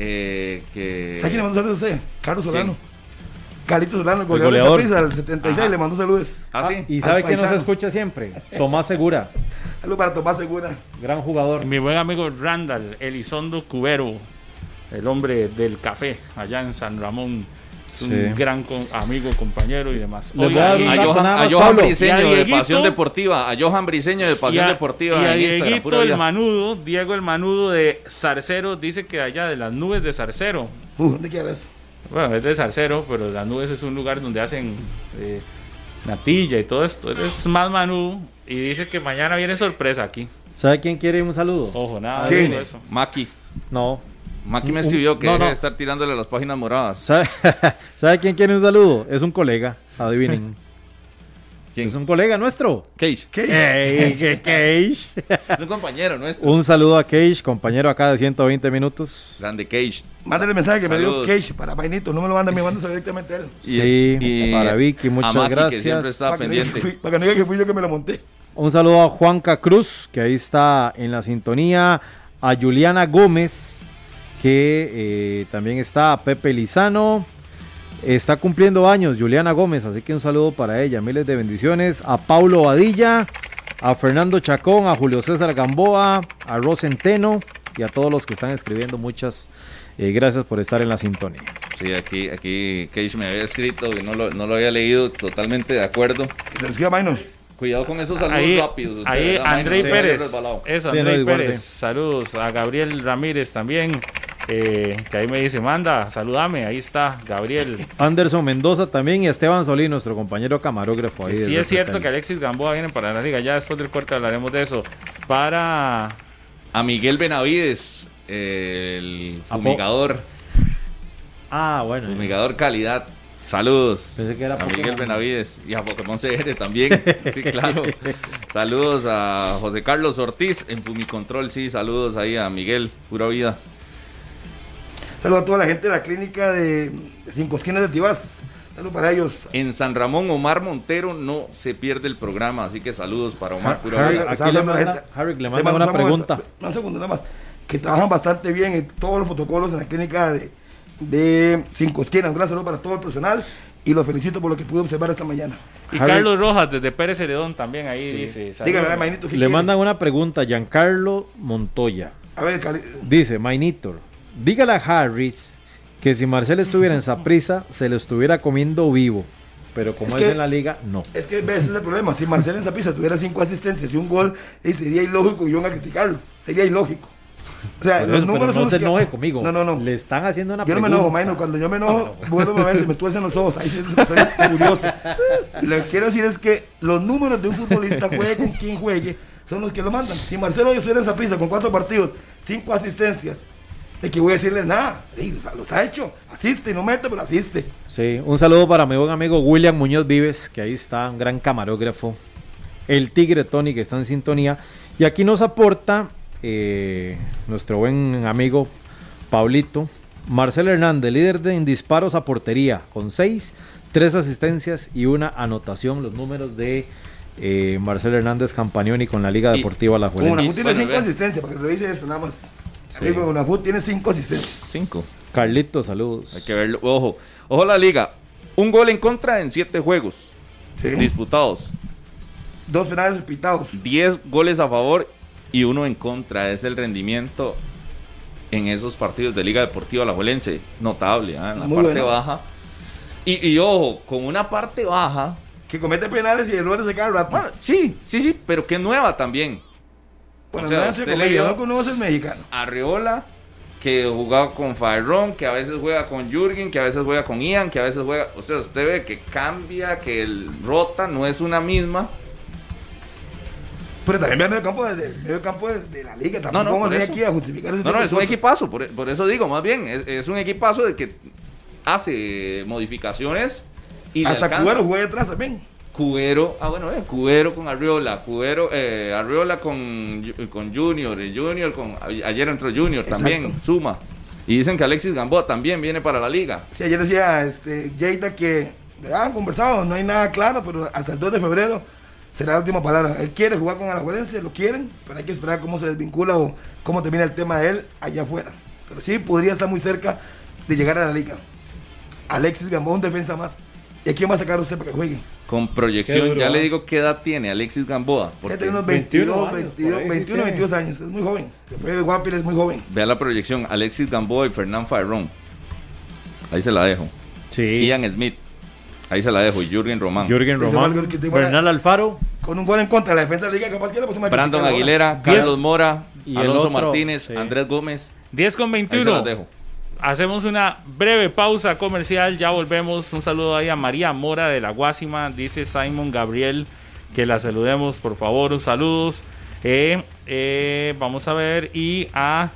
B: Eh, que...
C: ¿Sabe quién le mandó saludos a usted? Carlos Solano.
B: ¿Quién?
C: Carlitos Solano, el
D: El
C: goleador de
D: goleador.
C: Saprissa, al setenta y seis,
B: Ajá.
C: le mandó saludos.
B: Ah, sí.
D: ¿Y
C: Al
D: sabe quién nos
C: paisano.
D: escucha siempre? Tomás Segura,
C: Saludos para Tomás Segura.
D: gran jugador.
E: Mi buen amigo Randall Elizondo Cubero, el hombre del café allá en San Ramón. Es un
D: Sí.
E: gran con- amigo, compañero y demás.
D: Les voy a dar un
B: A
D: dato
B: Johan,
D: nada
B: a
D: más,
B: Johan
D: Pablo.
B: Briseño
E: Y a
B: de
E: Dieguito.
B: Pasión Deportiva, a Johan Briseño de Pasión
E: y a,
B: Deportiva
E: y a
B: en Instagram,
E: Dieguito
B: pura
E: el
B: vida.
E: Manudo, Diego el Manudo de Zarcero, dice que allá de las nubes de Zarcero.
C: Uh, ¿dónde quieres?
E: Bueno, es de Zarcero, pero las nubes es un lugar donde hacen eh, natilla y todo esto. Él es más Manudo y dice que mañana viene sorpresa aquí.
D: ¿Sabe quién quiere un saludo?
E: Ojo, nada
C: ¿Quién?
E: de eso.
B: Maki.
D: No.
B: Maki me
D: Un-
B: escribió que
D: no,
B: deje
D: no.
B: de estar tirándole a las páginas moradas.
D: ¿Sabe, ¿Sabe quién quiere un saludo? Es un colega, adivinen.
B: ¿Quién?
D: Es un colega nuestro.
B: Cage.
C: ¿Qué?
D: Ey, ¿qué Cage?
B: Es un compañero nuestro.
D: Un saludo a Cage, compañero acá de ciento veinte minutos.
B: Grande Cage.
C: Mándale el mensaje que
B: Saludos.
C: me dio Cage para Maynito. No me lo manda, me manda directamente a él.
D: Sí, para Vicky, muchas
B: a Maki,
D: gracias.
B: que siempre está
C: Para que, no diga que
B: pendiente.
C: fui, para que no diga que fui yo que me lo monté.
D: Un saludo a Juanca Cruz, que ahí está en la sintonía. A Juliana Gómez, que eh, también está. A Pepe Lizano. Está cumpliendo años Juliana Gómez, así que un saludo para ella. Miles de bendiciones. A Paulo Badilla, a Fernando Chacón, a Julio César Gamboa, a Rosenteno y a todos los que están escribiendo. Muchas eh, gracias por estar en la sintonía.
B: Sí, aquí, aquí Cage me había escrito y no lo, no lo había leído, totalmente de acuerdo.
C: Que se lo escriba Maynor.
B: Cuidado con esos saludos
E: Ahí,
B: rápidos. usted,
E: ahí
B: ¿verdad,
E: Andrei
B: Maynor? Sí,
E: Pérez.
B: resbalado.
E: Eso,
D: Sí,
E: Andrei
D: no, guarde.
E: Pérez. Saludos a Gabriel Ramírez también. eh, que ahí me dice, manda, saludame. Ahí está Gabriel.
D: Anderson Mendoza también y a Esteban Solí, nuestro compañero camarógrafo ahí.
E: Sí
D: del
E: es cierto
D: Repretel.
E: que Alexis Gamboa viene para la liga. Ya después del corte hablaremos de eso. Para
B: A Miguel Benavides, el
D: ¿A po-
B: fumigador.
D: Ah, bueno.
B: Fumigador calidad. Saludos
D: Pensé que era
B: a
D: Pokémon.
B: Miguel Benavides y a Pokémon C R también. Sí, claro. Saludos a José Carlos Ortiz en Fumicontrol. Sí, saludos ahí a Miguel. Pura vida.
C: Saludos a toda la gente de la clínica de, de Cinco Esquinas de Tibás. Saludos para ellos.
B: En San Ramón, Omar Montero no se pierde el programa. Así que saludos para Omar. Pura
D: Harry,
B: vida.
C: Está
D: aquí le
C: hablando la
D: manda,
C: gente.
D: Harry, le
C: Este
D: manda una
C: un
D: pregunta.
C: momento, Un segundo nada más. Que trabajan bastante bien en todos los protocolos en la clínica de, de Cinco Esquinas. Un gran saludo para todo el personal. y los felicito por lo que pude observar esta mañana.
E: Y
D: Harry.
E: Carlos Rojas desde Pérez Celedón también ahí sí. dice. Saludos.
C: Dígame, Mainito, ¿qué
D: Le
C: quiere?
D: mandan una pregunta, Giancarlo Montoya.
C: A ver, Cali...
D: Dice, Mainitor, dígale a Harris que si Marcel estuviera en Saprissa, se lo estuviera comiendo vivo. Pero como
C: Es
D: es,
C: que-
D: en la liga, no.
C: Es que ese es el problema. Si Marcel en Saprissa tuviera cinco asistencias y un gol, eh, sería ilógico y yo a criticarlo. Sería ilógico. O sea,
D: Pero,
C: los
D: pero
C: números
D: no
C: son los
D: se
C: que-
D: enoje conmigo.
C: No, no, no.
D: Le están haciendo una
C: Yo no me
D: pregunta.
C: enojo, Maino. Cuando yo me enojo, vuelvo a ver, se me tuercen los ojos. Ahí sí soy curioso. Lo que quiero decir es que los números de un futbolista, juegue con quien juegue, son los que lo mandan. Si Marcelo hoy estuviera en Saprissa con cuatro partidos, cinco asistencias, de que voy a decirle nada. Ey, los, los ha hecho. Asiste, no mete, pero asiste.
D: Sí, un saludo para mi buen amigo William Muñoz Vives, que ahí está, un gran camarógrafo. El Tigre Tony, que está en sintonía. Y aquí nos aporta eh, nuestro buen amigo Pablito. Marcelo Hernández, líder de en disparos a portería, con seis, tres asistencias y una anotación. Los números de eh, Marcelo Hernández Campagnoni con la Liga
B: Y-
D: Deportiva
C: Como
D: Alajuelense.
C: Unafut tiene
B: Bueno,
C: cinco
B: ve.
C: asistencias, para que revise eso, nada más. Amigo, Unafut tiene cinco asistencias.
B: Cinco.
D: Carlitos, saludos.
B: Hay que verlo. Ojo. Ojo la liga. Un gol en contra en siete juegos
C: Sí.
B: disputados.
C: Dos penales pitados.
B: diez goles a favor y uno en contra. Es el rendimiento en esos partidos de Liga Deportiva Alajuelense. Notable, ¿ah? En la
C: Muy
B: parte
C: bueno.
B: baja. Y, y ojo, con una parte baja.
C: Que comete penales y errores de cada rato.
B: Bueno, sí, sí, sí, pero que nueva también.
C: Bueno,
B: o sea,
C: no hace
B: usted
C: comedia,
B: le dio-
C: no conoce el mexicano.
B: Arriola, que jugaba con Farrón, que a veces juega con Jürgen, que a veces juega con Ian, que a veces juega. O sea, usted ve que cambia, que el rota, no es una misma.
C: Pero también ve el medio campo desde el medio campo de, de la liga. Tampoco
B: no,
C: vamos a
B: por
C: venir
B: eso.
C: aquí a justificar ese
B: No,
C: tipo
B: no,
C: de
B: es un
C: cosas.
B: equipazo, por, por eso digo, más bien, es, es un equipazo de que hace modificaciones y le
C: Hasta
B: alcanza.
C: Cubero juega atrás también.
B: Cubero, ah bueno, eh, Cubero con Arriola, Cubero, eh, Arriola con, con Junior, eh, Junior con, ayer entró Junior también,
C: Exacto.
B: suma. Y dicen que Alexis Gamboa también viene para la liga.
C: Sí, ayer decía este, Jada que han conversado, no hay nada claro, pero hasta el dos de febrero será la última palabra. Él quiere jugar con Alajuelense, lo quieren, pero hay que esperar cómo se desvincula o cómo termina el tema de él allá afuera. Pero sí, podría estar muy cerca de llegar a la liga. Alexis Gamboa, un defensa más. ¿Y a quién va a sacar usted para que juegue?
B: Con
D: Qué
B: proyección,
D: duro,
B: ya
D: ¿eh?
B: le digo qué edad tiene Alexis Gamboa.
C: Ya
B: Porque
C: tiene unos
D: veintiuno
C: veintidós,
D: años,
C: veintidós,
D: por ahí,
C: veintiuno,
D: ¿qué?
C: veintidós años. Es muy joven. Que fue de Guapiles, es muy joven.
B: vea la proyección, Alexis Gamboa y Fernán Farrón. Ahí se la dejo.
D: Sí.
B: Ian Smith. Ahí se la dejo. Y Jürgen Román.
D: Jürgen
C: Ese
D: Román,
C: valor que te van a-
D: Bernal Alfaro
C: Con un gol en contra de la defensa de la liga, capaz que le pusimos a
B: Brandon
C: criticar
B: Aguilera,
C: ahora.
B: Carlos Mora,
D: Y el
B: Alonso
D: otro,
B: Martínez,
D: sí.
B: Andrés Gómez.
E: diez con
B: Ahí se
E: veintiuno.
B: las dejo.
E: Hacemos una breve pausa comercial, ya volvemos. Un saludo ahí a María Mora de la Guásima, dice Simon Gabriel, que la saludemos por favor, un saludos. Eh, eh, vamos a ver, y a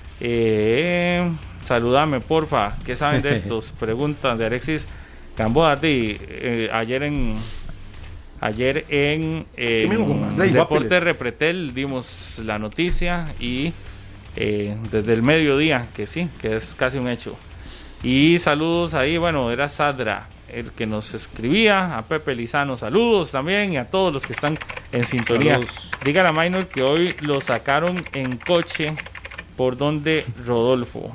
E: eh, saludame porfa, ¿qué saben de estos? Preguntas de Alexis Gamboa. de, eh, ayer en ayer en, eh,
C: Aquí mismo con Andrés
E: Deporte
D: Guapiles.
E: Repretel dimos la noticia y eh, desde el mediodía, que sí, que es casi un hecho. Y saludos ahí, bueno, era Sadra el que nos escribía, a Pepe Lizano, saludos también, y a todos los que están en sintonía.
D: Saludos.
E: Dígale a Minor que hoy lo sacaron en coche por donde Rodolfo.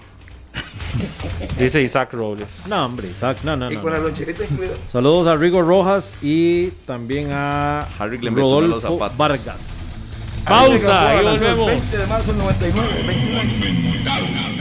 E: Dice Isaac Robles.
D: No, hombre, Isaac, no, no,
C: Y
D: no,
C: con
D: no.
C: la loncherita incluida.
D: Saludos a Rigo Rojas y también a
B: Harry le metió uno a los
D: Rodolfo
B: zapatos.
D: Vargas.
E: Pausa y
C: Nació el
E: volvemos.
C: veinte de marzo del noventa y nueve, veintinueve.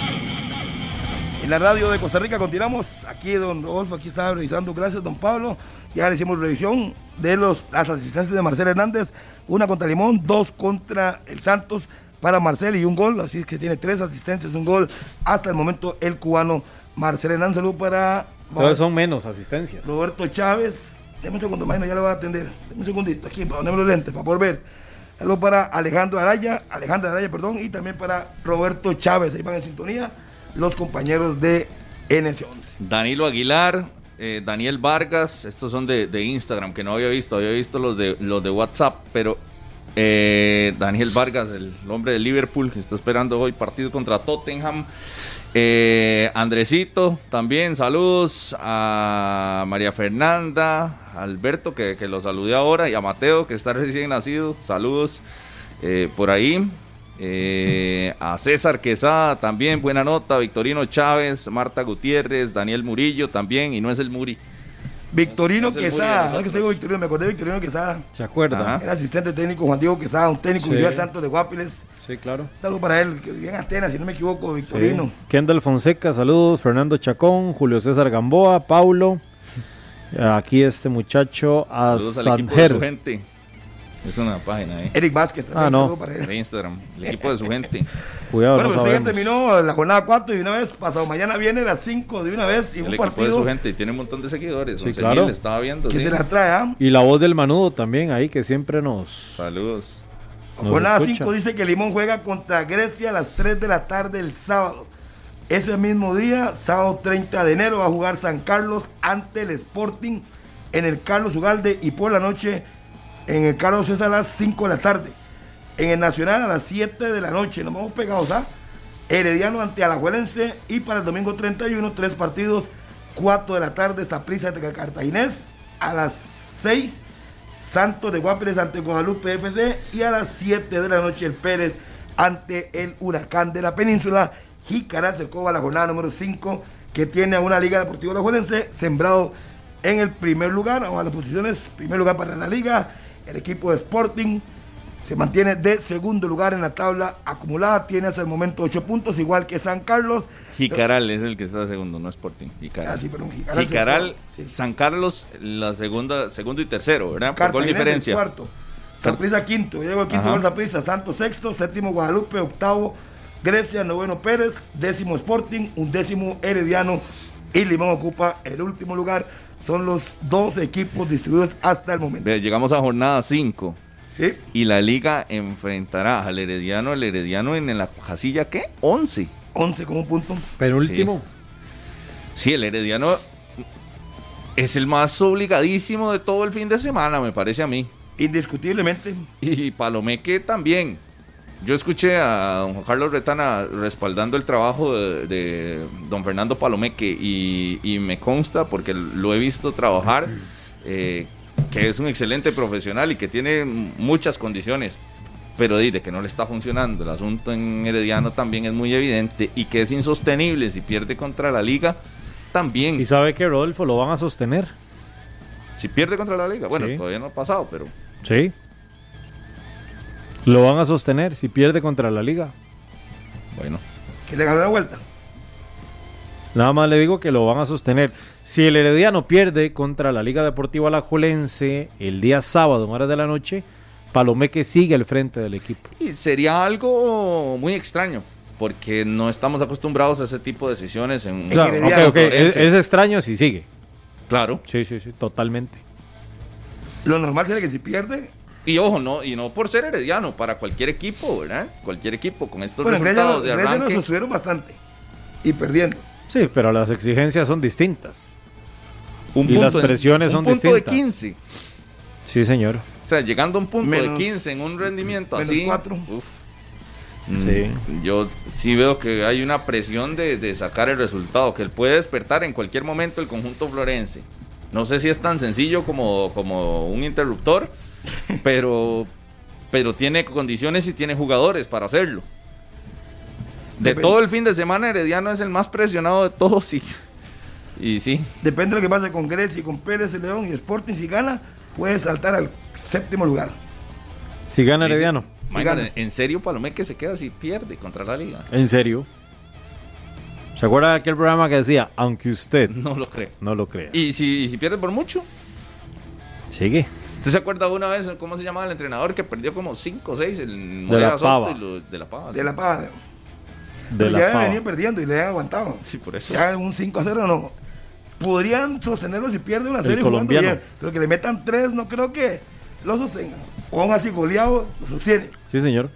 C: En la radio de Costa Rica continuamos. Aquí don Rodolfo, aquí está revisando. Gracias, don Pablo. Ya le hicimos revisión de los, las asistencias de Marcel Hernández. Una contra Limón, dos contra el Santos para Marcel y un gol. Así que tiene tres asistencias, un gol. Hasta el momento el cubano Marcel Hernández. Salud para
D: Entonces son menos asistencias.
C: Roberto Chávez. Deme un segundo, imagino, ya le voy a atender. Deme un segundito aquí para ponerme los lentes, para poder ver. Saludos para Alejandro Araya, Alejandra Araya, perdón, y también para Roberto Chávez. Ahí van en sintonía los compañeros de N S once.
B: Danilo Aguilar, eh, Daniel Vargas, estos son de, de Instagram que no había visto, había visto los de los de WhatsApp, pero eh, Daniel Vargas, el hombre de Liverpool, que está esperando hoy partido contra Tottenham. Eh, Andresito, también saludos a María Fernanda, a Alberto, que, que lo saludé ahora, y a Mateo, que está recién nacido, saludos eh, por ahí. Eh, a César Quesada también, buena nota. Victorino Chávez, Marta Gutiérrez, Daniel Murillo también, y no es el Muri,
C: Victorino
B: Es el bully de
C: Quesada,
B: nosotros.
C: ¿sabes que digo Victorino? Me acordé de Victorino Quesada.
D: ¿Se acuerda?
B: Ajá.
C: Era asistente técnico Juan Diego Quesada, un técnico
D: Sí.
C: que vivió al Santos de Guapiles.
D: Sí, claro.
C: Saludos para él, que vivía en Atenas, si no me equivoco, Victorino.
D: Sí. Kendall Fonseca, saludos. Fernando Chacón, Julio César Gamboa, Paulo. Aquí este muchacho,
B: Saludos al equipo de su
D: Asanjer.
B: gente. Es una página ahí.
C: Eric Vázquez también,
D: Ah, no.
C: saludos para él.
B: De Instagram. El equipo de su gente.
D: Cuidado,
C: Bueno,
D: no
C: pues usted ya
D: sabemos.
C: terminó la jornada cuatro y de una vez, pasado mañana viene las cinco de una vez y
B: El
C: un
B: equipo de
C: partido
B: su gente. Y tiene un montón de seguidores.
D: Sí,
B: once
D: claro.
B: mil, estaba viendo.
C: que
B: Sí.
C: se la trae, ¿ah?
D: Y la voz del Manudo también ahí, que siempre nos...
B: Saludos.
D: nos
C: Jornada
D: escucha.
C: cinco dice que Limón juega contra Grecia a las tres de la tarde el sábado. Ese mismo día, sábado treinta de enero, va a jugar San Carlos ante el Sporting en el Carlos Ugalde y por la noche en el Carlos César a las cinco de la tarde. En el Nacional a las siete de la noche. Nos vamos pegados, ¿ah? Herediano ante Alajuelense y para el domingo treinta y uno, tres partidos, cuatro de la tarde, Saprissa ante Cartaginés, a las seis, Santos de Guapiles ante Guadalupe F C y a las siete de la noche el Pérez ante el Huracán de la Península. Jicaral se coba la jornada número cinco que tiene a una Liga Deportiva Alajuelense sembrado en el primer lugar, vamos a las posiciones, primer lugar para la Liga, el equipo de Sporting se mantiene de segundo lugar en la tabla acumulada, tiene hasta el momento ocho puntos, igual que San Carlos.
B: Jicaral es el que está segundo, no Sporting. Jicaral.
C: Ah, sí, perdón, Jicaral.
B: Jicaral,
C: Sí.
B: San Carlos, la segunda, segundo y tercero, ¿verdad? Por gol
C: Cartaginés el
B: diferencia.
C: cuarto, Saprissa quinto, llegó el quinto
B: Ajá.
C: gol Saprissa, Santos sexto, séptimo Guadalupe, octavo Grecia, noveno Pérez, décimo Sporting, undécimo Herediano y Limón ocupa el último lugar. Son los dos equipos distribuidos hasta el momento.
B: Ve, llegamos a jornada cinco.
C: ¿Sí?
B: Y la liga enfrentará al Herediano, el Herediano en la casilla, ¿qué? once.
C: once con un punto.
D: Penúltimo.
B: Sí, el Herediano es el más obligadísimo de todo el fin de semana, me parece a mí.
C: Indiscutiblemente.
B: Y Palomeque también. Yo escuché a don Juan Carlos Retana respaldando el trabajo de, de don Fernando Palomeque y, y me consta, porque lo he visto trabajar, eh, que es un excelente profesional y que tiene muchas condiciones, pero de, de que no le está funcionando el asunto en Herediano también es muy evidente y que es insostenible si pierde contra la Liga también.
D: Y sabe que Rodolfo lo van a sostener.
B: Si pierde contra la Liga, bueno,
D: Sí.
B: todavía no ha pasado, pero
D: Sí. Lo van a sostener si pierde contra la Liga.
B: bueno.
C: Que le ganó la vuelta.
D: Nada más le digo que lo van a sostener. Si el Herediano pierde contra la Liga Deportiva Alajuelense el día sábado en horas de la noche, Palomeque sigue al frente del equipo.
B: Y sería algo muy extraño, porque no estamos acostumbrados a ese tipo de decisiones en
C: En
D: Claro,
C: Herediano,
D: ok, ok, Es,
B: Florense.
D: es extraño si sigue.
B: Claro.
D: Sí, sí, sí, totalmente.
C: Lo normal sería que si pierde.
B: Y ojo, no, y no por ser Herediano, para cualquier equipo, ¿verdad? Cualquier equipo con estos
C: Bueno, en Grecia,
B: resultados
C: nos-
B: de
C: Grecia nos
B: arranque.
C: sostuvieron bastante. Y perdiendo.
D: Sí, pero las exigencias son distintas.
B: un
D: y las
B: en-
D: presiones
B: un
D: son
B: punto
D: distintas.
B: de quince.
D: Sí, señor.
B: O sea, llegando a un punto
C: Menos-
B: de quince en un rendimiento
C: menos
B: así.
C: cuatro.
B: Uf.
D: Sí.
B: Mm, Yo sí veo que hay una presión de, de sacar el resultado, que él puede despertar en cualquier momento el conjunto florense. No sé si es tan sencillo como, como un interruptor, pero, pero tiene condiciones y tiene jugadores para hacerlo. De
C: Depende.
B: todo el fin de semana, Herediano es el más presionado de todos y, y sí.
C: Depende de lo que pase con Grecia y con Pérez y León y Sporting. Si gana, puede saltar al séptimo lugar.
D: Si gana Herediano.
C: Sí
B: Oigan,
C: gana.
B: en serio, Palomeque se queda si pierde contra la Liga.
D: En serio. ¿Se acuerda de aquel programa que decía, aunque usted
B: No lo creo.
D: no lo crea?
B: ¿Y si, y si pierde por mucho?
D: Sigue.
B: ¿Usted se acuerda una vez cómo se llamaba el entrenador que perdió como cinco o seis el
D: De la
B: Morera Soto
D: Pava.
B: y lo- de la Pava?
C: De
B: sí.
C: la Pava.
D: De
C: Pero
D: la
C: ya
D: Pava.
C: venía perdiendo y le han aguantado.
B: Sí, por eso.
C: Ya un cinco a cero no. Podrían sostenerlo si pierde una
D: El
C: serie jugando
D: colombiano.
C: bien, pero que le metan tres no creo que lo sostengan. O aún así goleado lo sostiene.
D: Sí, señor.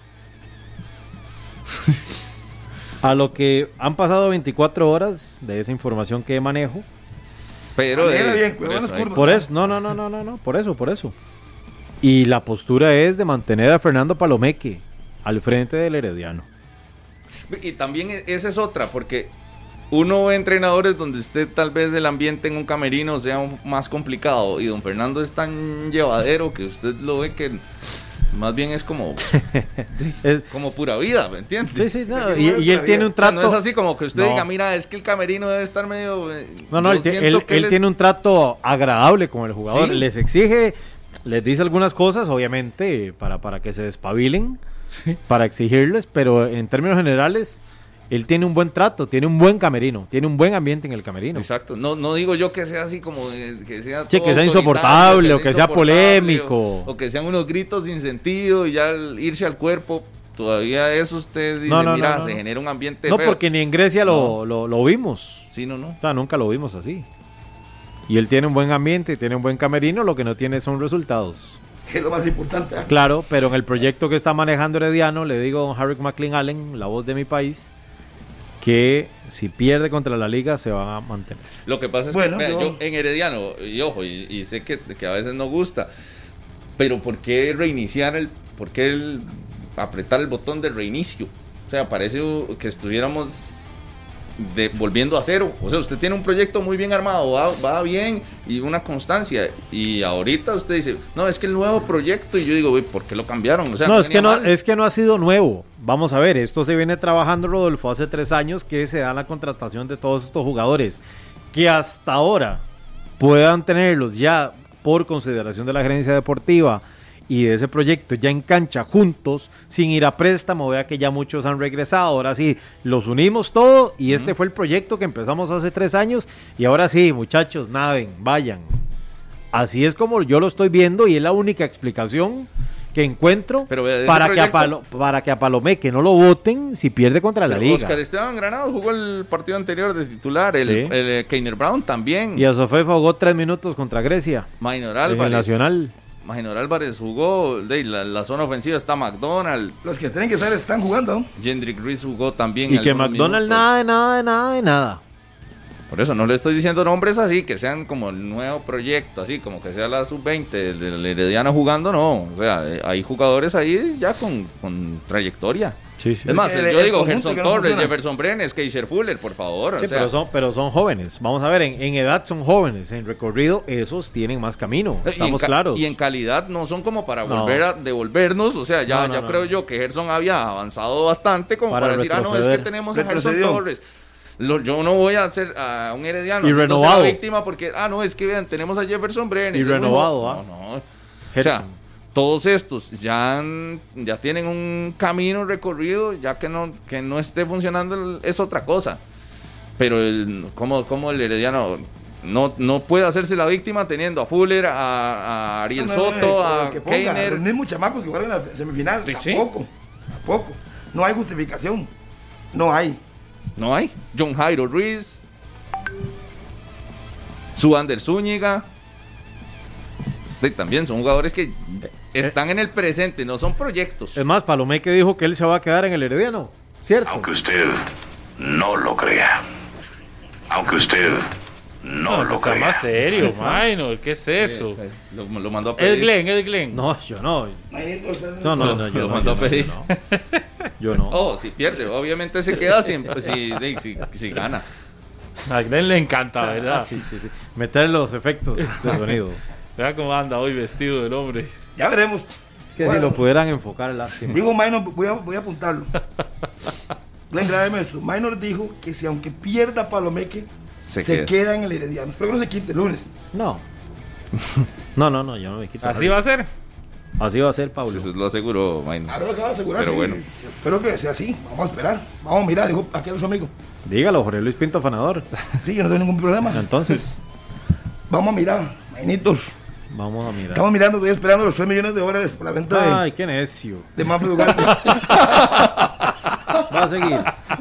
D: A lo que han pasado veinticuatro horas de esa información que manejo.
B: Pero
C: Maneja
B: eh,
C: bien,
B: por
C: cuidado en
B: eso
C: las
B: hay-
C: curvas.
D: Por eso, no, no, no, no, no, no, por eso, por eso. Y la postura es de mantener a Fernando Palomeque al frente del Herediano.
B: Y también e- esa es otra, porque uno ve entrenadores donde usted tal vez el ambiente en un camerino sea un- más complicado y don Fernando es tan llevadero que usted lo ve que Más bien es como
D: Es-
B: como pura vida, ¿me entiendes?
D: Sí, sí, no,
C: que
D: y,
C: jugar
D: y él
C: la
D: tiene
C: vida.
D: un
B: O sea,
D: trato.
B: no es así como que usted
D: No.
B: diga, mira, es que el camerino debe estar medio... eh,
D: No, no,
B: yo
D: él, ti-
B: siento
D: él-
B: que
D: él
B: es-
D: tiene un trato agradable con el jugador.
B: Sí.
D: Les exige, les dice algunas cosas, obviamente, para, para que se despabilen,
B: Sí.
D: para exigirles, pero en términos generales, él tiene un buen trato, tiene un buen camerino, tiene un buen ambiente en el camerino.
B: Exacto. No, no digo yo que sea así como eh, que sea
D: Sí,
B: todo
D: que sea
B: autoritario,
D: insoportable o que sea
B: insoportable,
D: polémico.
B: O, o que sean unos gritos sin sentido y ya al irse al cuerpo, todavía eso usted dice,
D: No, no,
B: mira,
D: no, no,
B: se
D: no.
B: genera un ambiente
D: No,
B: feo.
D: porque ni en Grecia lo,
B: No.
D: lo, lo vimos.
B: Sí, no, no.
D: O sea, nunca lo vimos así. Y él tiene un buen ambiente, tiene un buen camerino, lo que no tiene son resultados.
C: Que es lo más importante. ¿eh?
D: Claro, pero en el proyecto que está manejando Herediano, le digo a don Harry McLean Allen, la voz de mi país, que si pierde contra la liga se va a mantener.
B: Lo que pasa es
C: Bueno,
B: que vea,
C: yo-
B: yo en Herediano, y ojo, y, y sé que, que a veces no gusta, pero ¿por qué reiniciar el, por qué el, apretar el botón de reinicio? O sea, parece que estuviéramos de, volviendo a cero. O sea, usted tiene un proyecto muy bien armado, va, va bien y una constancia. Y ahorita usted dice, no, es que el nuevo proyecto, y yo digo, "Uy, ¿por qué lo cambiaron?" O sea,
D: No, es
B: venía
D: que no,
B: mal.
D: es que no ha sido nuevo. Vamos a ver, esto se viene trabajando, Rodolfo, hace tres años que se da la contratación de todos estos jugadores que hasta ahora puedan tenerlos ya por consideración de la gerencia deportiva y de ese proyecto ya en cancha juntos, sin ir a préstamo. Vea que ya muchos han regresado, ahora sí, los unimos todo y este fue el proyecto que empezamos hace tres años y ahora sí, muchachos, naden, vayan. Así es como yo lo estoy viendo y es la única explicación que encuentro
B: Pero, eh, ese
D: para, que a
B: proyecto-
D: Palo- para que a Palomé que no lo voten si pierde contra la liga.
B: Oscar Esteban Granados jugó el partido anterior de titular, el,
D: Sí.
B: el, eh, Keiner Brown también,
D: Y a Sofefa jugó tres minutos contra Grecia
B: Minor
D: en el
B: Álvarez.
D: Nacional.
B: Minor Álvarez jugó, de la, la zona ofensiva está McDonald,
C: Los que tienen que estar están jugando. ¿no?
B: Jendrick Ruiz jugó también.
D: Y que
B: algunos
D: McDonald
B: minutos.
D: nada de nada de nada de nada.
B: Por eso no le estoy diciendo nombres así, que sean como el nuevo proyecto, así como que sea la sub veinte, el, el Herediano jugando, no. O sea, eh, hay jugadores ahí ya con, con trayectoria.
D: Sí, sí.
B: Es más,
C: El-
B: yo
C: el
B: digo
C: conjunto
B: Gerson
C: que no
B: Torres,
C: funciona.
B: Jefferson Brenes, Keiser Fuller, por favor.
D: Sí,
B: o sea,
D: pero, son, pero son jóvenes. Vamos a ver, en, en edad son jóvenes. En recorrido, esos tienen más camino.
B: y en
D: Estamos
B: ca-
D: claros.
B: Y en calidad no son como para
D: No.
B: volver a devolvernos. O sea, ya,
D: No, no,
B: ya
D: no,
B: creo
D: no.
B: yo que Gerson había avanzado bastante como
D: Para
B: para, decir, ah, no, es que
D: retroceder.
B: tenemos a Gerson
C: Retrocedió.
B: Torres. Lo- yo no voy a hacer a un Herediano
D: Y
B: haciéndose
D: renovado.
B: la víctima porque, ah, no, es que vean, tenemos a Jefferson Brenes.
D: Y
B: es muy
D: renovado,
B: joven.
D: ¿ah?
B: No, no. O
D: Gerson.
B: sea, todos estos ya, han- ya tienen un camino recorrido, ya que no, que no esté funcionando el- es otra cosa. Pero el, ¿cómo, cómo el Herediano no, no puede hacerse la víctima teniendo a Fuller, a, a Ariel
C: No, no, no,
B: Soto,
C: los
B: a
C: que ponga,
B: Keiner?
C: los mismos chamacos que jugaron en la semifinal.
B: Sí, sí.
C: Tampoco. Tampoco. No hay justificación. No hay.
B: No hay. John Jairo Ruiz, Suander Zúñiga. Y también son jugadores que están en el presente, no son proyectos.
D: Es más, Palomé que dijo que él se va a quedar en el Herediano. ¿Cierto?
F: Aunque usted no lo crea. Aunque usted no lo
E: Está
F: crea.
E: más serio, Minor. ¿Qué es eso?
B: Eh, Lo, lo mandó a
E: Es
B: pedir.
E: Glenn, es Glenn.
D: No, yo no.
C: Maynito, usted-
D: No, no, no,
B: Lo
D: yo no.
B: mandó a
D: yo no,
B: pedir.
D: yo no. Yo no.
B: Oh, si pierde, obviamente se queda siempre si, de- si, si gana.
E: A Glenn le encanta, ¿verdad?
D: Ah, sí, sí, sí. Meter los efectos de sonido.
E: Vea cómo anda hoy vestido el hombre.
C: Ya veremos.
D: Es que
C: Bueno,
D: si lo pudieran enfocar, lástima.
C: Digo Minor, voy a, voy a apuntarlo. Glenn, grábeme esto. Minor dijo que si aunque pierda Palomeque,
B: Se
C: se,
B: queda.
C: queda en el Herediano. Espero que no se quite el lunes.
D: No. No, no, no, yo no me quito.
E: Así va a ser.
D: Así va a ser, Pablo.
B: Eso lo aseguró, Maynard.
C: Ahora lo acabo de asegurar.
B: Pero
C: sí,
B: bueno.
C: sí, espero que sea así. Vamos a esperar. Vamos a mirar, dijo aquel su amigo.
D: Dígalo, Jorge Luis Pinto Afanador.
C: Sí, yo no tengo ningún problema.
D: Entonces,
C: Vamos a mirar, Mainitos.
D: vamos a mirar.
C: Estamos mirando, estoy esperando los tres millones de dólares por la venta de,
D: Ay, qué necio.
C: de Manfred Ugarte.
D: Va a seguir.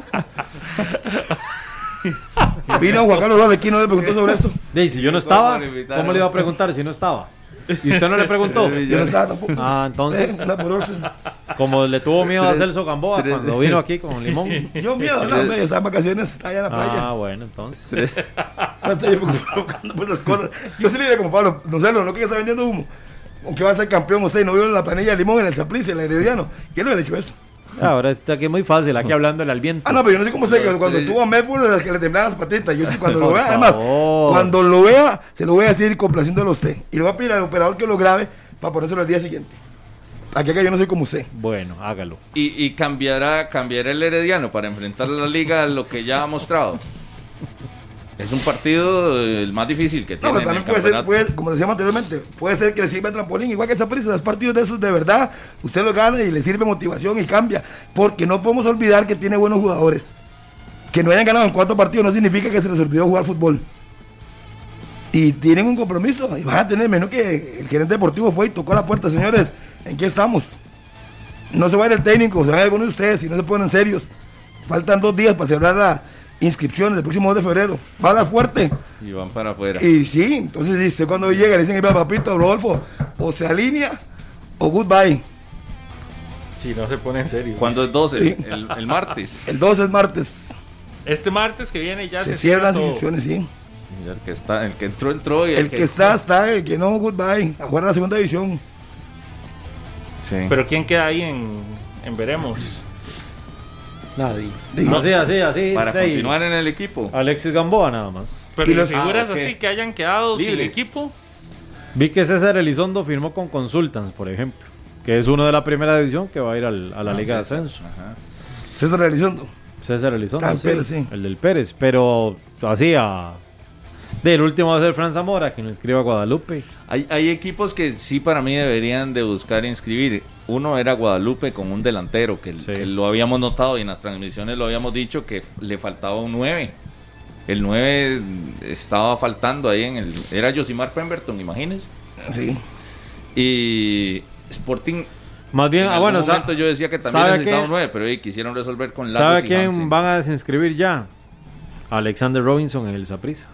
C: Vino Juan Carlos López aquí, no le preguntó sobre esto.
D: Dey, si yo no estaba,
B: ¿Cómo le invitaron?
D: ¿cómo le iba a preguntar si no estaba? ¿Y usted no le preguntó?
C: Yo no estaba tampoco.
D: Ah, entonces,
C: Eh, anda por orce.
D: como le tuvo miedo a Celso Gamboa cuando vino aquí con Limón.
C: Yo miedo, no, hombre, estaba en vacaciones, está allá en la playa.
D: Ah, bueno, entonces.
C: No estoy provocando por esas cosas. Yo sí le diría como Pablo, no sé, no que está vendiendo humo. Aunque va a ser campeón usted y no vio la planilla de Limón en el Saprissa, en el Herediano. ¿Quién no le ha hecho eso?
D: Ahora está aquí muy fácil, aquí hablándole al viento.
C: Ah, no, pero yo no sé cómo sé que
B: Los
C: cuando
B: tres.
C: tuvo a Medford era el que le temblaban las patitas. Yo sí, cuando lo
D: Por
C: vea, además,
D: favor.
C: cuando lo vea, se lo voy a decir complaciéndolo a usted. Y le voy a pedir al operador que lo grabe para ponérselo al día siguiente. Aquí acá yo no soy como usted.
D: Bueno, hágalo.
B: Y, y cambiará, cambiará el Herediano para enfrentar a la liga lo que ya ha mostrado. Es un partido eh, el más difícil que
C: No,
B: tiene.
C: pero
B: en el
C: también puede ser,
B: campeonato.
C: puede, como decíamos anteriormente, puede ser que le sirva de trampolín, igual que esa prisa, los partidos de esos de verdad, usted lo gana y le sirve motivación y cambia, porque no podemos olvidar que tiene buenos jugadores. Que no hayan ganado en cuatro partidos no significa que se les olvidó jugar fútbol. Y tienen un compromiso, y van a tener menos que el gerente deportivo fue y tocó la puerta, señores, ¿en qué estamos? No se va a ir el técnico, se van a ir algunos de ustedes, si no se ponen serios. Faltan dos días para cerrar la inscripciones el próximo dos de febrero. Va a hablar fuerte.
B: Y van para afuera.
C: Y sí, entonces si usted cuando llega le dicen, papito, Rodolfo, o se alinea o goodbye.
E: Si no se pone en serio.
B: ¿Cuándo es doce?
C: Sí.
B: El, el martes.
C: El doce es martes.
E: Este martes que viene ya
C: Se,
E: se,
C: cierran las
E: todo.
C: inscripciones, sí.
B: Sí, el que está, el que entró, entró. Y el,
C: El que está, está, el que no, goodbye. A jugar a la segunda división.
B: Sí.
E: Pero ¿quién queda ahí en, en Veremos?
D: Nadie.
C: Digo,
D: Así, así, así.
B: para
D: de ahí.
B: continuar en el equipo.
D: Alexis Gamboa nada más.
E: Pero
C: Y
E: ¿y
C: los-
E: figuras
B: ah, ok.
E: así que hayan quedado sin
B: Libres.
E: equipo?
D: Vi que César Elizondo firmó con Consultants, por ejemplo, que es uno de la primera división que va a ir al- a la
B: Ah,
D: Liga de
B: César.
D: Ascenso.
B: Ajá.
C: César Elizondo.
D: César Elizondo,
C: Ah, el
D: sí,
C: Pérez, sí.
D: el del Pérez, pero así a... Del último va a ser Fran Zamora, que nos escriba a Guadalupe.
B: Hay, hay equipos que sí para mí deberían de buscar inscribir. Uno era Guadalupe con un delantero, que,
D: Sí.
B: que lo habíamos notado y en las transmisiones lo habíamos dicho que le faltaba un nueve. El nueve estaba faltando ahí en el... Era Josimar Pemberton, imagínense.
C: Sí.
B: Y Sporting...
D: Más bien,
B: en
D: ah,
B: algún
D: bueno, sa-
B: momento yo decía que también
D: ¿sabe
B: necesitaba
D: qué?
B: un nueve, pero eh, quisieron resolver con
D: ¿Sabe
B: Lagos y
D: quién
B: Hansen.
D: van a desinscribir ya? Alexander Robinson en el Saprissa.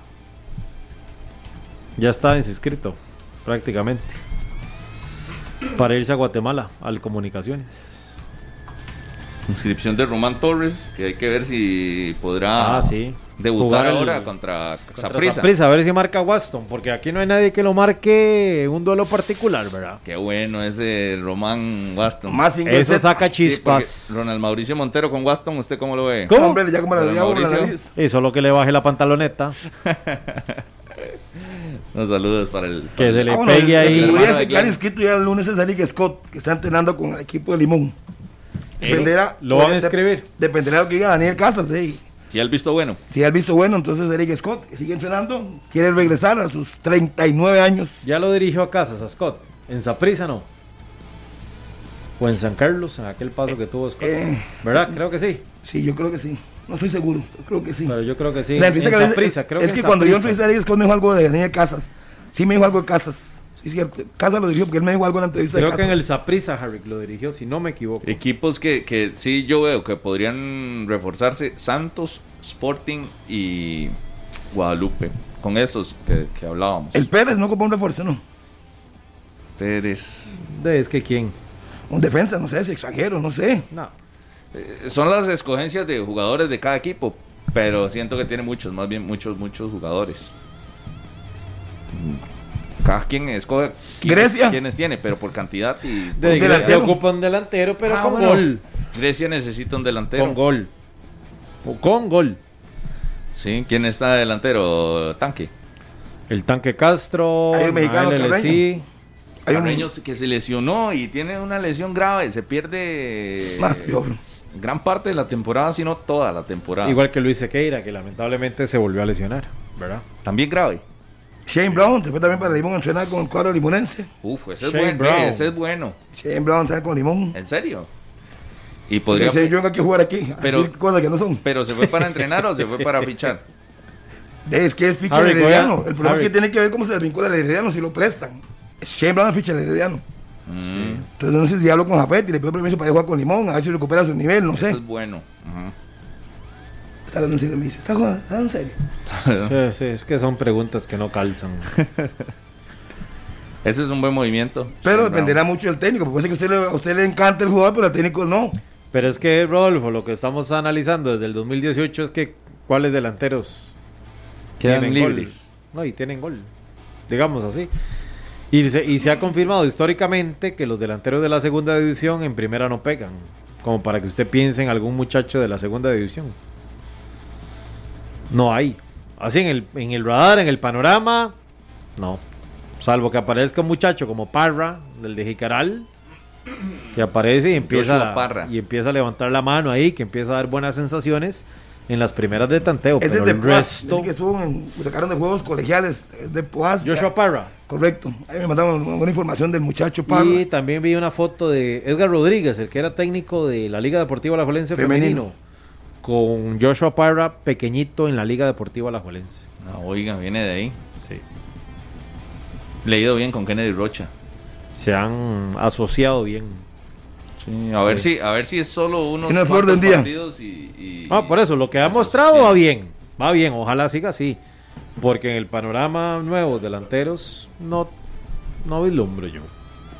D: Ya está desinscrito, prácticamente. Para irse a Guatemala, al Comunicaciones.
B: Inscripción de Román Torres, que hay que ver si podrá
D: Ah, sí.
B: debutar
D: Jugar el-
B: ahora contra
D: Contra
B: Saprissa.
D: Saprissa, a ver si marca Waston, porque aquí no hay nadie que lo marque en un duelo particular, ¿verdad?
B: Qué bueno ese Román Waston.
C: Más sin
D: Eso saca
B: Sí,
D: chispas.
B: porque Ronald Mauricio Montero con Waston, ¿usted cómo lo ve?
D: ¿Cómo?
C: Hombre, ya como la
B: Don
C: ya como la
B: Mauricio.
C: nariz.
D: Y solo que le baje la pantaloneta,
B: Unos saludos para el...
D: que se le
C: Ah, bueno,
D: pegue
C: el-
D: ahí.
C: el-
B: hermano
C: Podría
B: de
C: ser que han
B: Glenn.
C: inscrito ya el lunes es Eric Scott, que está entrenando con el equipo de Limón. Dependerá,
D: ¿Lo van a
C: de-
D: inscribir?
C: Dependerá de lo que diga Daniel Casas. eh.
B: ¿Ya el visto bueno?
C: Si ha visto bueno, entonces Eric Scott, que sigue entrenando, quiere regresar a sus treinta y nueve años.
D: Ya lo dirigió a Casas, a Scott. En Saprissa no. O en San Carlos, en aquel paso que tuvo Scott.
C: Eh.
D: ¿Verdad? Creo que sí.
C: Sí, yo creo que sí. No estoy seguro, pero creo que sí.
D: Pero yo creo que sí.
C: La entrevista
D: En
C: que le hice-
D: Saprissa, creo
C: es
D: que
C: que
D: en
C: cuando yo
D: Saprissa.
C: entrevisté a Eric Scott me dijo algo de Daniel Casas. Sí me dijo algo de Casas. Sí, cierto. Casas lo dirigió porque él me dijo algo en la entrevista
D: Creo
C: de
D: que en
C: Casas.
D: el Saprissa, Harry, lo dirigió, si no me equivoco.
B: Equipos que, que sí yo veo que podrían reforzarse. Santos, Sporting y Guadalupe. Con esos que, que hablábamos.
C: El Pérez no ocupa un refuerzo, ¿no?
B: Pérez.
D: De, es que quién.
C: Un defensa, no sé, si extranjero, no sé.
D: No.
B: Eh, Son las escogencias de jugadores de cada equipo. Pero siento que tiene muchos, más bien muchos, muchos jugadores. Cada quien escoge quiénes,
C: Grecia.
B: quiénes tiene, pero por cantidad y...
D: De
C: Un
D: Grecia
C: delantero.
D: ocupa un delantero, pero
B: Ah,
D: con
B: bueno.
D: gol.
B: Grecia necesita un delantero.
D: Con gol. O con gol.
B: Sí, ¿quién está de delantero? Tanque.
D: El Tanque Castro.
C: Hay un mexicano,
D: Nael L C.
C: Carreño. Hay un
B: Carreño que se lesionó y tiene una lesión grave. Se pierde
C: más peor.
B: gran parte de la temporada, si no toda la temporada.
D: Igual que Luis Sequeira, que lamentablemente se volvió a lesionar, ¿verdad?
B: También grave.
C: Shane Brown se fue también para Limón a entrenar con el cuadro limonense.
B: Uf, ese es
D: Shane
B: bueno.
D: Brown.
B: Ese es bueno.
C: Shane Brown sale con Limón.
B: ¿En serio? Y podría...
C: Dice, yo vengo aquí a jugar aquí, a
B: Pero-
C: decir cosas que no son.
B: ¿Pero se fue para entrenar o se fue para fichar?
C: Es que es ficha
D: Harry,
C: del Herediano.
D: voy a-
C: El problema
D: Harry.
C: es que tiene que ver cómo se les vincula al Herediano si lo prestan. Shane Brown es ficha del Herediano.
B: Mm,
C: Entonces no sé si hablo con Jafet y le pido permiso para ir a jugar con Limón, a ver si recupera su nivel, no sé.
B: Eso es bueno. Ujú.
C: Está hablando en serio, me dice, ¿está jugando? ¿Está en serio?
D: Sí, sí, es que son preguntas que no calzan.
B: Ese es un buen movimiento.
C: Pero
B: Shane
C: dependerá mucho del técnico, porque puede ser que a usted, le, a usted le encanta el jugador, pero al técnico no.
D: Pero es que, Rodolfo, lo que estamos analizando desde el dos mil dieciocho es que cuáles delanteros
B: Quedan
D: tienen gol.
B: libres.
D: No, y tienen gol, digamos así. Y se, y se ha confirmado históricamente que los delanteros de la segunda división en primera no pegan. Como para que usted piense en algún muchacho de la segunda división. No hay. Así en el, en el radar, en el panorama, no. Salvo que aparezca un muchacho como Parra, del de Jicaral, que aparece y empieza,
B: Parra.
D: y empieza a levantar la mano ahí, que empieza a dar buenas sensaciones en las primeras de tanteo.
C: Ese
D: pero
C: es de
D: el
C: Poaz,
D: resto...
C: dice que estuvo en, sacaron de juegos colegiales, es de Poaz.
D: Joshua Parra.
C: Correcto, ahí me mandaron alguna información del muchacho Parra.
D: Y también vi una foto de Edgar Rodríguez, el que era técnico de la Liga Deportiva Alajuelense femenino,
C: Femenino.
D: con Joshua Parra pequeñito en la Liga Deportiva Alajuelense.
B: Ah, oiga, viene de ahí.
D: Sí.
B: Leído bien con Kennedy Rocha.
D: Se han asociado bien.
B: Sí, a ver si, a ver si es solo unos
C: Si no es flor del
B: cuantos
C: día.
B: partidos y, y-
D: Ah, por eso, lo que
B: y
D: ha
B: se
D: mostrado
B: sostiene.
D: va bien, va bien, ojalá siga así, porque en el panorama nuevo delanteros no, no vislumbro yo.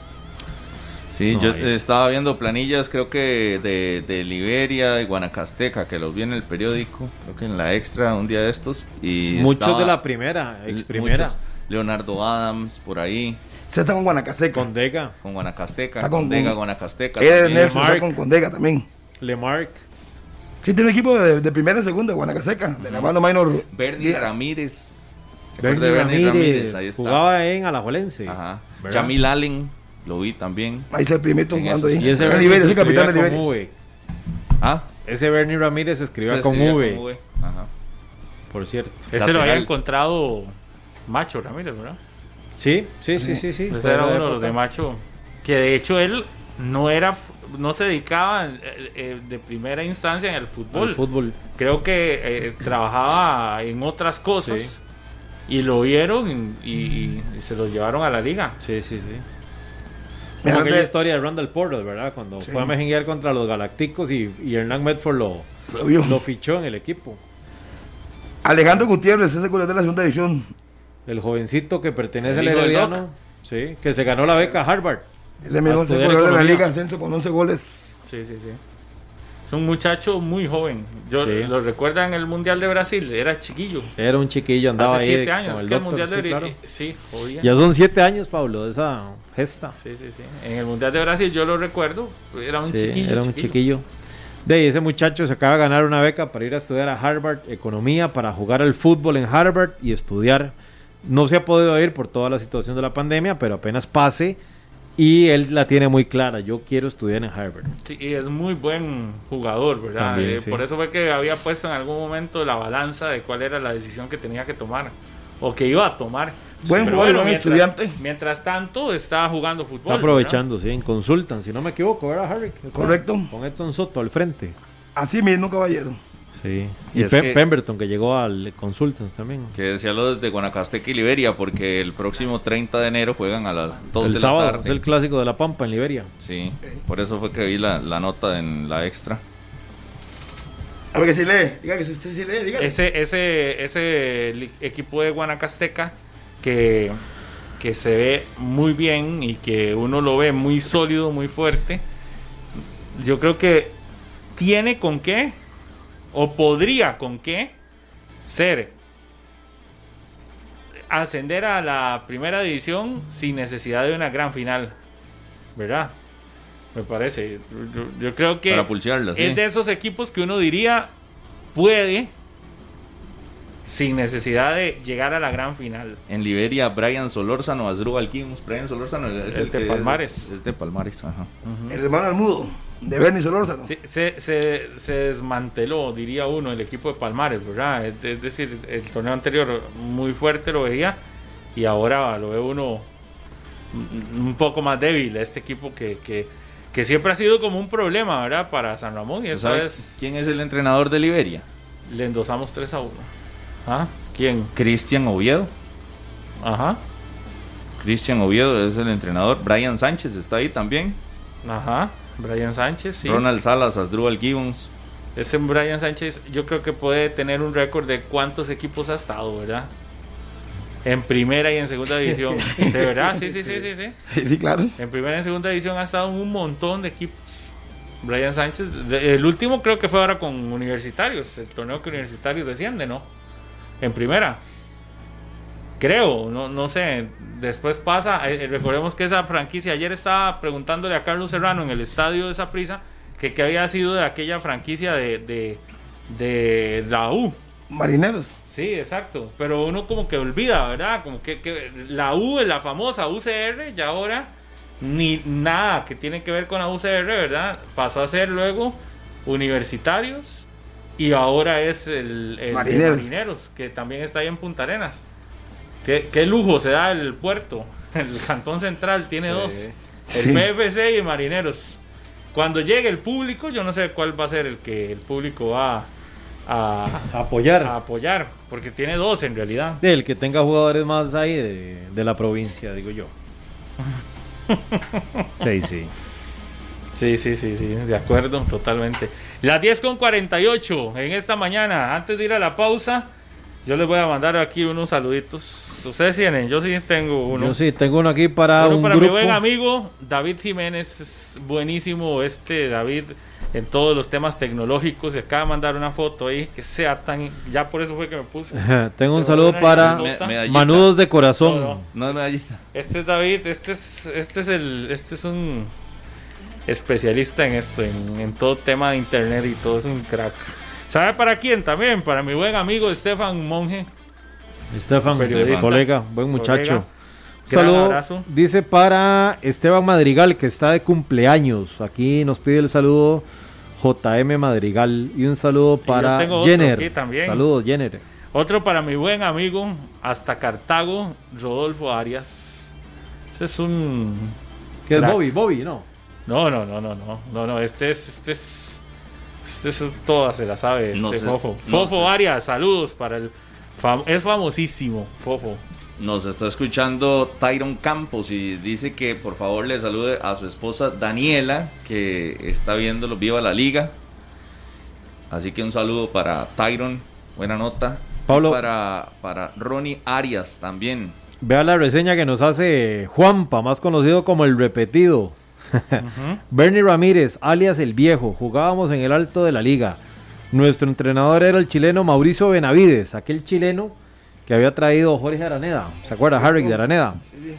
B: Sí,
D: No,
B: yo
D: ahí.
B: eh, estaba viendo planillas, creo que de, de Liberia y Guanacasteca, que los vi en el periódico, creo que en la Extra un día de estos. Y
D: Muchos
B: estaba-
D: de la primera, ex primera,
B: muchos. Leonardo Adams, por ahí,
C: Se está con Guanacasteca.
D: con Dega,
B: con Guanacasteca,
C: Está con-
B: Condega,
C: con-
B: Guanacasteca.
C: Él
B: también.
C: Nelson está
D: Mark.
C: con Condega también.
D: Lemarck,
C: Sí, tiene un equipo de, de primera y segunda, Guanacasteca, de la mano minor.
B: Bernie
C: Díaz.
B: Ramírez. ¿Se
D: Bernie
B: acuerda de Bernie
D: Ramírez,
B: Ramírez? Ahí está.
D: jugaba en Alajuelense.
B: Ajá.
D: ¿verdad?
B: Jamil Allen, lo vi también.
C: Ahí está el primito
B: En
C: jugando
B: eso
C: ahí.
B: sí.
D: Y ese
C: En
D: Bernie
C: Liberia,
D: se
C: ese capitán de
D: escribía
C: Liberia.
D: con V.
B: Ah,
D: Ese Bernie Ramírez escribía
B: se
D: con
B: escribía
D: V,
B: con V. Ajá.
D: por cierto.
E: Ese lo había
B: Lateral.
E: encontrado Macho Ramírez, ¿verdad?
D: Sí, sí, sí, sí, sí.
E: Ese
D: fue
E: era
D: la
E: uno de los
D: época.
E: de Macho. Que de hecho él no era, no se dedicaba eh, eh, de primera instancia en el fútbol.
D: Al fútbol.
E: Creo que eh, trabajaba en otras cosas
D: Sí.
E: y lo vieron y, y- y se lo llevaron a la liga.
D: Sí, sí, sí.
C: Me
D: Como
C: hablan
D: aquella
C: de-
D: historia de Randall Porter, ¿verdad? Cuando
C: Sí.
D: fue a mejenguear contra los Galácticos y, y Hernán Medford lo,
C: Lo vio.
D: lo fichó en el equipo.
C: Alejandro Gutiérrez, ese goleador de la segunda división.
D: El jovencito que pertenece
B: El
D: al
B: hijo del
D: Herediano, sí, que se ganó la beca Harvard.
C: Ese mismo
D: A
C: ese
D: estudiar
C: goleador de la
D: economía.
C: liga, ascenso con once goles.
E: Sí, sí, sí. Es un muchacho muy joven. Yo
D: Sí.
E: lo recuerdo en el Mundial de Brasil, era chiquillo.
D: Era un chiquillo, andaba
E: Hace
D: ahí
E: siete
D: con
E: años. Es
D: el
E: que el
D: doctor,
E: Mundial de
D: sí,
E: Brasil.
D: claro.
E: Sí, jodía.
D: Ya son siete años, Pablo, de esa gesta.
E: Sí, sí, sí. En el Mundial de Brasil yo lo recuerdo. Era un
D: Sí,
E: chiquillo.
D: era un chiquillo. De ahí, ese muchacho se acaba de ganar una beca para ir a estudiar a Harvard Economía, para jugar al fútbol en Harvard y estudiar. No se ha podido ir por toda la situación de la pandemia, pero apenas pase y él la tiene muy clara. Yo quiero estudiar en Harvard.
E: Sí, y es muy buen jugador, ¿verdad?
D: También,
E: Eh,
D: sí.
E: Por eso fue que había puesto en algún momento la balanza de cuál era la decisión que tenía que tomar o que iba a tomar.
C: Buen
E: Pero
C: jugador, buen
E: mientras,
C: estudiante.
E: Mientras tanto, estaba jugando fútbol.
D: Está aprovechando, sí, en Consultan, si no me equivoco, ¿verdad, Harry? Está
C: Correcto.
D: Con Edson Soto al frente.
C: Así mismo, caballero.
D: Sí.
B: Y
D: Y,
B: es
D: Pem-
B: que-
D: Pemberton, que llegó al Consultants también.
B: Que decía lo de Guanacasteca y Liberia, porque el próximo treinta de enero juegan a las dos
D: El
B: de
D: sábado,
B: la
D: es
B: tarde.
D: el clásico de La Pampa en Liberia.
B: Sí, por eso fue que vi la, la nota en la Extra.
C: A ver que sí lee. Diga que si usted sí lee, diga.
E: Ese, ese, ese li- equipo de Guanacasteca que, que se ve muy bien y que uno lo ve muy sólido, muy fuerte. Yo creo que tiene con qué, o podría con qué, ser ascender a la primera división sin necesidad de una gran final, ¿verdad? Me parece. Yo, yo creo que
B: Para pulsearla, sí.
E: es de esos equipos que uno diría puede sin necesidad de llegar a la gran final.
B: En Liberia, Brian Solórzano, Asdrúbal Quimos. Brian Solórzano es
E: El
B: el,
E: de
B: que
E: Palmares.
B: Es, es de Palmares, ajá.
C: El hermano Almudo, de Bernie Solórzano.
E: Se, se, se, se desmanteló, diría uno, el equipo de Palmares, ¿verdad? Es, es decir, el torneo anterior muy fuerte lo veía y ahora lo ve uno un un poco más débil. Este equipo que, que, que siempre ha sido como un problema, ¿verdad? Para San Ramón y
B: ¿Usted
E: esta
B: sabe
E: vez
B: quién es el entrenador de Liberia?
E: le endosamos tres a uno. ¿Ah? ¿Quién?
B: Cristian Oviedo.
E: Ajá,
B: Cristian Oviedo es el entrenador. Brian Sánchez está ahí también.
E: ajá. Brian Sánchez, sí.
B: Ronald Salas, Asdrúbal Gibbons.
E: Ese Brian Sánchez, yo creo que puede tener un récord de cuántos equipos ha estado, ¿verdad? En primera y en segunda división. De verdad, sí, sí, sí, sí, sí.
C: Sí, sí, claro.
E: En primera y en segunda división ha estado en un montón de equipos. Brian Sánchez, de- el último creo que fue ahora con Universitarios, el torneo que Universitarios desciende, ¿no? En primera. Creo, no, no sé. Después pasa, eh, recordemos que esa franquicia, ayer estaba preguntándole a Carlos Serrano en el estadio de Saprissa que qué había sido de aquella franquicia de, de, de la U.
C: Marineros.
E: Sí, exacto. Pero uno como que olvida, ¿verdad? Como que, que la U, la famosa U C R, y ahora ni nada que tiene que ver con la U C R, ¿verdad? Pasó a ser luego Universitarios y ahora es el, el
C: Marineros.
E: Marineros, que también está ahí en Punta Arenas. Qué, qué lujo se da el puerto. El Cantón Central tiene
D: Sí.
E: dos, el
C: Sí.
E: P F C y el Marineros. Cuando llegue el público, yo no sé cuál va a ser el que el público va a,
D: Apoyar.
E: a apoyar, porque tiene dos en realidad.
D: Del que tenga jugadores más ahí de, de la provincia, digo yo. Sí, sí.
E: Sí, sí, sí, sí, de acuerdo, totalmente. Las diez con cuarenta y ocho en esta mañana, antes de ir a la pausa, yo les voy a mandar aquí unos saluditos. Ustedes tienen, yo sí tengo uno.
D: Yo sí, tengo uno aquí para
E: Uno
D: un
E: para
D: grupo.
E: mi buen amigo David Jiménez, es buenísimo este David en todos los temas tecnológicos. Se acaba de mandar una foto ahí que sea tan, ya por eso fue que me puse.
D: Ajá, tengo un
E: Se va
D: saludo
E: una
D: para
E: nota.
B: Me- medallita.
D: Manudos de Corazón.
E: No, no.
B: No es medallita.
E: Este es David, este es, este es el, este es un especialista en esto, en, en todo tema de internet y todo, es un crack. ¿Sabe para quién también? Para mi buen amigo Estefan Monge.
D: Estefan,
E: Periodista.
D: colega, buen muchacho.
E: Colega.
D: Un
E: Gran
D: saludo,
E: abrazo.
D: dice para Esteban Madrigal, que está de cumpleaños. Aquí nos pide el saludo J M Madrigal. Y un saludo para
E: tengo otro
D: Jenner.
E: aquí también.
D: Saludos, Jenner.
E: Otro para mi buen amigo hasta Cartago, Rodolfo Arias. Ese es un...
D: Que es
E: Crack.
D: Bobby, Bobby, ¿no?
E: No, no, no, no, no, no, no, este es, este es, este es toda se la sabe, este
B: No sé,
E: Fofo.
B: no
E: Fofo
B: sé.
E: Arias, saludos para el, fam- es famosísimo, Fofo.
B: Nos está escuchando Tyron Campos y dice que por favor le salude a su esposa Daniela, que está viéndolo, viva la liga. Así que un saludo para Tyron, buena nota.
D: Pablo.
B: Y para, para Ronnie Arias también.
D: Vea la reseña que nos hace Juanpa, más conocido como el repetido. Bernie Ramírez, alias el viejo, jugábamos en el alto de la liga. Nuestro entrenador era el chileno Mauricio Benavides, aquel chileno que había traído Jorge Araneda. ¿Se acuerda? Harrick de Araneda.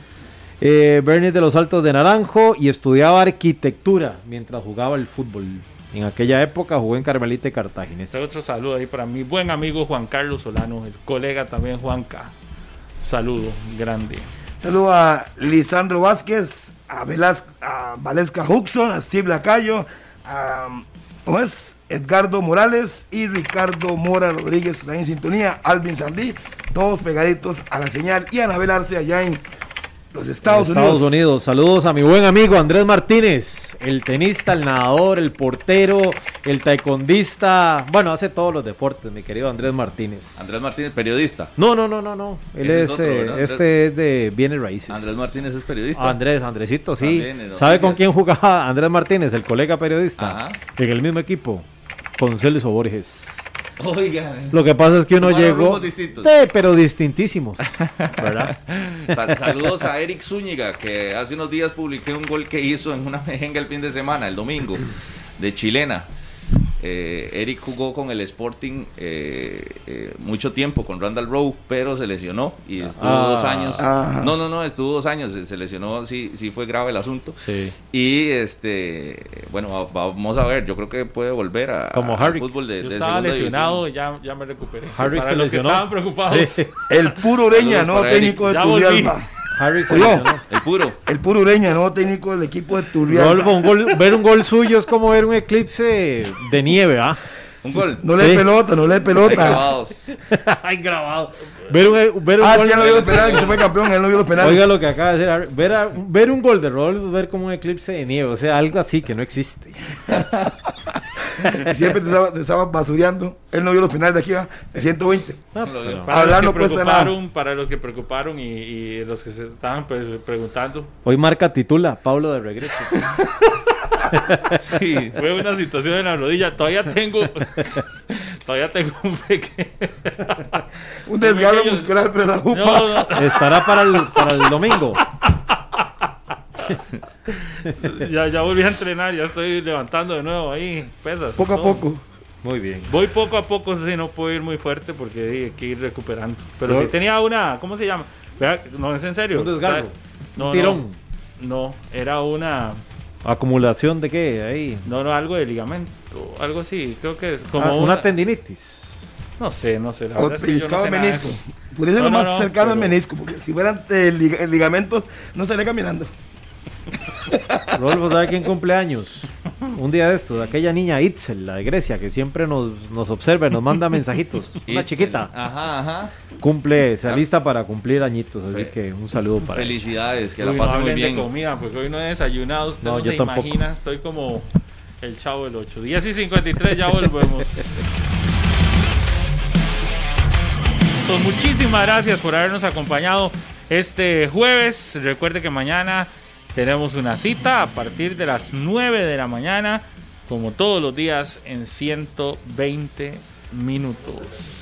D: Eh, Bernie de los Altos de Naranjo y estudiaba arquitectura mientras jugaba el fútbol. En aquella época jugó en Carmelita y Cartaginés.
E: Este otro saludo ahí para mi buen amigo Juan Carlos Solano, el colega también Juanca. Saludo grande.
C: Saludo a Lisandro Vázquez, a, Velas, a Valesca Huxon, a Steve Lacayo, a ¿cómo es? Edgardo Morales y Ricardo Mora Rodríguez están en sintonía, Alvin Sandí, todos pegaditos a la señal, y Anabel Arce allá en los Estados,
D: Estados
C: Unidos.
D: Unidos. Saludos a mi buen amigo Andrés Martínez, el tenista, el nadador, el portero, el taekwondista. Bueno, hace todos los deportes, mi querido Andrés Martínez.
B: Andrés Martínez, periodista.
D: No, no, no, no, no. Él
B: Ese
D: es,
B: es otro,
D: eh,
B: ¿verdad?
D: este es de bienes raíces.
B: Andrés Martínez es periodista.
D: Andrés, Andresito, sí.
B: También, en
D: ¿Sabe con
B: noticias.
D: quién jugaba Andrés Martínez, el colega periodista?
B: Ajá.
D: En el mismo equipo, con Celso Borges.
B: Oiga,
D: Lo que pasa es que uno
B: Tomaron
D: llegó,
B: rumbos distintos.
D: Sí, pero distintísimos, ¿verdad?
B: Sal- saludos a Eric Zúñiga, que hace unos días publiqué un gol que hizo en una mejenga el fin de semana, el domingo, de chilena. Eh, Eric jugó con el Sporting eh, eh, mucho tiempo, con Randall Rowe, pero se lesionó y estuvo
D: Ah.
B: dos años.
C: Ah.
B: No, no, no, estuvo dos años, se, se lesionó, sí, sí fue grave el asunto.
D: Sí.
B: Y este, bueno, va- vamos a ver, yo creo que puede volver a,
D: Como
B: al
D: Harry.
B: fútbol de,
E: Yo
B: de
E: estaba
B: segunda
E: lesionado
B: división.
E: y ya, ya me recuperé.
D: Harry
E: para
D: se
E: los que
D: lesionó.
E: estaban preocupados.
D: Sí.
C: El puro Ureña,
B: Saludos
C: nuevo
B: para Eric.
C: técnico de
E: Ya volví.
C: Turrialba.
D: Harry se
C: Oye,
D: lesionó.
B: El puro.
C: El puro Ureña, nuevo técnico del equipo de Turrialba.
D: Rodolfo, un gol- ver un gol suyo es como ver un eclipse de nieve, ¿ah?
B: Un gol.
C: No le dé
D: Sí.
C: pelota, no le dé pelota.
B: Grabados.
D: Ay, grabado. Ver un, ver un
C: Ah, es
D: gol.
C: que ya no vio los penales, que se fue campeón, él no vio los penales.
D: Oiga lo que acaba de decir Harry. Ver, a- ver un gol de Rodolfo es ver como un eclipse de nieve. O sea, algo así que no existe.
C: Y siempre te estaba, te estaba basureando. Él no vio los penales de aquí, va, de ciento veinte.
D: Ah,
B: Lo
D: pero-
B: vio.
E: Para
C: Hablar
E: los que
C: no cuesta
E: preocuparon, para los que preocuparon y, y los que se estaban pues, preguntando,
D: Hoy marca titula Pablo de regreso.
B: Sí.
E: fue una situación en la rodilla. Todavía tengo, todavía tengo un pequeño.
C: Un desgarro
E: Pequeños-
C: muscular, pero la jupa.
E: No, no,
D: Estará para el, para el domingo.
E: ya, ya volví a entrenar, ya estoy levantando de nuevo ahí pesas.
C: Poco a
E: todo.
C: poco.
D: Muy bien.
E: Voy poco a poco, sí, no puedo ir muy fuerte porque hay que ir recuperando. Pero
D: Yo-
E: sí tenía una, ¿cómo se llama? Vea, no, es en serio.
D: Un desgarro.
E: ¿sabe? No,
D: un tirón.
E: No, no, era una,
D: Acumulación de qué ahí.
E: no, no, algo de ligamento, algo así, creo que es como
D: Ah, una,
E: una,
D: tendinitis.
E: no sé, no sé, la
C: O
E: verdad es que yo no
C: pellizcado
E: sé
C: el
E: nada de
C: menisco.
E: eso.
C: Por eso es
E: No,
C: lo
E: no,
C: más
E: no,
C: cercano al
E: pero-
C: menisco, porque si fueran eh, lig- ligamentos, no estaría caminando.
D: Rodolfo, ¿sabe quién cumple años? Un día de estos, aquella niña Itzel, la de Grecia, que siempre nos, nos observa y nos manda mensajitos. Una
B: Itzel.
D: chiquita.
B: Ajá, ajá.
D: Cumple, se alista para cumplir añitos, así
B: Fe-
D: que un saludo para ella.
B: Felicidades, que
E: Uy,
B: la
E: no
B: pase muy
E: hablen
B: bien.
E: de comida, porque hoy no he desayunado. Usted
D: No,
E: no,
D: yo
E: se
D: tampoco.
E: imagina, estoy como el Chavo del ocho. diez y cincuenta y tres, ya volvemos. Pues muchísimas gracias por habernos acompañado este jueves. Recuerde que mañana tenemos una cita a partir de las nueve de la mañana, como todos los días, en ciento veinte minutos.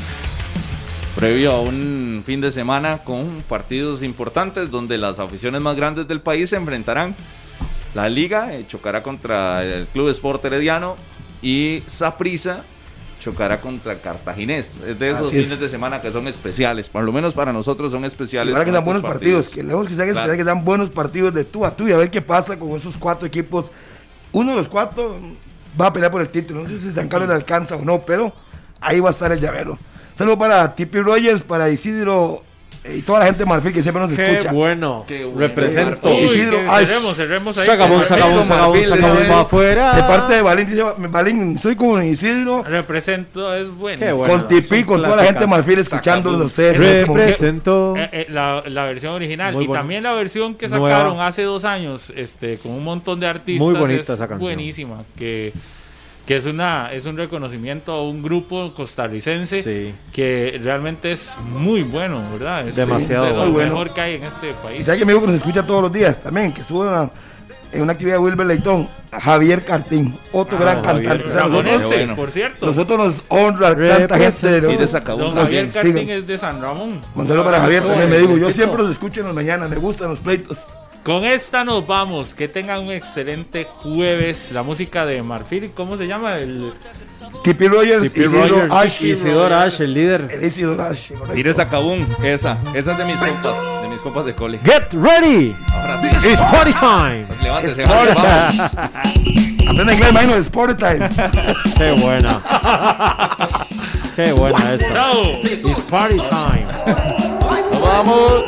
B: Previo a un fin de semana con partidos importantes donde las aficiones más grandes del país se enfrentarán. La Liga eh, chocará contra el Club Sport Herediano y Saprissa chocará contra Cartaginés. Es de esos
C: Así
B: fines
C: es.
B: de semana que son especiales, por lo menos para nosotros son especiales.
C: Ojalá que
B: con
C: sean
B: estos
C: buenos partidos, que lejos que sean
B: Claro.
C: especiales, que sean buenos partidos de tú a tú y a ver qué pasa con esos cuatro equipos. Uno de los cuatro va a pelear por el título, no sé si San Carlos le alcanza o no, pero ahí va a estar el llavero. Saludos para Tipi Rogers, para Isidro eh, y toda la gente de Marfil que siempre nos
D: Qué
C: escucha.
D: bueno.
B: Qué bueno.
D: Represento.
C: Uy,
E: Uy,
C: Isidro,
E: que
C: ay,
E: cerremos, cerremos ahí.
D: Sacabón, sacabón, sacabón,
B: Marfil,
D: sacabón
B: de una
D: para
B: vez.
D: afuera.
C: De parte de Balín, dice Balín, soy como Isidro,
E: Represento, es bueno.
D: Qué bueno.
C: con Tipi,
D: son
C: con toda la gente de
D: clásicas.
C: Marfil escuchándolos a ustedes. en este momento.
D: Represento.
E: Eh, eh, la, la versión original
D: Muy
E: y
D: buena.
E: también la versión que
D: Nueva.
E: sacaron hace dos años este con un montón de artistas.
D: Muy bonita
E: es
D: esa canción.
E: buenísima, que, que es una es un reconocimiento a un grupo costarricense
D: Sí.
E: que realmente es muy bueno, ¿verdad? Es
D: Demasiado
E: de lo
C: muy bueno.
E: mejor que hay en este
C: Y
E: país.
C: sabe que me dijo que nos escucha todos los días también, que sube una, en una actividad de Wilber Leitón, Javier Cartín, otro
D: Ah,
C: gran
D: Javier
C: cantante. O sea, nosotros,
E: Ramonense,
B: bueno.
E: por cierto.
C: nosotros nos honra tanta gente de
B: Y de Sacabón
E: Don
C: nos
E: Javier
C: siguen.
E: Cartín es de San Ramón.
C: Un saludo para Javier también, me digo, yo
E: Jovencito.
C: siempre los escucho en las mañanas, me gustan los pleitos.
E: Con esta nos vamos. Que tengan un excelente jueves. La música de Marfil, ¿cómo se llama? El
C: Tipi Rogers,
D: Tipi
C: Isidro
D: Rogers,
C: Ash,
D: Isidoro Ash, el líder.
C: el Isidro Ash, correcto.
B: Tire Sacabún, esa, esa es de mis compas, de mis compas de cole.
D: Get ready.
B: Ahora sí,
D: It's party time.
B: levántese,
C: Sport
B: vamos.
C: Aprende inglés, imagino, el Sport Time.
D: Qué buena. Qué buena esa.
E: ¡Chao!
D: It's party time.
B: Nos vamos.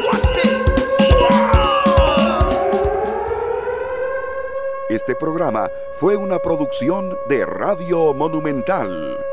A: Este programa fue una producción de Radio Monumental.